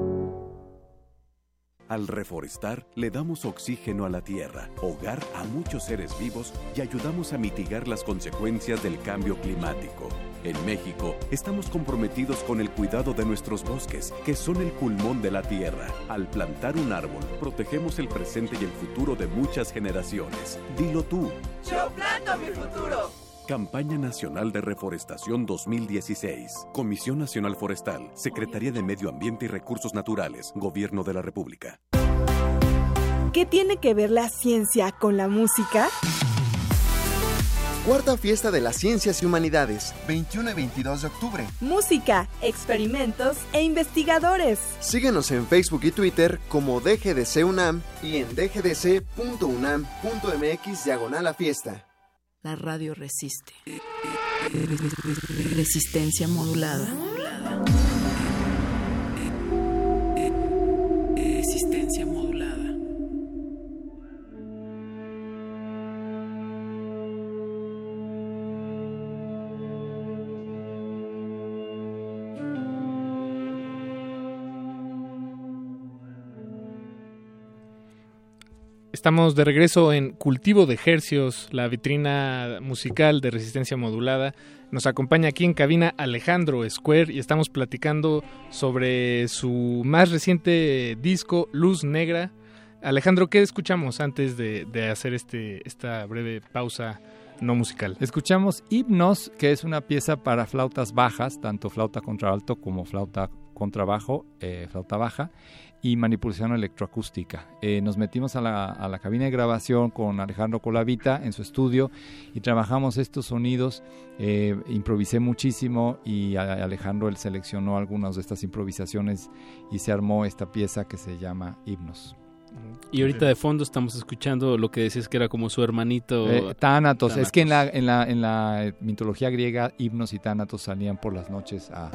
Al reforestar, le damos oxígeno a la tierra, hogar a muchos seres vivos y ayudamos a mitigar las consecuencias del cambio climático. En México, estamos comprometidos con el cuidado de nuestros bosques, que son el pulmón de la tierra. Al plantar un árbol, protegemos el presente y el futuro de muchas generaciones. Dilo tú. ¡Yo planto mi futuro! Campaña Nacional de Reforestación 2016. Comisión Nacional Forestal. Secretaría de Medio Ambiente y Recursos Naturales. Gobierno de la República. ¿Qué tiene que ver la ciencia con la música? Cuarta Fiesta de las Ciencias y Humanidades, 21 y 22 de octubre. Música, experimentos e investigadores. Síguenos en Facebook y Twitter como DGDC UNAM y en dgdc.unam.mx/a fiesta. La radio resiste. Resistencia modulada. Resistencia modulada. Estamos de regreso en Cultivo de Hercios, la vitrina musical de Resistencia Modulada. Nos acompaña aquí en cabina Alejandro Square y estamos platicando sobre su más reciente disco, Luz Negra. Alejandro, ¿qué escuchamos antes de hacer esta breve pausa no musical? Escuchamos Himnos, que es una pieza para flautas bajas, tanto flauta contralto como flauta contrabajo, flauta baja, y manipulación electroacústica. Nos metimos a la cabina de grabación con Alejandro Colavita en su estudio y trabajamos estos sonidos. Improvisé muchísimo y Alejandro él seleccionó algunas de estas improvisaciones y se armó esta pieza que se llama Himnos. Y ahorita de fondo estamos escuchando lo que decías que era como su hermanito Tánatos. Es que en la mitología griega, Himnos y Tánatos salían por las noches a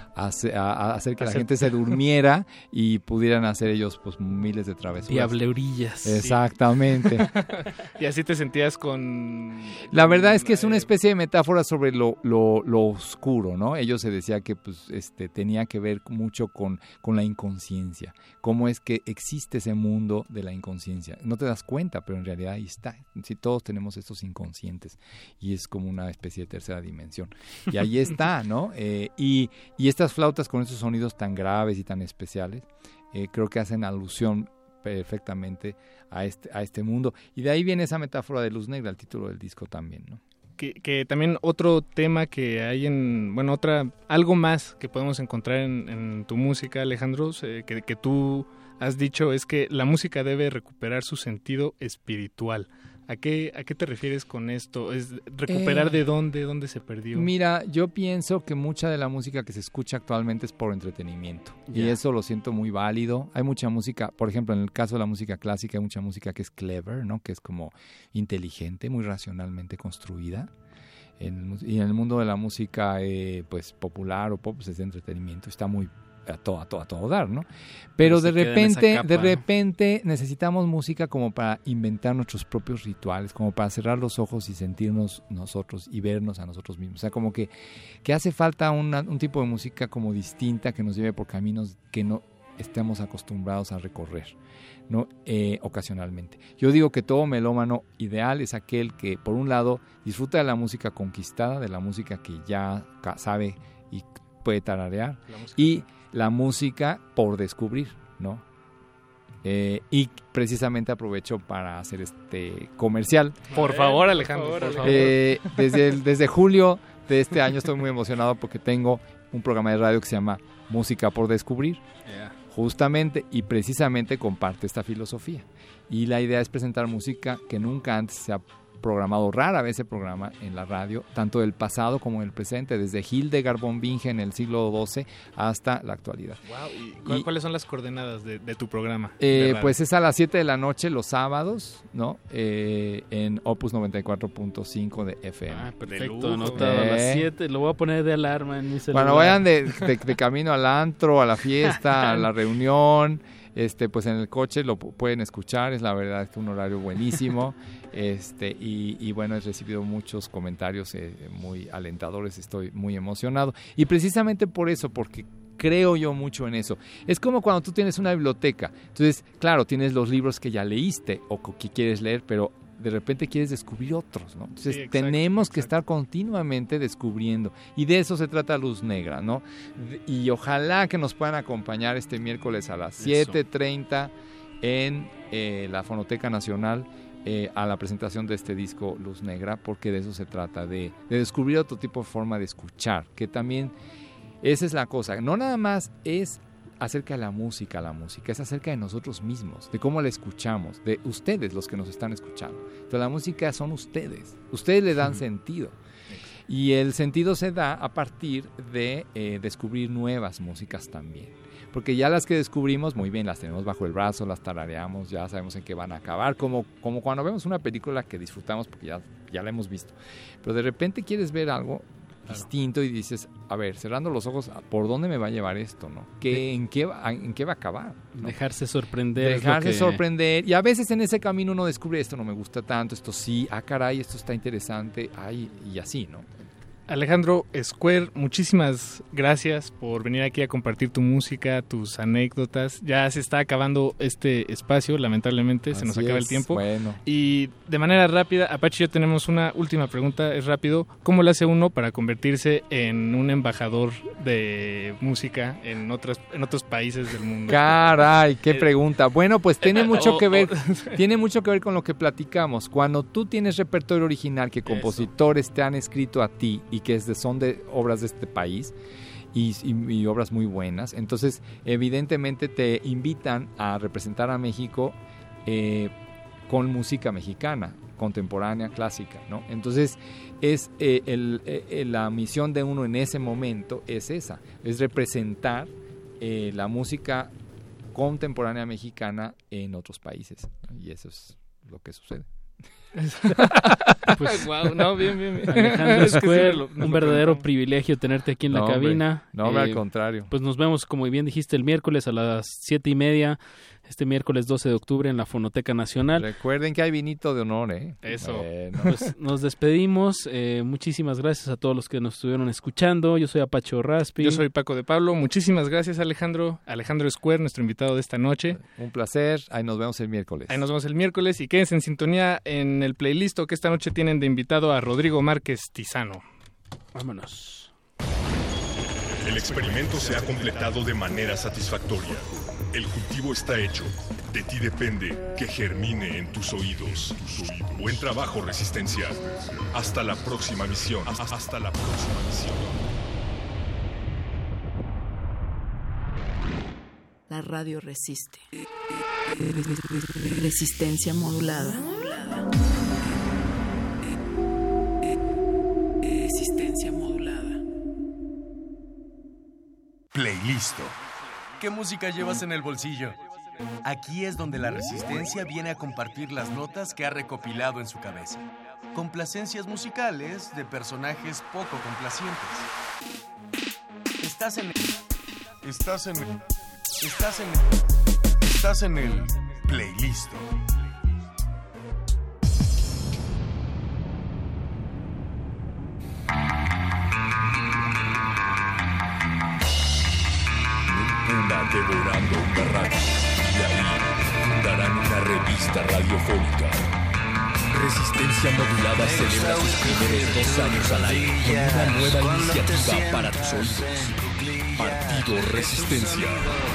hacer que la gente se durmiera y pudieran hacer ellos pues miles de travesuras. Diableurillas. Exactamente. Y así te sentías con... La verdad es que es una especie de metáfora sobre lo oscuro, ¿no? Ellos se decía que pues tenía que ver mucho con la inconsciencia. Cómo es que existe ese mundo de la inconsciencia. No te das cuenta, pero en realidad ahí está. Sí, todos tenemos estos inconscientes y es como una especie de tercera dimensión. Y ahí está, ¿no? Y estas flautas con esos sonidos tan graves y tan especiales, creo que hacen alusión perfectamente a este mundo. Y de ahí viene esa metáfora de Luz Negra, el título del disco también, ¿no? Que también otro tema que hay algo más que podemos encontrar en tu música, Alejandro, que tú has dicho es que la música debe recuperar su sentido espiritual. ¿A qué te refieres con esto? ¿Es recuperar de dónde se perdió? Mira, yo pienso que mucha de la música que se escucha actualmente es por entretenimiento. Yeah. Y eso lo siento muy válido. Hay mucha música, por ejemplo, en el caso de la música clásica, hay mucha música que es clever, ¿no? Que es como inteligente, muy racionalmente construida. Y en el mundo de la música pues popular o pop, pues es de entretenimiento. Está muy a todo dar, ¿no? Pero de repente necesitamos música como para inventar nuestros propios rituales, como para cerrar los ojos y sentirnos nosotros y vernos a nosotros mismos. O sea, como que hace falta un tipo de música como distinta que nos lleve por caminos que no estemos acostumbrados a recorrer, ¿no? Ocasionalmente. Yo digo que todo melómano ideal es aquel que, por un lado, disfruta de la música conquistada, de la música que ya sabe y puede tararear, y la música por descubrir, ¿no? Y precisamente aprovecho para hacer este comercial. Por favor, Alejandro, por favor. Desde julio de este año estoy muy emocionado porque tengo un programa de radio que se llama Música por Descubrir. Yeah. Justamente y precisamente comparte esta filosofía. Y la idea es presentar música que nunca antes se ha programado, rara vez se programa en la radio, tanto del pasado como del presente, desde Hildegard von Bingen en el siglo XII hasta la actualidad. Wow. ¿Y cuáles son las coordenadas de tu programa? Pues es a las 7 de la noche los sábados, ¿no? En Opus 94.5 de FM. Ah, perfecto, anotado a las 7, lo voy a poner de alarma en mi celular. Bueno, vayan de camino al antro, a la fiesta, a la reunión. Pues en el coche lo pueden escuchar, es la verdad que un horario buenísimo. Y bueno, he recibido muchos comentarios muy alentadores, estoy muy emocionado. Y precisamente por eso, porque creo yo mucho en eso. Es como cuando tú tienes una biblioteca. Entonces, claro, tienes los libros que ya leíste o que quieres leer, pero de repente quieres descubrir otros, ¿no? Entonces, sí, tenemos que estar continuamente descubriendo. Y de eso se trata Luz Negra, ¿no? Y ojalá que nos puedan acompañar este miércoles a las 7:30 en la Fonoteca Nacional a la presentación de este disco Luz Negra, porque de eso se trata, de descubrir otro tipo de forma de escuchar, que también esa es la cosa. No nada más es acerca de la música, es acerca de nosotros mismos, de cómo la escuchamos, de ustedes los que nos están escuchando. Entonces la música son ustedes le dan sentido. Y el sentido se da a partir de descubrir nuevas músicas también. Porque ya las que descubrimos, muy bien, las tenemos bajo el brazo, las tarareamos, ya sabemos en qué van a acabar, como cuando vemos una película que disfrutamos porque ya la hemos visto. Pero de repente quieres ver algo distinto y dices, a ver, cerrando los ojos, ¿por dónde me va a llevar esto, no? ¿En qué va a acabar? ¿No? Dejarse sorprender. Sorprender. Y a veces en ese camino uno descubre, esto no me gusta tanto, esto sí, caray, esto está interesante, y así, ¿no? Alejandro Square, muchísimas gracias por venir aquí a compartir tu música, tus anécdotas. Ya se está acabando este espacio, lamentablemente, se nos acaba el tiempo. Bueno. Y de manera rápida, Apache y yo tenemos una última pregunta, es rápido. ¿Cómo lo hace uno para convertirse en un embajador de música en otros países del mundo? Caray, qué pregunta. Bueno, pues tiene mucho que ver con lo que platicamos. Cuando tú tienes repertorio original que compositores te han escrito a ti y que son de obras de este país y obras muy buenas, entonces evidentemente te invitan a representar a México con música mexicana, contemporánea, clásica, ¿no? Entonces es la misión de uno en ese momento es esa, es representar la música contemporánea mexicana en otros países, ¿no? Y eso es lo que sucede. Pues wow, no, bien. Alejandro Square, un verdadero privilegio tenerte aquí en la cabina. No, al contrario. Pues nos vemos, como bien dijiste, el miércoles a las 7:30, este miércoles 12 de octubre en la Fonoteca Nacional. Recuerden que hay vinito de honor, Eso. Bueno. Pues nos despedimos. Muchísimas gracias a todos los que nos estuvieron escuchando. Yo soy Apache Raspi. Yo soy Paco de Pablo. Muchísimas gracias, Alejandro Square, nuestro invitado de esta noche. Un placer. Ahí nos vemos el miércoles. Y quédense en sintonía en el playlist que esta noche tienen de invitado a Rodrigo Márquez Tizano. Vámonos. El experimento se ha completado de manera satisfactoria. El cultivo está hecho. De ti depende que germine en tus oídos. Buen trabajo, Resistencia. Hasta la próxima misión. Hasta la próxima misión. La radio resiste. Resistencia modulada. Resistencia modulada. Playlist. ¿Qué música llevas en el bolsillo? Aquí es donde la Resistencia viene a compartir las notas que ha recopilado en su cabeza. Complacencias musicales de personajes poco complacientes. Estás en el Playlist. Devorando una radio, y ahí fundarán una revista radiofónica. Resistencia Modulada celebra sus primeros 2 años al aire con una nueva iniciativa para tus oídos. Partido Resistencia.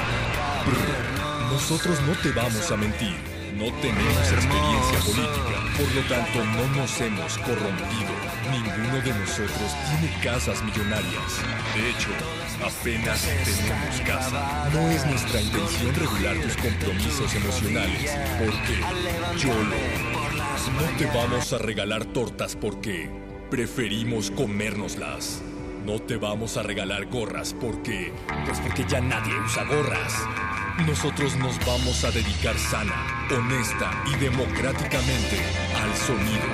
Nosotros no te vamos a mentir, no tenemos experiencia política, por lo tanto no nos hemos corrompido. Ninguno de nosotros tiene casas millonarias. De hecho, apenas tenemos casa. No es nuestra intención regular tus compromisos emocionales, porque YOLO. No te vamos a regalar tortas porque preferimos comérnoslas. No te vamos a regalar gorras porque ya nadie usa gorras. Nosotros nos vamos a dedicar sana, honesta y democráticamente al sonido.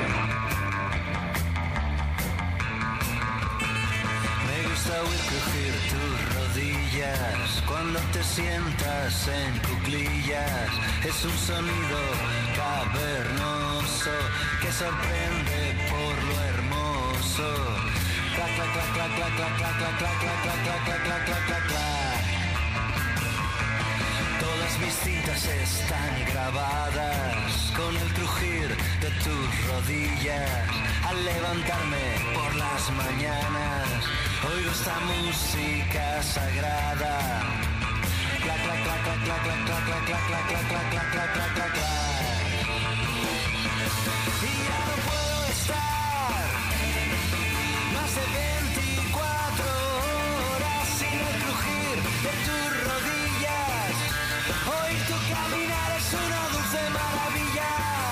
Me gusta oír crujir tus rodillas cuando te sientas en cuclillas. Es un sonido cavernoso que sorprende por lo hermoso. Clac, clac, clac, clac, clac, clac, clac, clac, clac, clac, clac, clac, clac, clac, clac, clac. Todas mis cintas están grabadas con el crujir de tus rodillas. Al levantarme por las mañanas oigo esta música sagrada. Clac, clac, clac, clac, clac, clac, clac, clac, clac, clac, clac, clac, clac, clac, clac, clac, clac. Y ya no puedo estar más de 24 horas sin el crujir de tus rodillas. Oír tu caminar es una dulce maravilla.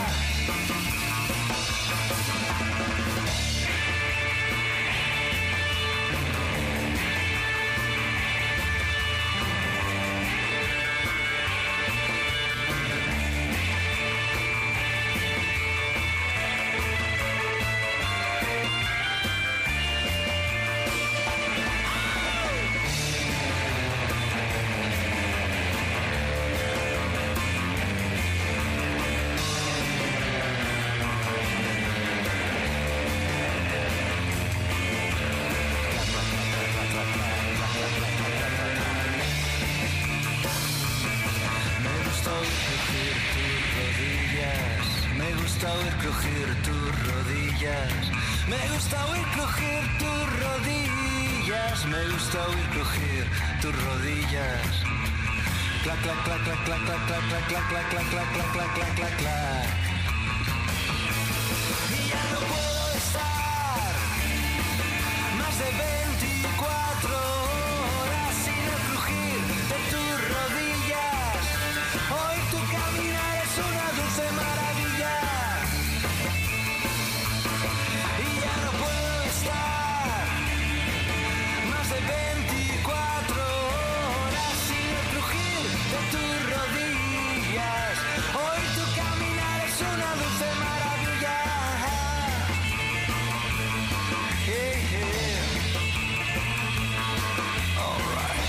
Me gusta oír crujir tus rodillas. Me gusta oír crujir tus rodillas. Me gusta oír crujir tus rodillas. Clac, clac, clac, clac, clac, clac, clac, clac, clac, clac, clac, clac, clac, clac, clac, clac, clac. Y ya no puedo estar más de 24 horas sin el crujir de tus rodillas. Hoy tu caminar es una dulce maravilla. Y ya no puedo estar más de 24 horas sin el crujir de tus rodillas. Hoy tu caminar es una dulce maravilla. Hey, hey. All right.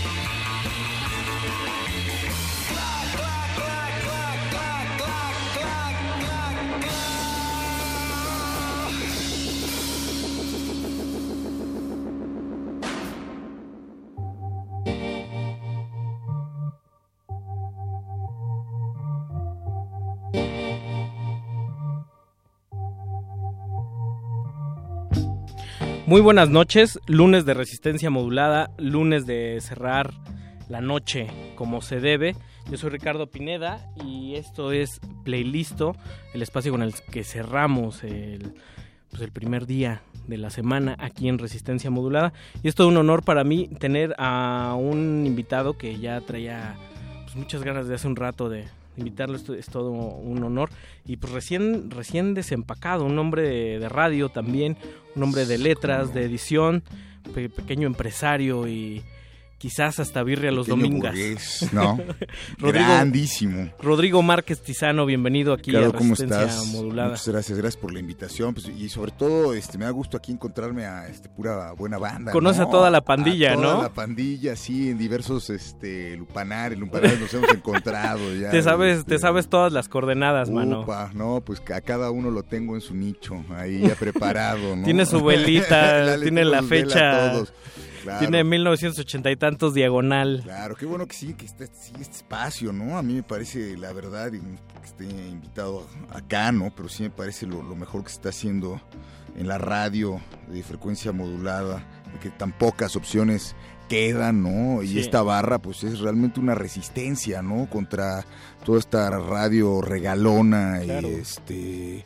Clac, clac, clac, clac, clac, clac, clac, clac, clac. Muy buenas noches, lunes de resistencia modulada, lunes de cerrar la noche como se debe. Yo soy Ricardo Pineda y esto es Playlisto, el espacio con el que cerramos el primer día de la semana aquí en Resistencia Modulada. Y es todo un honor para mí tener a un invitado que ya traía muchas ganas de hace un rato de invitarlo. Esto es todo un honor. Y pues recién desempacado, un hombre de radio también, un hombre de letras, de edición, pequeño empresario y quizás hasta birria los domingos. ¿No? Grandísimo. Rodrigo Márquez Tizano, bienvenido aquí Claro, a Resistencia ¿cómo estás? Modulada. Muchas gracias por la invitación, pues, y sobre todo me da gusto aquí encontrarme a pura buena banda. Conoce ¿no? a toda la pandilla, a toda ¿no? la pandilla, sí, en diversos lupanares nos hemos encontrado ya. Te sabes todas las coordenadas, mano. No, pues a cada uno lo tengo en su nicho, ahí ya preparado, ¿no? Tiene su velita, tiene la fecha. Todos. Claro. Tiene 1980 y tantos diagonal. Claro, qué bueno que sí, que esté este espacio, ¿no? A mí me parece, la verdad, que esté invitado acá, ¿no? Pero sí me parece lo mejor que se está haciendo en la radio de frecuencia modulada, que tan pocas opciones quedan, ¿no? Y esta barra, pues es realmente una resistencia, ¿no? Contra toda esta radio regalona. Claro.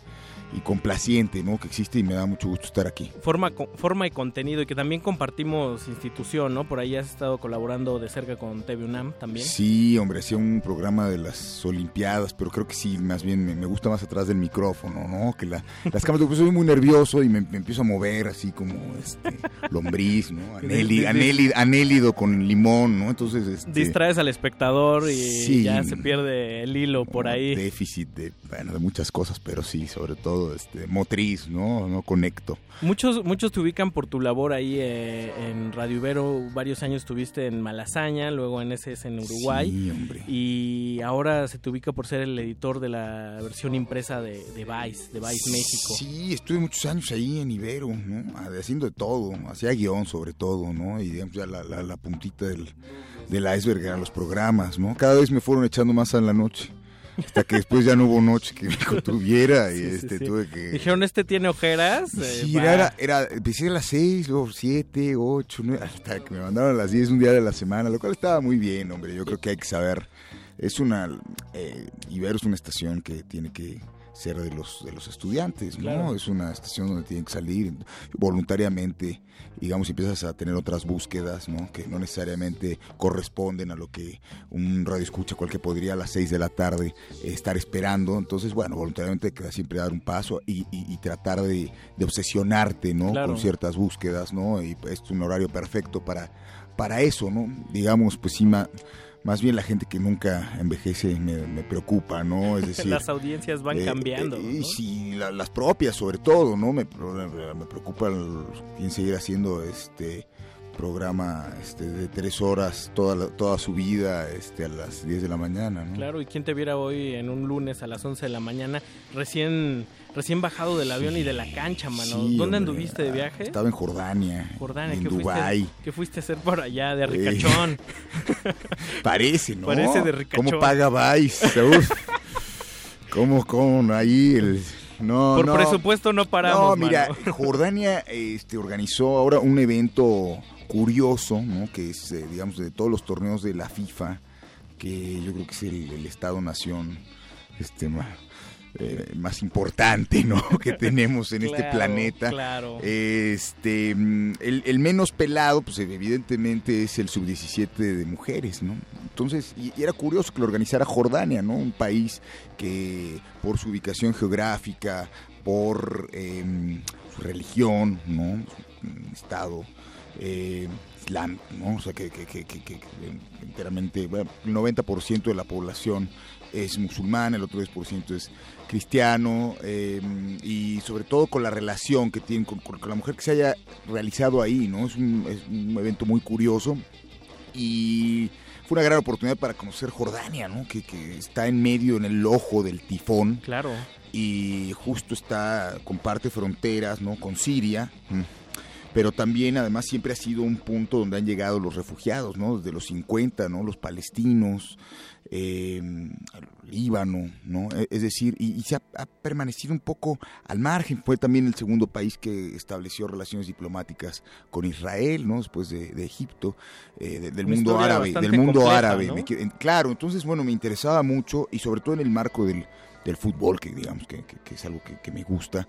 complaciente, ¿no? Que existe, y me da mucho gusto estar aquí. Forma y contenido, y que también compartimos institución, ¿no? Por ahí has estado colaborando de cerca con TV UNAM también. Sí, hombre, hacía un programa de las Olimpiadas, pero creo que sí, más bien me gusta más atrás del micrófono, ¿no? Que las cámaras, pues soy muy nervioso y me empiezo a mover así como lombriz, ¿no? Anélido con limón, ¿no? Entonces distraes al espectador y ya se pierde el hilo por ahí. Déficit de muchas cosas, pero sí, sobre todo motriz, no conecto. Muchos te ubican por tu labor ahí en Radio Ibero. Varios años estuviste en Malasaña, luego en SS en Uruguay. Sí, hombre. Y ahora se te ubica por ser el editor de la versión impresa de Vice México. Sí, estuve muchos años ahí en Ibero, ¿no? Haciendo de todo, hacía guión sobre todo, ¿no? Y digamos ya la puntita del iceberg eran los programas, ¿no? Cada vez me fueron echando más a la noche. Hasta que después ya no hubo noche que me contuviera y tuve que... Dijeron, tiene ojeras. Sí, empecé a las 6, luego 7, 8, 9, hasta que me mandaron a las 10 un día de la semana, lo cual estaba muy bien, hombre. Yo creo que hay que saber, Ibero es una estación que tiene que ser de los estudiantes, ¿no? Claro. Es una estación donde tienen que salir voluntariamente, digamos, empiezas a tener otras búsquedas, ¿no? Que no necesariamente corresponden a lo que un radioescucha cualquier podría a las 6 de la tarde estar esperando. Entonces, bueno, voluntariamente queda siempre dar un paso y tratar de obsesionarte, ¿no? Claro. Con ciertas búsquedas, ¿no? Y es un horario perfecto para eso, ¿no? Digamos, pues sí, más bien la gente que nunca envejece me preocupa, ¿no? Es decir, las audiencias van cambiando, ¿no? Sí, las propias sobre todo, ¿no? Me preocupa quién seguir haciendo programa de 3 horas toda su vida a las 10 de la mañana, ¿no? Claro, y quién te viera hoy en un lunes a las 11 de la mañana recién bajado del avión y de la cancha, mano. Sí, ¿dónde anduviste de viaje? Estaba en Jordania, en Dubái. ¿Qué fuiste a hacer por allá de ricachón? Parece, ¿no? Parece de ricachón. ¿Cómo paga Vice? ¿Cómo ahí Por presupuesto no paramos, no, mira, mano. Jordania organizó ahora un evento curioso, ¿no? Que es, digamos, de todos los torneos de la FIFA, que yo creo que es el Estado-nación más importante, ¿no? Que tenemos en este planeta. Claro. El menos pelado, pues evidentemente es el sub-17 de mujeres, ¿no? Entonces, y era curioso que lo organizara Jordania, ¿no? Un país que por su ubicación geográfica, por su religión, ¿no? Un estado islámico, ¿no? O sea, que enteramente, bueno, el 90% de la población es musulmán, el otro 10% es cristiano, y sobre todo con la relación que tienen con la mujer que se haya realizado ahí, ¿no? Es un evento muy curioso y fue una gran oportunidad para conocer Jordania, ¿no? Que está en medio, en el ojo del tifón. Claro. Y justo comparte fronteras, ¿no? Con Siria. Pero también, además, siempre ha sido un punto donde han llegado los refugiados, ¿no? Desde los 50, ¿no? Los palestinos, Líbano, ¿no? Es decir, y se ha permanecido un poco al margen. Fue también el segundo país que estableció relaciones diplomáticas con Israel, ¿no? Después de Egipto, del mundo árabe. ¿No? Claro, entonces, bueno, me interesaba mucho, y sobre todo en el marco del fútbol, que digamos que es algo que me gusta.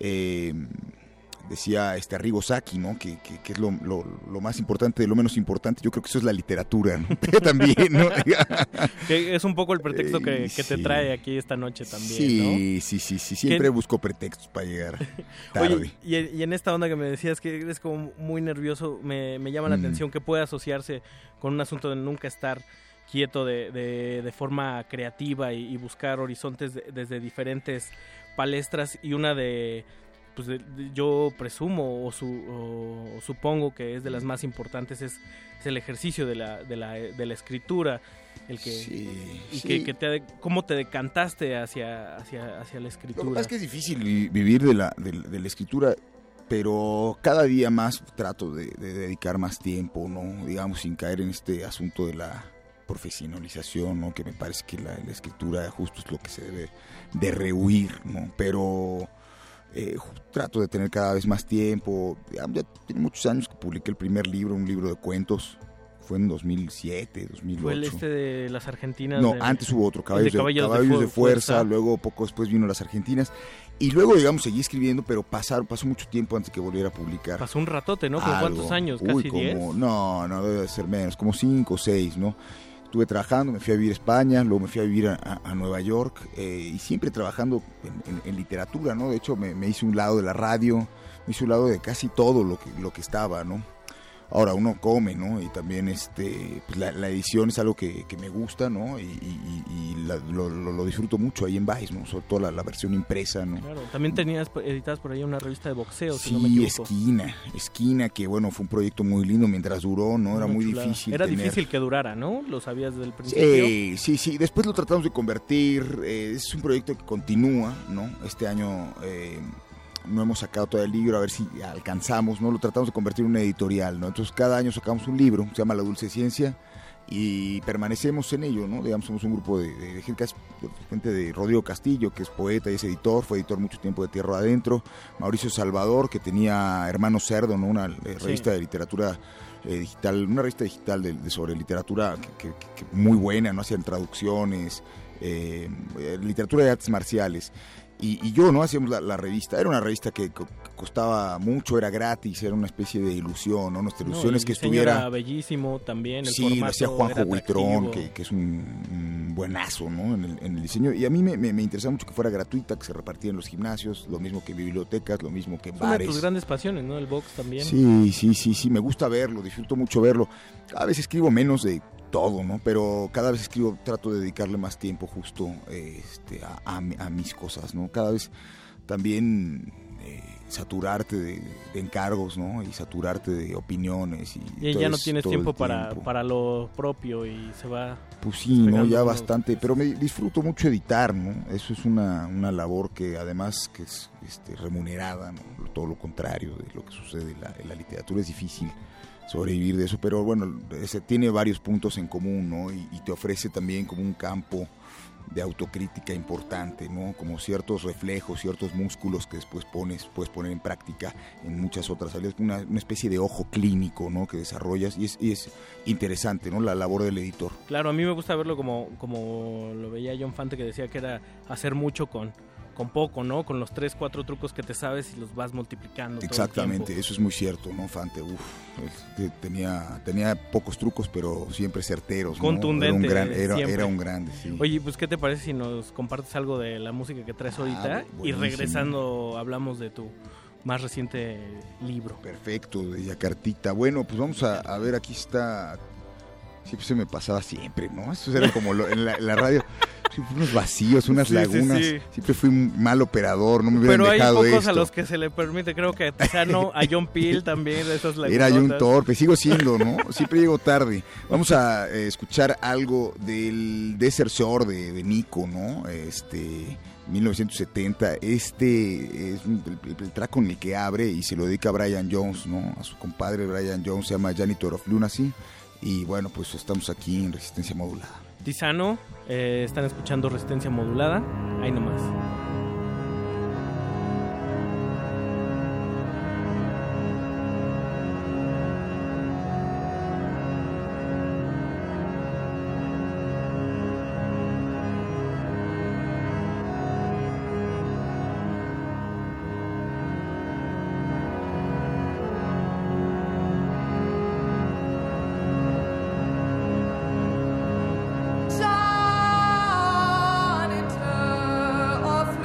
Decía Arrigo Sacchi, ¿no? Que es lo más importante de lo menos importante. Yo creo que eso es la literatura, ¿no? Pero también, ¿no? Que es un poco el pretexto que te trae aquí esta noche también, sí, ¿no? Sí. Siempre busco pretextos para llegar tarde. Oye, y en esta onda que me decías que eres como muy nervioso, me llama la atención que puede asociarse con un asunto de nunca estar quieto de forma creativa y buscar horizontes desde diferentes palestras, y una pues yo presumo o supongo que es de las más importantes, es el ejercicio de la escritura, cómo te decantaste hacia la escritura. Lo que pasa es que es difícil vivir de la escritura, pero cada día más trato de dedicar más tiempo, ¿no? Digamos, sin caer en este asunto de la profesionalización, ¿no? Que me parece que la escritura justo es lo que se debe de rehuir, ¿no? Pero trato de tener cada vez más tiempo. Ya tiene muchos años que publiqué el primer libro, un libro de cuentos. fue en 2007, 2008. Fue el de las Argentinas. No, antes hubo otro, Caballos de Fuerza, luego poco después vino Las Argentinas, y luego, digamos, seguí escribiendo, pero pasó mucho tiempo antes que volviera a publicar. Pasó un ratote, ¿no? ¿Como cuántos años? ¿Casi 10? No, debe ser menos, como 5 o 6, ¿no? Estuve trabajando, me fui a vivir a España, luego me fui a vivir a Nueva York, y siempre trabajando en literatura, ¿no? De hecho, me hice un lado de la radio, me hice un lado de casi todo lo que estaba, ¿no? Ahora uno come, ¿no? Y también pues la edición es algo que me gusta, ¿no? Y lo disfruto mucho ahí en Vice, ¿no? Sobre todo la versión impresa, ¿no? Claro, también editabas por ahí una revista de boxeo, sí, si no me equivoco. Esquina, que bueno, fue un proyecto muy lindo mientras duró, ¿no? Era muy difícil. Era difícil que durara, ¿no? ¿Lo sabías desde el principio? Sí. Después lo tratamos de convertir, es un proyecto que continúa, ¿no? Este año... no hemos sacado todavía el libro, a ver si alcanzamos, ¿no? Lo tratamos de convertir en una editorial, ¿no? Entonces cada año sacamos un libro, se llama La Dulce Ciencia, y permanecemos en ello, ¿no? Digamos, somos un grupo de gente de Rodrigo Castillo, que es poeta y es editor, fue editor mucho tiempo de Tierra Adentro, Mauricio Salvador, que tenía Hermano Cerdo, ¿no? Una revista de literatura digital, una revista digital sobre literatura que muy buena, ¿no? Hacían traducciones, literatura de artes marciales. Y yo, ¿no? Hacíamos la revista. Era una revista que costaba mucho, era gratis, era una especie de ilusión, ¿no? Nuestra ilusión es que estuviera... Era bellísimo también, el sí, formato lo hacía Juanjo Huitrón, que es un buenazo, ¿no? En el diseño. Y a mí me interesaba mucho que fuera gratuita, que se repartiera en los gimnasios, lo mismo que en bibliotecas, lo mismo que en bares. Una de tus grandes pasiones, ¿no? El box también. Sí, me gusta verlo, disfruto mucho verlo. A veces escribo menos de todo, ¿no? Pero cada vez escribo, trato de dedicarle más tiempo justo a mis cosas, ¿no? Cada vez también saturarte de encargos, ¿no? Y saturarte de opiniones. Y ya no tienes tiempo para lo propio y se va... Pues sí, ¿no? Ya bastante, pero me disfruto mucho editar, ¿no? Eso es una labor que además que es remunerada, ¿no? Todo lo contrario de lo que sucede en la literatura, es difícil sobrevivir de eso, pero bueno, tiene varios puntos en común, ¿no? Y te ofrece también como un campo de autocrítica importante, ¿no? Como ciertos reflejos, ciertos músculos que después puedes poner en práctica en muchas otras áreas, una especie de ojo clínico, ¿no? Que desarrollas y es interesante, ¿no? La labor del editor. Claro, a mí me gusta verlo como lo veía John Fante, que decía que era hacer mucho con poco, ¿no? Con los 3-4 trucos que te sabes y los vas multiplicando. Exactamente, todo el eso es muy cierto, ¿no? Fante, tenía pocos trucos, pero siempre certeros, ¿no? Contundente. Era un grande, sí. Oye, pues ¿qué te parece si nos compartes algo de la música que traes ahorita? Y regresando hablamos de tu más reciente libro. Perfecto, de Yacartita. Bueno, pues vamos a ver, aquí está. Siempre se me pasaba siempre, ¿no? Eso era como en la radio. Unos vacíos, unas lagunas. Sí. Siempre fui un mal operador, no me hubieran dejado esto. Pero hay pocos a los que se le permite, creo que a John Peel también, de esas lagunas. Era yo un torpe, sigo siendo, ¿no? Siempre llego tarde. Vamos a escuchar algo del Desertor de Nico, ¿no? 1970. Es el track con el que abre y se lo dedica a Brian Jones, ¿no? A su compadre Brian Jones, se llama Janitor of Lunacy. Y bueno, pues estamos aquí en Resistencia Modulada. Tizano, están escuchando Resistencia Modulada, ahí nomás. Janitor of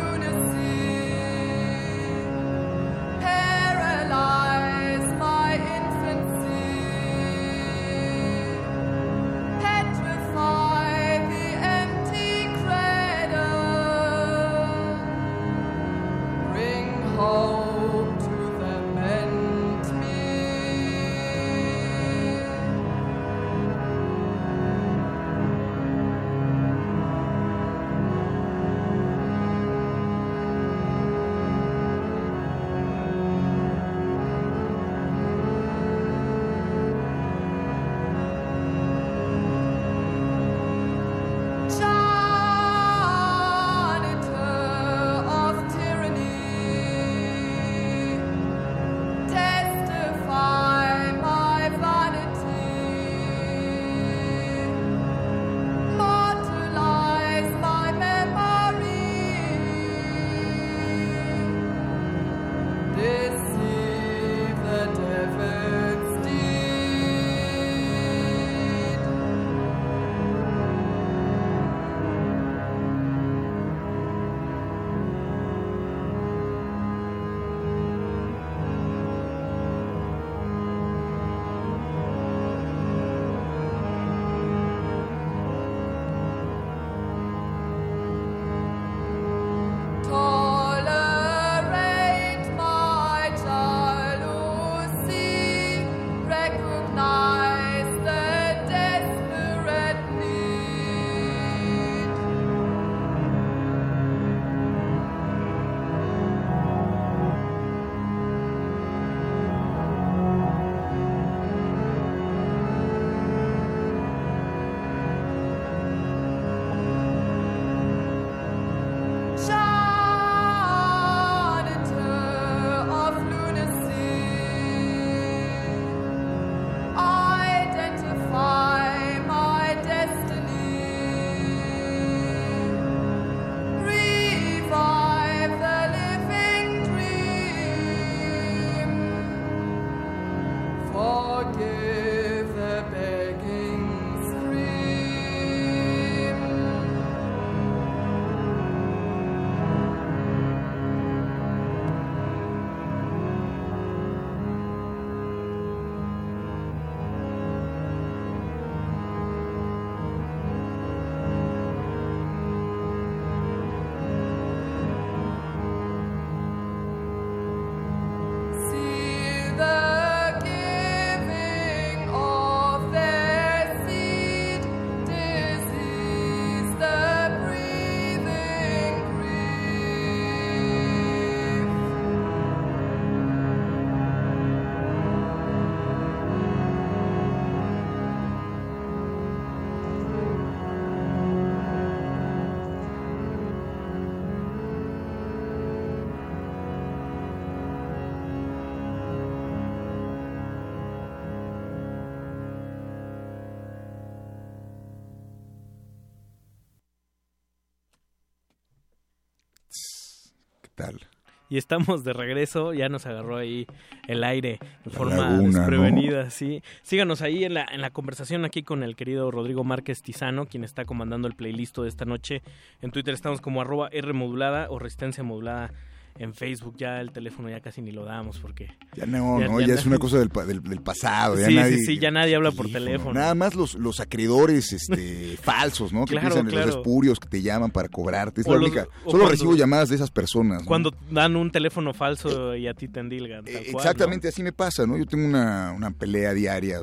tal? Y estamos de regreso, ya nos agarró ahí el aire de forma laguna, desprevenida, ¿no? sí. Síganos ahí en la conversación aquí con el querido Rodrigo Márquez Tizano, quien está comandando el playlist de esta noche. En Twitter estamos como @Rmodulada o Resistencia Modulada. En Facebook ya el teléfono ya casi ni lo damos porque... Ya es una cosa del pasado. Ya nadie habla por teléfono. Nada más los acreedores falsos, ¿no? Que piensan en los espurios que te llaman para cobrarte. Es la única. Solo recibo llamadas de esas personas, ¿no? Cuando dan un teléfono falso y a ti te endilgan. Exactamente, ¿no? Así me pasa, ¿no? Yo tengo una pelea diaria.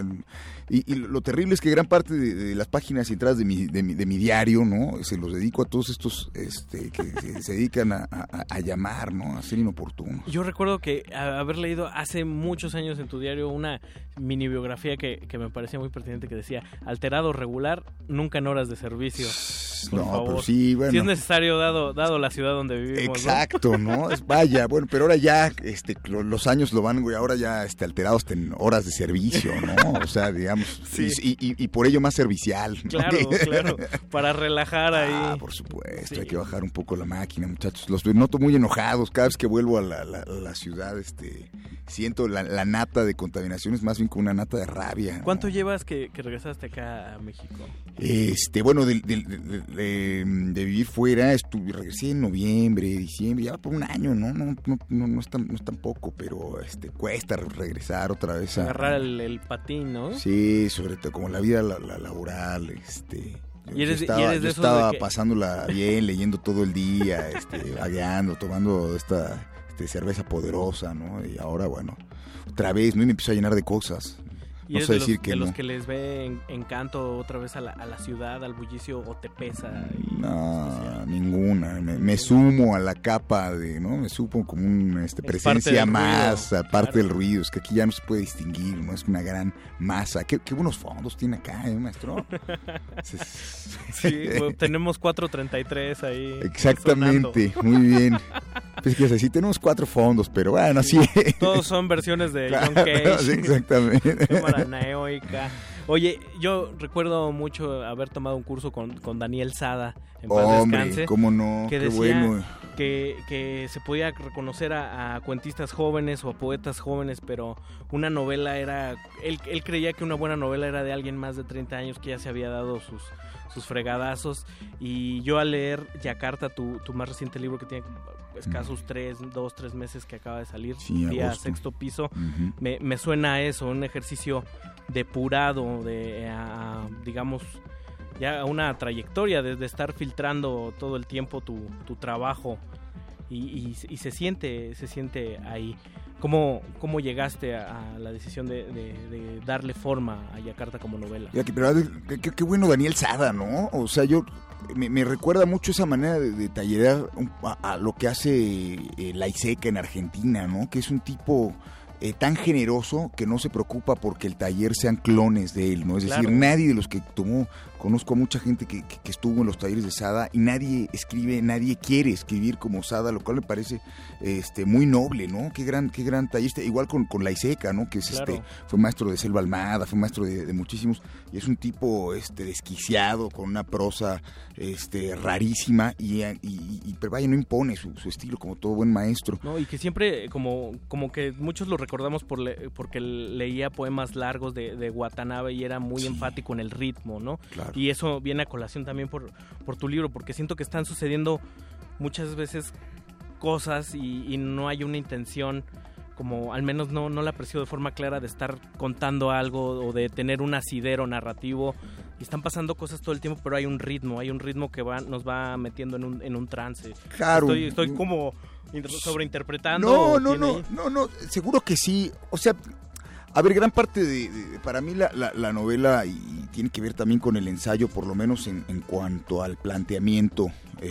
Y lo terrible es que gran parte de las páginas y entradas de mi diario, ¿no? Se los dedico a todos estos que se dedican a llamar, ¿no? A ser inoportunos. Yo recuerdo que haber leído hace muchos años en tu diario una mini biografía que me parecía muy pertinente, que decía: alterado regular, nunca en horas de servicio. Por favor. Pero sí, bueno. Si es necesario, dado la ciudad donde vivimos. Exacto, ¿no? Vaya, bueno, pero ahora ya los años lo van, güey, ahora ya alterados en horas de servicio, ¿no? O sea, digamos, sí. y por ello más servicial, ¿no? Claro, para relajar ahí. Por supuesto, sí. Hay que bajar un poco la máquina, muchachos. Los noto muy enojados cada vez que vuelvo a la ciudad, siento la nata de contaminación es más bien como una nata de rabia, ¿no? ¿Cuánto llevas que regresaste acá a México? Bueno, de vivir fuera, regresé en noviembre, diciembre, ya va por un año, no es tan poco, pero cuesta regresar otra vez agarrar el patín, ¿no? Sí, sobre todo como la vida laboral, Yo estaba pasándola bien, leyendo todo el día, vagueando, tomando esta cerveza poderosa, ¿no? Y ahora, bueno, otra vez, ¿no? Y me empiezo a llenar de cosas. ¿Y eres los que les ve encanto otra vez a la ciudad, al bullicio, o te pesa? No, ninguna. Me sumo a la capa ¿no? Me supo como una presencia más, aparte del ruido. Es que aquí ya no se puede distinguir, ¿no? Es una gran masa. Qué buenos fondos tiene acá, maestro? Sí, bueno, tenemos 433 ahí. Exactamente, sonando. Muy bien. Pues que sí, tenemos 4 fondos, pero bueno, sí. Todos son versiones de John Cage. Sí, exactamente. Paranoica. Oye, yo recuerdo mucho haber tomado un curso con Daniel Sada, en paz descanse. Cómo no, que qué decía bueno. Que se podía reconocer a cuentistas jóvenes o a poetas jóvenes, pero una novela era... Él creía que una buena novela era de alguien más de 30 años que ya se había dado sus fregadazos. Y yo al leer Yakarta, tu más reciente libro, que tiene escasos 2-3 meses que acaba de salir, día agosto. Sexto Piso, Uh-huh. me suena a eso, un ejercicio depurado, digamos, ya una trayectoria de estar filtrando todo el tiempo tu trabajo y se siente ahí. ¿Cómo llegaste a la decisión de darle forma a Yakarta como novela? Pero qué bueno Daniel Sada, ¿no? O sea, me recuerda mucho esa manera de tallerear a lo que hace La Iseca en Argentina, ¿no? Que es un tipo tan generoso que no se preocupa porque el taller sean clones de él, ¿no? Es decir, nadie de los que tomó, conozco a mucha gente que estuvo en los talleres de Sada y nadie quiere escribir como Sada, lo cual me parece muy noble, ¿no? Qué gran tallerista, igual con La Iseca, ¿no? Que es fue maestro de Selva Almada, fue maestro de muchísimos, y es un tipo desquiciado, con una prosa rarísima pero vaya, no impone su estilo como todo buen maestro. No, y que siempre como que muchos lo recordamos porque leía poemas largos de Watanabe y era muy enfático en el ritmo, ¿no? Claro. Y eso viene a colación también por tu libro, porque siento que están sucediendo muchas veces cosas y no hay una intención, como al menos no la aprecio de forma clara, de estar contando algo o de tener un asidero narrativo. Y están pasando cosas todo el tiempo, pero hay un ritmo que nos va metiendo en un trance. Claro. Estoy como sobreinterpretando. No, seguro que sí. O sea, a ver, gran parte para mí la novela, y tiene que ver también con el ensayo, por lo menos en cuanto al planteamiento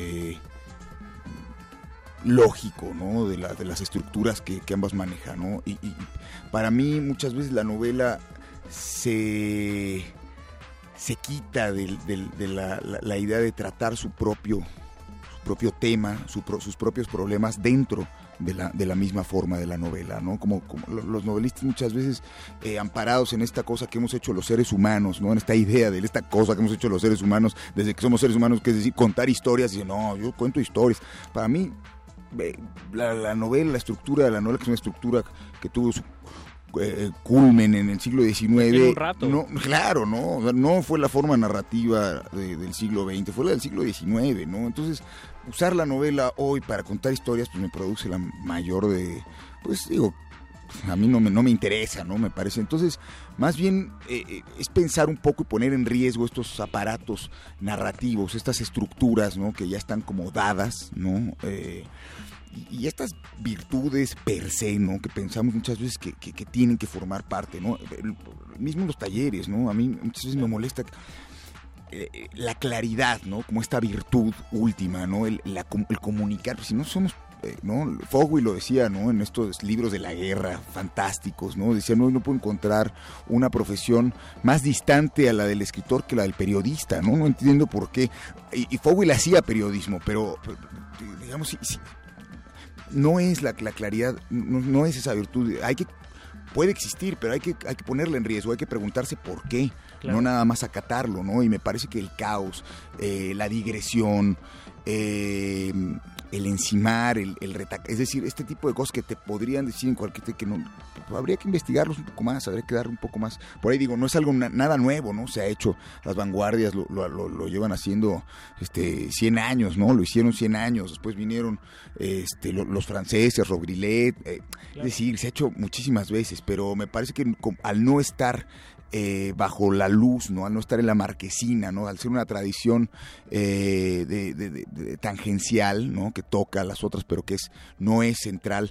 lógico, ¿no? de las estructuras que ambas manejan, ¿no? Y para mí muchas veces la novela se quita de la idea de tratar su propio tema, sus propios problemas dentro de la misma forma de la novela, ¿no? Como los novelistas muchas veces amparados en esta cosa que hemos hecho los seres humanos, ¿no? En esta idea de esta cosa que hemos hecho los seres humanos desde que somos seres humanos, que es decir, contar historias. Y no, yo cuento historias. Para mí la novela, la estructura de la novela, que es una estructura que tuvo su culmen en el siglo XIX. En un rato. No, claro, ¿no? O sea, no fue la forma narrativa del siglo XX, fue la del siglo XIX, ¿no? Entonces, usar la novela hoy para contar historias, pues me produce la mayor de, pues digo, a mí no me interesa, ¿no? Me parece. Entonces, más bien es pensar un poco y poner en riesgo estos aparatos narrativos, estas estructuras, ¿no? Que ya están como dadas, ¿no? Y estas virtudes per se, ¿no? Que pensamos muchas veces que tienen que formar parte, ¿no? Mismo los talleres, ¿no? A mí muchas veces me molesta la claridad, ¿no? Como esta virtud última, ¿no? El comunicar, pues si no somos, ¿no? Fogui lo decía, ¿no? En estos libros de la guerra fantásticos, ¿no? Decía, no puedo encontrar una profesión más distante a la del escritor que la del periodista, ¿no? No entiendo por qué. Y Fogui le hacía periodismo, pero digamos, si no es la claridad, no es esa virtud. Puede existir, pero hay que ponerla en riesgo, hay que preguntarse por qué, claro. No nada más acatarlo, ¿no? Y me parece que el caos, la digresión, el encimar, el retacar, es decir, este tipo de cosas que te podrían decir en cualquier que no, habría que investigarlos un poco más, habría que dar un poco más. Por ahí digo, no es algo nada nuevo, ¿no? Se ha hecho, las vanguardias lo llevan haciendo 100 años, ¿no? Lo hicieron 100 años, después vinieron los franceses, Rogrillet, claro. Es decir, se ha hecho muchísimas veces, pero me parece que al no estar bajo la luz, ¿no? Al no estar en la marquesina, ¿no? Al ser una tradición de tangencial, ¿no? Que toca a las otras, pero que no es central,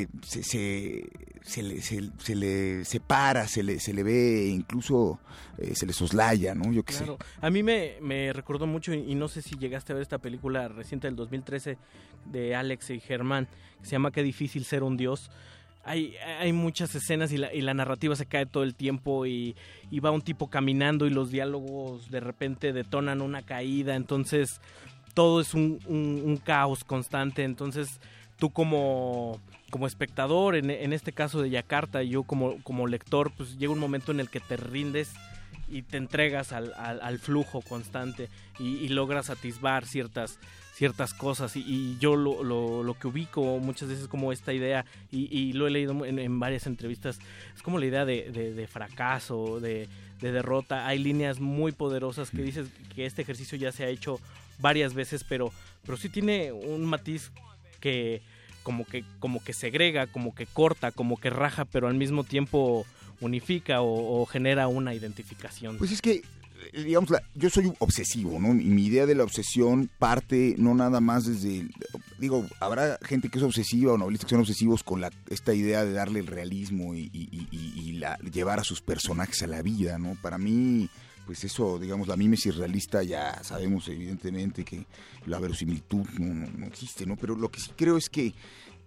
se le separa, se le ve, incluso se le soslaya, ¿no? Yo qué sé. A mí me recordó mucho, y no sé si llegaste a ver esta película reciente del 2013 de Alex y Germán, que se llama Qué difícil ser un dios. Hay muchas escenas y la narrativa se cae todo el tiempo y va un tipo caminando y los diálogos de repente detonan una caída, entonces todo es un caos constante. Entonces tú como espectador, en este caso de Yakarta, y yo como lector, pues llega un momento en el que te rindes y te entregas al flujo constante y logras atisbar ciertas cosas, y yo lo que ubico muchas veces como esta idea, y lo he leído en varias entrevistas, es como la idea de fracaso, de derrota. Hay líneas muy poderosas que dices que este ejercicio ya se ha hecho varias veces, pero sí tiene un matiz que como que segrega, como que corta, como que raja, pero al mismo tiempo unifica o genera una identificación. Pues es que, digamos, yo soy obsesivo, ¿no? Y mi idea de la obsesión parte no nada más desde, digo, habrá gente que es obsesiva o novelistas que son obsesivos con esta idea de darle el realismo y llevar a sus personajes a la vida, ¿no? Para mí, pues eso, digamos, la mimesis realista, ya sabemos evidentemente que la verosimilitud no existe, ¿no? Pero lo que sí creo es que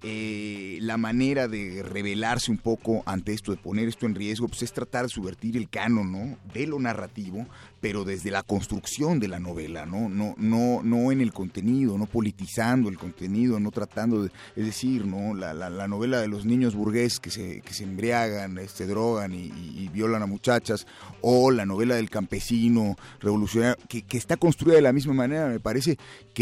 la manera de rebelarse un poco ante esto, de poner esto en riesgo, pues es tratar de subvertir el canon, ¿no? De lo narrativo, pero desde la construcción de la novela, no en el contenido, no politizando el contenido, no tratando de, es decir, ¿no? La novela de los niños burgueses que se embriagan, se drogan y violan a muchachas, o la novela del campesino revolucionario, que está construida de la misma manera, me parece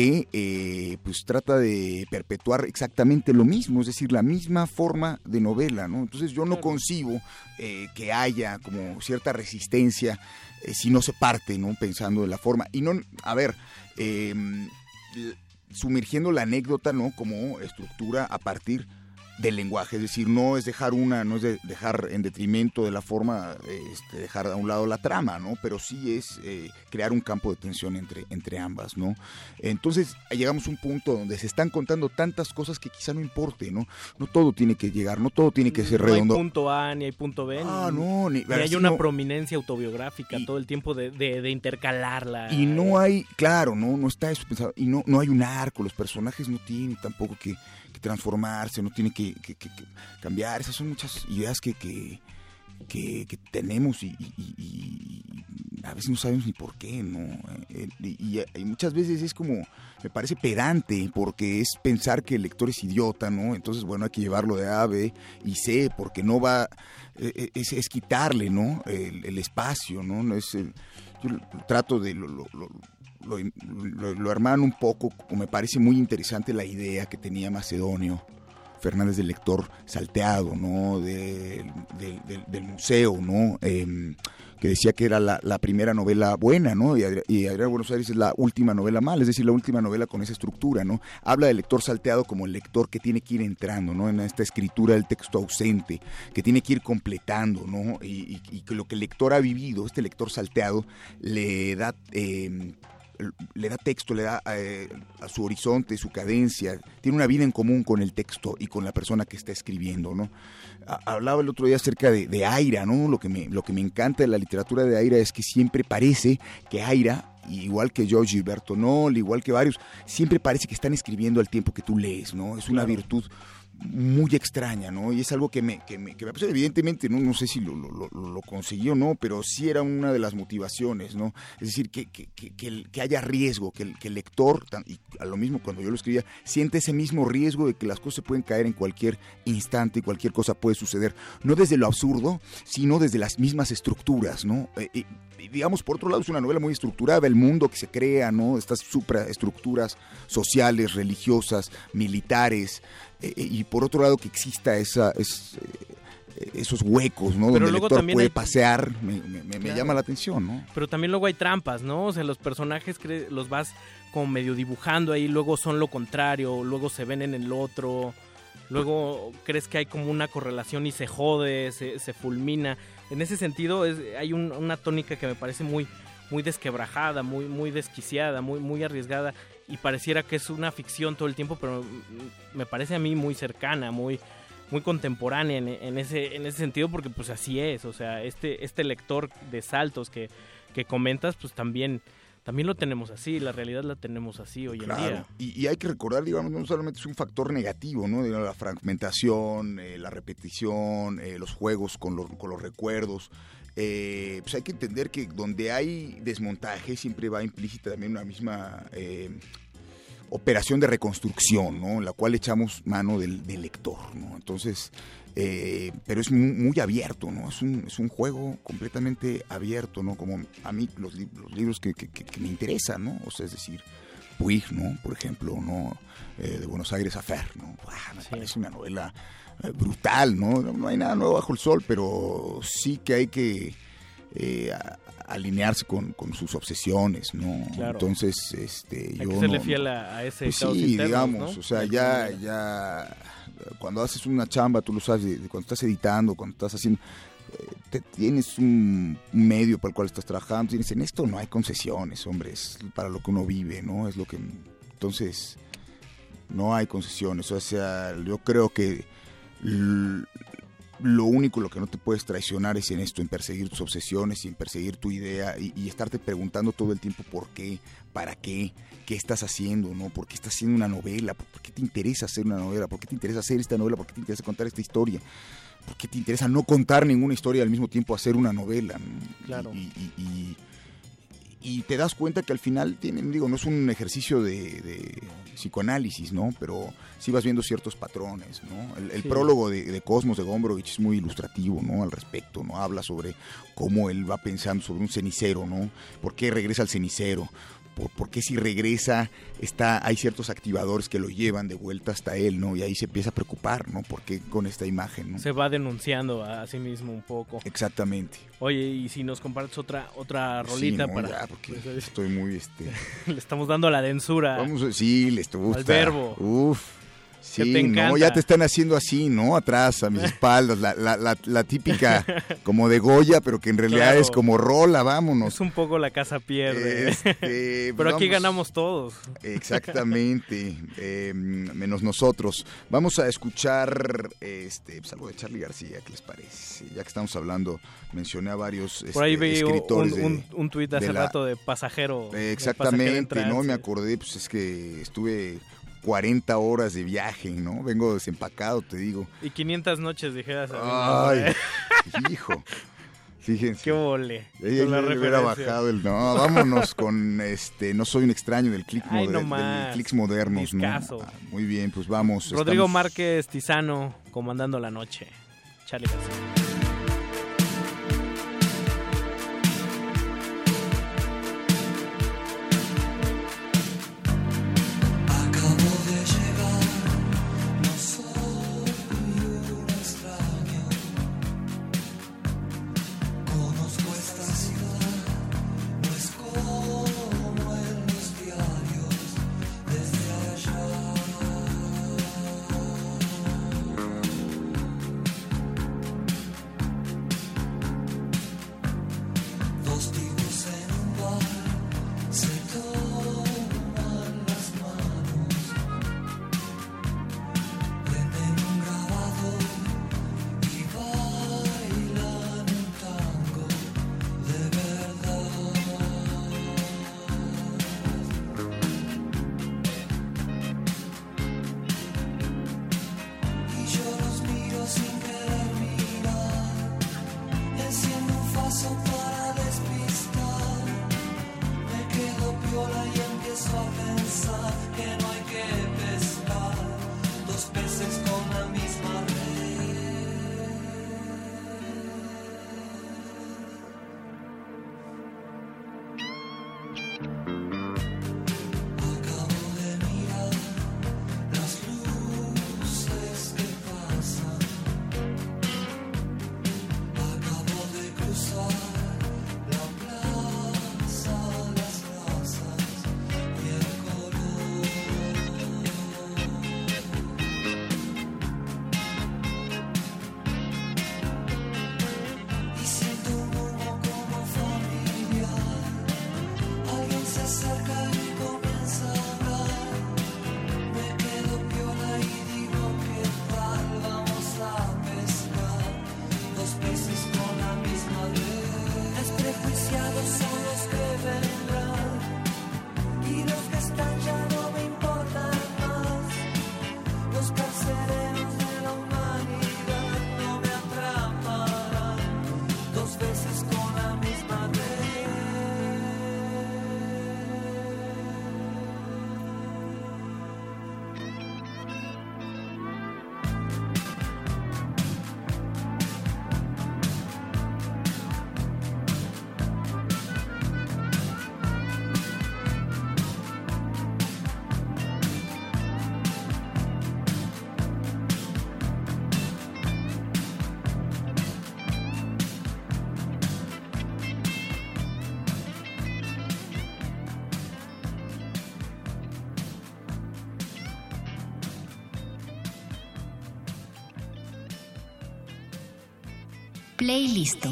que pues trata de perpetuar exactamente lo mismo, es decir, la misma forma de novela, ¿no? Entonces yo no concibo que haya como cierta resistencia si no se parte, ¿no? Pensando de la forma. Y no, a ver, sumergiendo la anécdota, ¿no? Como estructura a partir del lenguaje, es decir, no es dejar dejar en detrimento de la forma, dejar a un lado la trama, ¿no? Pero sí es crear un campo de tensión entre ambas, ¿no? Entonces llegamos a un punto donde se están contando tantas cosas que quizá no importe, ¿no? No todo tiene que llegar, no todo tiene que ser redondo. No hay punto A ni hay punto B. Ni hay una prominencia autobiográfica todo el tiempo de intercalarla. Y no hay, claro, no está eso pensado, y no hay un arco, los personajes no tienen tampoco que transformarse, no tiene que cambiar. Esas son muchas ideas que tenemos y a veces no sabemos ni por qué, ¿no? Y muchas veces es como, me parece pedante, porque es pensar que el lector es idiota, ¿no? Entonces, bueno, hay que llevarlo de A, B y C, porque no va, es quitarle, ¿no? El espacio, ¿no? Yo trato de lo hermano un poco, o me parece muy interesante la idea que tenía Macedonio Fernández del lector salteado, ¿no? Del museo, ¿no? Que decía que era la primera novela buena, ¿no? Y Adriana Buenos Aires es la última novela mala, es decir, la última novela con esa estructura, ¿no? Habla del lector salteado como el lector que tiene que ir entrando, ¿no? En esta escritura del texto ausente, que tiene que ir completando, ¿no? Y que lo que el lector ha vivido, este lector salteado, le da texto, le da a su horizonte, su cadencia, tiene una vida en común con el texto y con la persona que está escribiendo, ¿no? Hablaba el otro día acerca de Aira, ¿no? Lo que me encanta de la literatura de Aira es que siempre parece que Aira, igual que George Gilberto Noll, igual que varios, siempre parece que están escribiendo al tiempo que tú lees, ¿no? Es una virtud muy extraña, ¿no? Y es algo que me pasó, evidentemente, no sé si lo consiguió o no, pero sí era una de las motivaciones, ¿no? Es decir, que haya riesgo, que el lector, y a lo mismo cuando yo lo escribía, siente ese mismo riesgo de que las cosas se pueden caer en cualquier instante, cualquier cosa puede suceder, no desde lo absurdo, sino desde las mismas estructuras, ¿no? Digamos, por otro lado, es una novela muy estructurada, el mundo que se crea, ¿no? Estas supraestructuras sociales, religiosas, militares, y por otro lado que exista esos huecos, ¿no? Pero donde el lector puede pasear, me llama la atención, ¿no? Pero también luego hay trampas, ¿no? O sea, los personajes los vas como medio dibujando ahí, luego son lo contrario, luego se ven en el otro, luego crees que hay como una correlación y se jode, se fulmina. En ese sentido hay una tónica que me parece muy, muy desquebrajada, muy, muy desquiciada, muy, muy arriesgada, y pareciera que es una ficción todo el tiempo, pero me parece a mí muy cercana, muy, muy contemporánea en ese sentido, porque pues así es, o sea, este lector de saltos que comentas, pues también lo tenemos así, la realidad la tenemos así hoy en día. Y hay que recordar, digamos, no solamente es un factor negativo, ¿no? La fragmentación, la repetición, los juegos con los recuerdos. Pues hay que entender que donde hay desmontaje siempre va implícita también una misma operación de reconstrucción, ¿no? En la cual echamos mano del lector, ¿no? Entonces, pero es muy abierto, ¿no? Es un juego completamente abierto, ¿no? Como a mí los libros que me interesan, ¿no? O sea, es decir, Puig, ¿no? Por ejemplo, ¿no? De Buenos Aires a Fer, ¿no? Me parece una novela brutal, ¿no? No hay nada nuevo bajo el sol, pero sí que hay que alinearse con sus obsesiones, ¿no? Claro. Entonces, hay que serle fiel a ese pues caos sí, internos, digamos, ¿no? o sea, ya cuando haces una chamba, tú lo sabes, cuando estás editando, cuando estás haciendo, tienes un medio para el cual estás trabajando, tienes, en esto no hay concesiones, hombre, es para lo que uno vive, ¿no? Es lo que, entonces, no hay concesiones, o sea, yo creo que lo único, lo que no te puedes traicionar es en esto, en perseguir tus obsesiones y en perseguir tu idea y estarte preguntando todo el tiempo por qué, para qué estás haciendo, ¿no? ¿Por qué estás haciendo una novela? ¿Por qué te interesa hacer una novela? ¿Por qué te interesa hacer esta novela? ¿Por qué te interesa contar esta historia? ¿Por qué te interesa no contar ninguna historia y al mismo tiempo hacer una novela, ¿no? Claro. Y te das cuenta que al final no es un ejercicio de psicoanálisis, ¿no? Pero sí vas viendo ciertos patrones, ¿no? El prólogo de Cosmos de Gombrowicz es muy ilustrativo, ¿no? Al respecto, ¿no? Habla sobre cómo él va pensando sobre un cenicero, ¿no? ¿Por qué regresa al cenicero? ¿Por qué si regresa hay ciertos activadores que lo llevan de vuelta hasta él, ¿no? Y ahí se empieza a preocupar, ¿no? ¿Por qué con esta imagen, ¿no? Se va denunciando a sí mismo un poco. Exactamente. Oye, y si nos compartes otra rolita, sí, no, para... ya, porque estoy muy... Le estamos dando la densura. Sí, les gusta. Al verbo. Uf. Sí, no, ya te están haciendo así, ¿no? Atrás, a mis espaldas, la típica como de Goya, pero que en realidad es como rola, vámonos. Es un poco la casa pierde. Pero pues aquí ganamos todos. Exactamente, menos nosotros. Vamos a escuchar pues algo de Charly García, ¿qué les parece? Ya que estamos hablando, mencioné a varios por ahí vi escritores un tuit hace rato de pasajero. Exactamente, no me acordé, pues es que estuve 40 horas de viaje, ¿no? Vengo desempacado, te digo. Y 500 noches, dijeras. Ay, hijo. Fíjense. Qué vole. Ella le hubiera bajado el... No, vámonos con No soy un extraño del click del Clicks Modernos, ¿no? Muy bien, pues vamos. Rodrigo Márquez Tizano, comandando la noche. Charly García. son para despistar. Me quedo piola y empiezo a pensar que no hay que pescar dos peces con la misma red. Acabo de mirar las luces que pasan. Acabo de cruzar la plaza, las razas y el color. Y siento un humo como familiar. Alguien se acerca y comienza a hablar. Me quedo piola y digo ¿qué tal? Vamos a pescar dos peces con la misma red. Desprejuiciados son los que vendrán y los que están ya no me importan más. Los carceleros de la humanidad no me atraparán dos veces con la misma red. Playlist.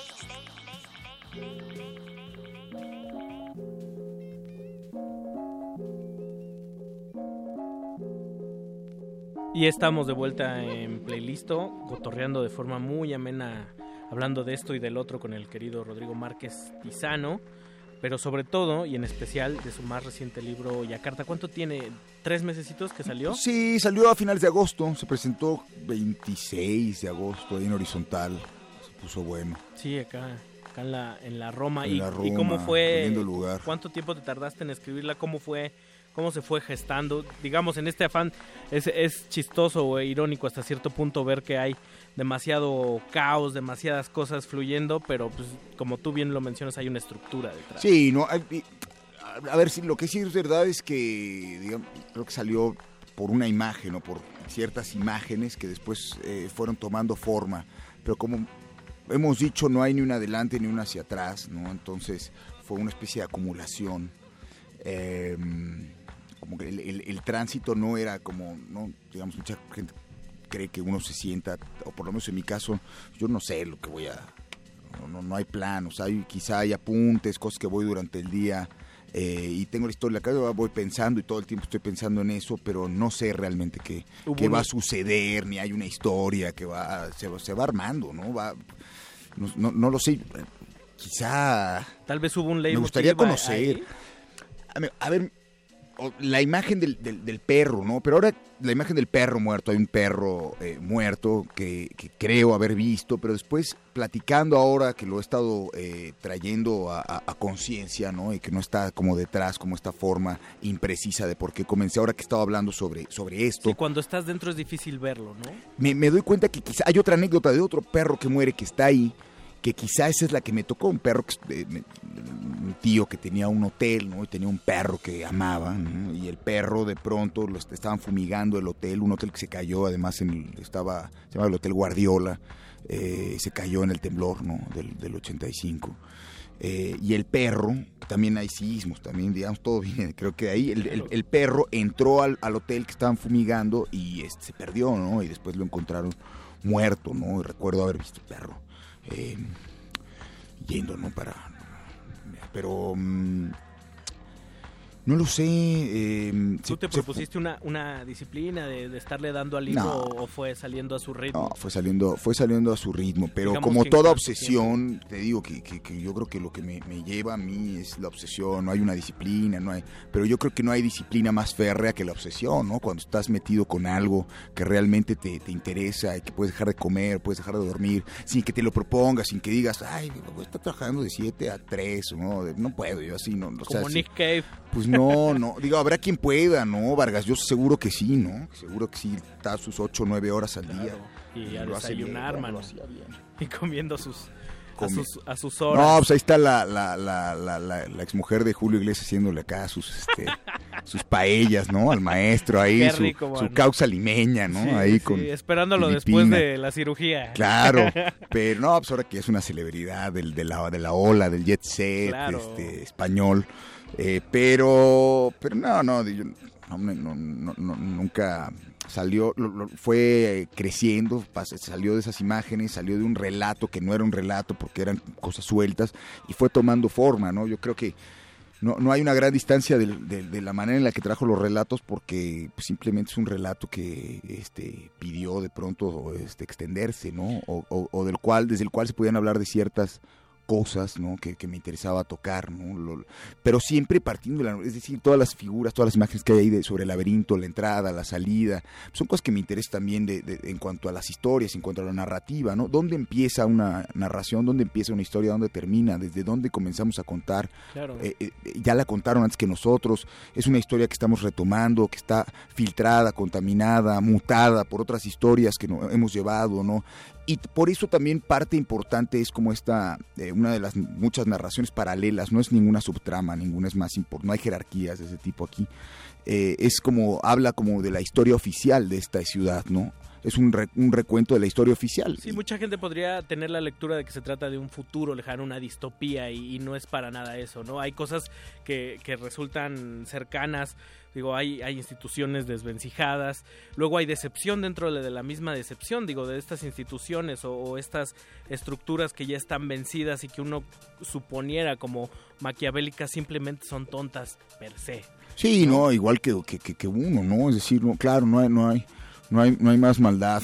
Y estamos de vuelta en Playlisto, cotorreando de forma muy amena, hablando de esto y del otro con el querido Rodrigo Márquez Tizano, pero sobre todo y en especial de su más reciente libro Yakarta. ¿Cuánto tiene? ¿3 mesecitos que salió? Sí, salió a finales de agosto, se presentó 26 de agosto ahí en Horizontal, se puso bueno. Sí, acá en la Roma. En la Roma, ¿Y cómo fue? lindo lugar. ¿Cuánto tiempo te tardaste en escribirla? ¿Cómo fue? ¿Cómo se fue gestando? Digamos, en este afán es chistoso e irónico hasta cierto punto ver que hay demasiado caos, demasiadas cosas fluyendo, pero pues como tú bien lo mencionas, hay una estructura detrás. Sí, no, a ver, si lo que sí es verdad es que, digamos, creo que salió por una imagen o por ciertas imágenes que después fueron tomando forma, pero como hemos dicho, no hay ni una adelante ni una hacia atrás, ¿no? Entonces fue una especie de acumulación. Como que el tránsito no era como, no, digamos, mucha gente cree que uno se sienta, o por lo menos en mi caso, yo no sé lo que voy a, no hay plan, o sea, quizá hay apuntes, cosas que voy durante el día, y tengo la historia acá, voy pensando y todo el tiempo estoy pensando en eso, pero no sé realmente qué va a suceder, ni hay una historia que se va armando, ¿no? No lo sé, quizá tal vez hubo un leitmotiv. Me gustaría conocer. A ver, la imagen del perro, ¿no? Pero ahora la imagen del perro muerto, hay un perro muerto que creo haber visto, pero después platicando ahora que lo he estado trayendo a conciencia, ¿no? Y que no está como detrás, como esta forma imprecisa de por qué comencé, ahora que estaba hablando sobre esto. Sí, cuando estás dentro es difícil verlo, ¿no? Me doy cuenta que quizá hay otra anécdota de otro perro que muere que está ahí, que quizá esa es la que me tocó, un perro, un tío que tenía un hotel, ¿no? Y tenía un perro que amaba, ¿no? Y el perro de pronto lo estaban fumigando el hotel, un hotel que se cayó, además se llamaba el Hotel Guardiola, se cayó en el temblor, ¿no? del 85. Y el perro, también hay sismos, también, digamos, todo viene, creo que ahí el perro entró al hotel que estaban fumigando y se perdió, ¿no? Y después lo encontraron muerto, ¿no? Y recuerdo haber visto el perro yendo, ¿no? Pero No lo sé. ¿Tú te propusiste una disciplina de estarle dando al hilo o fue saliendo a su ritmo? No, fue saliendo a su ritmo, pero digamos como toda obsesión, te digo que yo creo que lo que me lleva a mí es la obsesión. No hay una disciplina, pero yo creo que no hay disciplina más férrea que la obsesión, ¿no? Cuando estás metido con algo que realmente te interesa y que puedes dejar de comer, puedes dejar de dormir, sin que te lo propongas, sin que digas, ay, voy a estar trabajando de 7 a 3, no puedo, yo así, no. Como sea, Nick Cave. Pues no, digo, habrá quien pueda, ¿no, Vargas? Yo seguro que sí, ¿no? Seguro que sí, está sus 8 o 9 horas al día. Y a desayunar, mano. Y comiendo a sus horas. No, pues ahí está la exmujer de Julio Iglesias haciéndole acá sus paellas, ¿no? Al maestro ahí, Qué rico, su causa limeña, ¿no? Sí, ahí sí, con esperándolo Filipina. Después de la cirugía. Claro, pero no, pues ahora que es una celebridad de la ola, del jet set, claro. Español. Pero no, nunca salió, fue creciendo, salió de esas imágenes, salió de un relato que no era un relato porque eran cosas sueltas y fue tomando forma, ¿no? Yo creo que no hay una gran distancia de la manera en la que trajo los relatos porque pues, simplemente es un relato que pidió de pronto extenderse, ¿no? O desde el cual se podían hablar de ciertas cosas, ¿no? que me interesaba tocar, ¿no? Pero siempre partiendo es decir, todas las figuras, todas las imágenes que hay ahí sobre el laberinto, la entrada, la salida, son cosas que me interesan también en cuanto a las historias, en cuanto a la narrativa, ¿no? ¿Dónde empieza una narración? ¿Dónde empieza una historia? ¿Dónde termina? ¿Desde dónde comenzamos a contar? Claro. Ya la contaron antes que nosotros, es una historia que estamos retomando, que está filtrada, contaminada, mutada por otras historias que hemos llevado, ¿no? Y por eso también parte importante es como una de las muchas narraciones paralelas, no es ninguna subtrama, ninguna es más importante, no hay jerarquías de ese tipo aquí, es como, habla como de la historia oficial de esta ciudad, ¿no? Es un recuento de la historia oficial. Sí, mucha gente podría tener la lectura de que se trata de un futuro lejano, una distopía, y no es para nada eso, ¿no? Hay cosas que resultan cercanas. Digo, hay instituciones desvencijadas, luego hay decepción dentro de la misma decepción, digo, de estas instituciones o estas estructuras que ya están vencidas y que uno suponiera como maquiavélicas simplemente son tontas per se. Sí, no, igual que uno, ¿no? Es decir, claro, no hay más maldad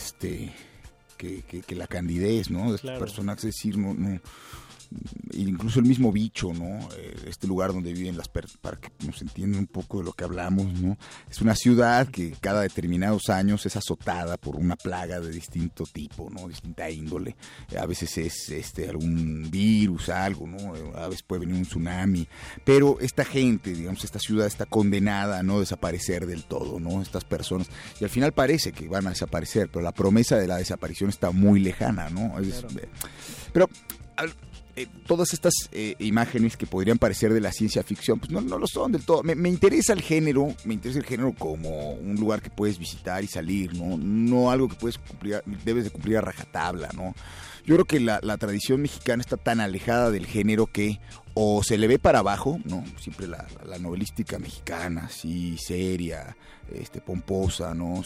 que la candidez, ¿no? De estos personajes, es decir, no incluso el mismo Bicho, ¿no? Este lugar donde viven para que nos entiendan un poco de lo que hablamos, ¿no? Es una ciudad que cada determinados años es azotada por una plaga de distinto tipo, ¿no? Distinta índole. A veces es algún virus, algo, ¿no? A veces puede venir un tsunami. Pero esta gente, digamos, esta ciudad está condenada a no desaparecer del todo, ¿no? Estas personas. Y al final parece que van a desaparecer, pero la promesa de la desaparición está muy lejana, ¿no? Pero todas estas imágenes que podrían parecer de la ciencia ficción, pues no lo son del todo. Me interesa el género como un lugar que puedes visitar y salir, no algo que debes de cumplir a rajatabla, ¿no? Yo creo que la tradición mexicana está tan alejada del género que o se le ve para abajo, ¿no? Siempre la novelística mexicana, así seria, pomposa, ¿no?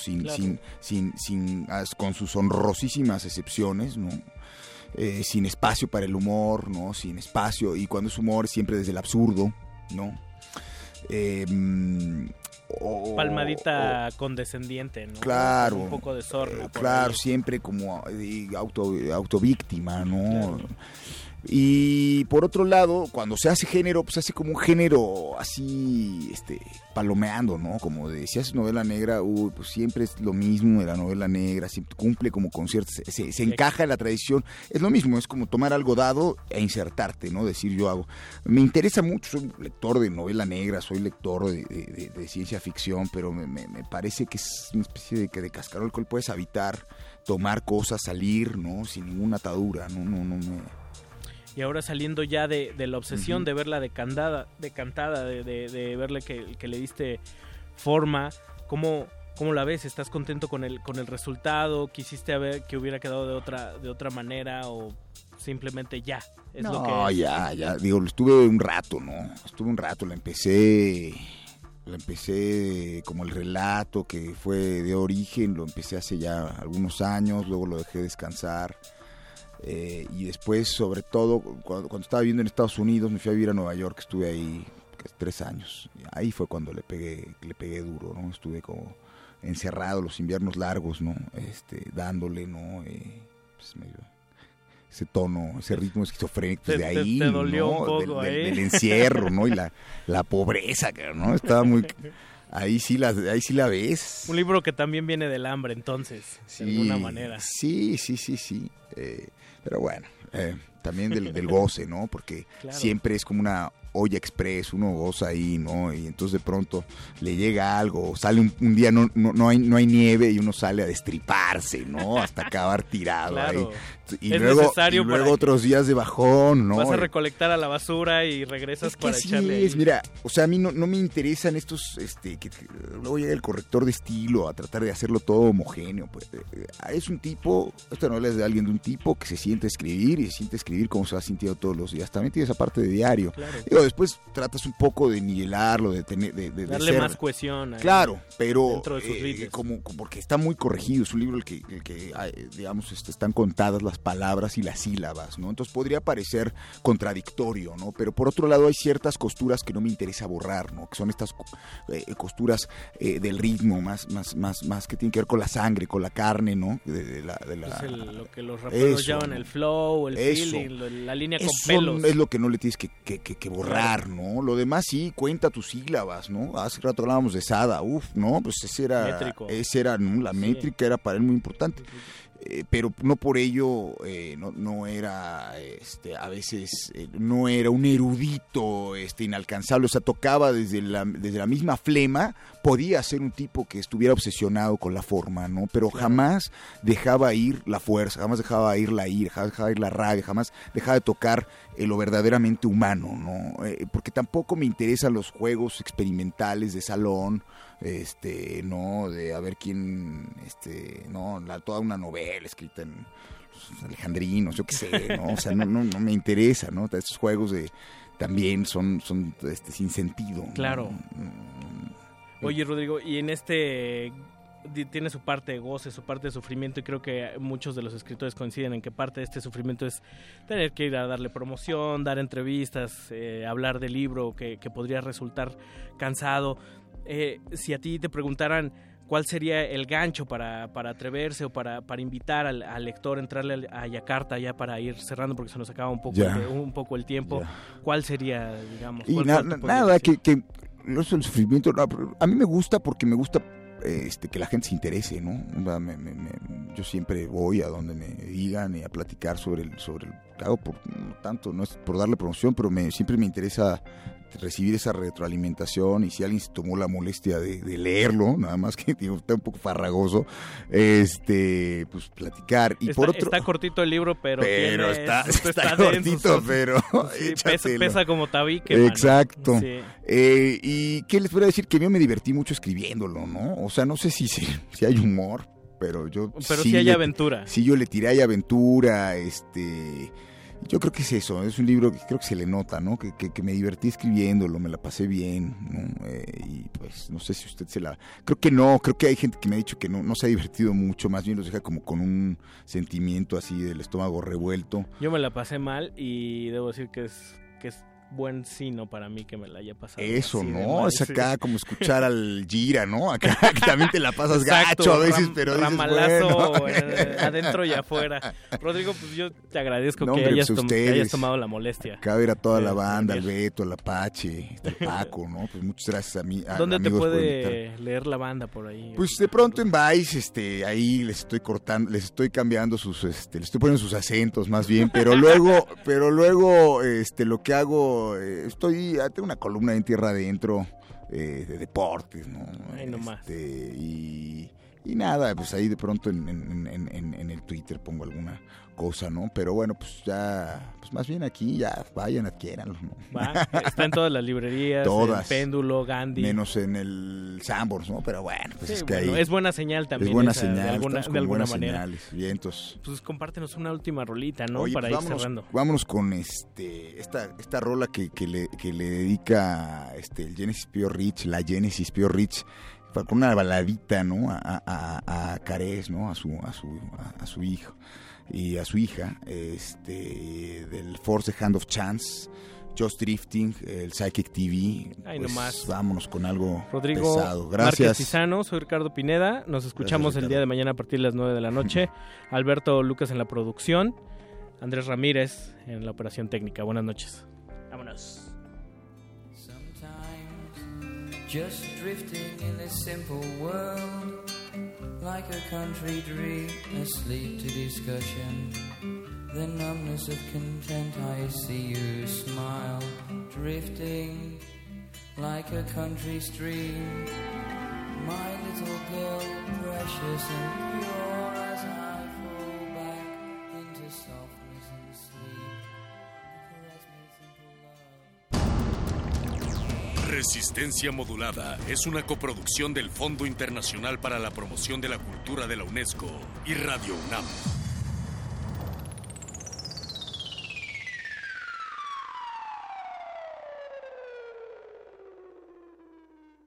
Con sus honrosísimas excepciones, ¿no? Sin espacio para el humor, ¿no? Sin espacio, y cuando es humor siempre desde el absurdo, ¿no? Palmadita condescendiente, ¿no? Claro. Un poco de sorna. Claro, siempre como autovíctima, ¿no? Claro. Y por otro lado, cuando se hace género, pues se hace como un género así, palomeando, ¿no? Como de, si haces novela negra, pues siempre es lo mismo de la novela negra, siempre cumple como con ciertas, se encaja en la tradición, es lo mismo, es como tomar algo dado e insertarte, ¿no? Decir yo hago. Me interesa mucho, soy lector de novela negra, soy lector de ciencia ficción, pero me parece que es una especie de cascarón el cual puedes habitar, tomar cosas, salir, ¿no? Sin ninguna atadura, no me... Y ahora saliendo ya de la obsesión de verla decantada, de verle que le diste forma, ¿cómo la ves? ¿Estás contento con el resultado? ¿Quisiste ver que hubiera quedado de otra manera o simplemente ya? Ya, digo, estuve un rato, la empecé como el relato que fue de origen, lo empecé hace ya algunos años, luego lo dejé descansar. Y después, sobre todo, cuando estaba viviendo en Estados Unidos, me fui a vivir a Nueva York, estuve ahí 3 años. Ahí fue cuando le pegué duro, ¿no? Estuve como encerrado los inviernos largos, ¿no? Dándole, ¿no? Pues medio ese tono, ese ritmo esquizofrénico de ahí, te dolió, ¿no? un poco, del encierro, ¿no? Y la pobreza, ¿no? Estaba muy... Ahí sí la ves. Un libro que también viene del hambre, entonces, sí, de alguna manera. Sí. Pero bueno, también del goce, ¿no? Porque claro, siempre es como una olla express, uno goza ahí, ¿no? Y entonces de pronto le llega algo, sale un día, no hay nieve y uno sale a destriparse, ¿no? Hasta acabar tirado claro, ahí. Y es luego necesario otros días de bajón, ¿no? Vas a recolectar a la basura y regresas para echarle ahí. Mira, o sea, a mí no me interesan estos, que luego llega el corrector de estilo a tratar de hacerlo todo homogéneo. Pues, es un tipo, esta novela es de alguien, de un tipo que se siente a escribir y se siente a escribir como se ha sintido todos los días. También tiene esa parte de diario. Claro. Digo, después tratas un poco de nivelarlo, de tener, de darle más cohesión. Claro, pero dentro de sus líneas. porque está muy corregido. Es un libro el que digamos, están contadas las palabras y las sílabas, ¿no? Entonces podría parecer contradictorio, ¿no? Pero por otro lado hay ciertas costuras que no me interesa borrar, ¿no? Que son estas costuras del ritmo, más que tienen que ver con la sangre, con la carne, ¿no? Lo que los raperos llaman el flow, el feeling, la línea con pelos. Es lo que no le tienes que borrar, ¿no? Lo demás sí, cuenta tus sílabas, ¿no? Hace rato hablábamos de Sada, ¿no? Pues ese era, ¿no? La métrica era para él muy importante. Pero no por ello no era a veces no era un erudito inalcanzable, o sea, tocaba desde la misma flema, podía ser un tipo que estuviera obsesionado con la forma, ¿no? Pero jamás dejaba ir la fuerza, jamás dejaba ir la ira, jamás dejaba ir la rabia, jamás dejaba de tocar lo verdaderamente humano, ¿no? Porque tampoco me interesan los juegos experimentales de salón, no, de a ver quién, no, toda una novela escrita en los alejandrinos, yo qué sé, ¿no? O sea, no me interesa, ¿no? Estos juegos también son sin sentido. Claro. Oye, Rodrigo, y en tiene su parte de goce, su parte de sufrimiento, y creo que muchos de los escritores coinciden en que parte de este sufrimiento es tener que ir a darle promoción, dar entrevistas, hablar del libro que podría resultar cansado. Si a ti te preguntaran cuál sería el gancho para atreverse o para invitar al lector a entrarle a Yakarta ya para ir cerrando porque se nos acaba un poco el tiempo, ¿cuál sería, digamos? Y nada, que no es el sufrimiento, no, a mí me gusta porque me gusta que la gente se interese, ¿no? Yo siempre voy a donde me digan y a platicar sobre el hago no es por darle promoción, pero siempre me interesa recibir esa retroalimentación, y si alguien se tomó la molestia de leerlo, nada más que digo, está un poco farragoso, pues platicar. Y está cortito el libro, pero está cortito, pero sí, pesa como tabique. Exacto. Sí. Y qué les podría decir, que yo me divertí mucho escribiéndolo, ¿no? O sea, no sé si hay humor, pero sí hay aventura. Sí, yo le tiré ahí aventura, yo creo que es eso, es un libro que creo que se le nota, ¿no? Que me divertí escribiéndolo, me la pasé bien, ¿no? Y pues no sé si usted creo que no, creo que hay gente que me ha dicho que no se ha divertido mucho, más bien los deja como con un sentimiento así del estómago revuelto. Yo me la pasé mal y debo decir que es buen sino para mí que me la haya pasado. Eso, ¿no? Es acá como escuchar al Gira, ¿no? Acá que también te la pasas gacho a veces, pero ramalazo, bueno. Adentro y afuera. Rodrigo, pues yo te agradezco que hayas tomado la molestia. Acá ver a toda la banda, al Beto, al Apache, el Paco, ¿no? Pues muchas gracias a mí. ¿Dónde te puede leer la banda por ahí? Pues de pronto en Vice, ahí les estoy cortando, les estoy cambiando les estoy poniendo sus acentos más bien, pero luego lo que hago, tengo una columna en Tierra Adentro de deportes, ¿no? Ay, no más. Y nada, pues ahí de pronto en el Twitter pongo alguna cosa, ¿no? Pero bueno, pues ya, pues más bien aquí ya vayan, adquiéranlo, ¿no? Está en todas las librerías, todas, en Péndulo, Gandhi. Menos en el Sanborns, ¿no? Pero bueno, pues sí, es que ahí es buena señal también. Es buena señal, de alguna manera. Señales, vientos. Pues compártenos una última rolita, ¿no? Oye, para pues ir cerrando. Vámonos con esta rola que le dedica el Genesis Pio Rich, la Genesis Pio Rich, con una baladita, ¿no? A Carés, ¿no? A su hijo y a su hija, del Force the Hand of Chance, Just Drifting, el Psychic TV. Ahí Pues nomás. vámonos con algo Rodrigo pesado. Márquez Gracias. Tizano, soy Ricardo Pineda. Nos escuchamos el día de mañana a partir de las 9 de la noche. Alberto Lucas en la producción. Andrés Ramírez en la operación técnica. Buenas noches. Vámonos. Just drifting in a simple world, like a country dream, asleep to discussion. The numbness of content, I see you smile, drifting like a country stream. My little girl, precious and pure, as I fall back into softness and sleep. Caress me, simple love. Resistencia Modulada es una coproducción del Fondo Internacional para la Promoción de la Cultura de la UNESCO y Radio UNAM.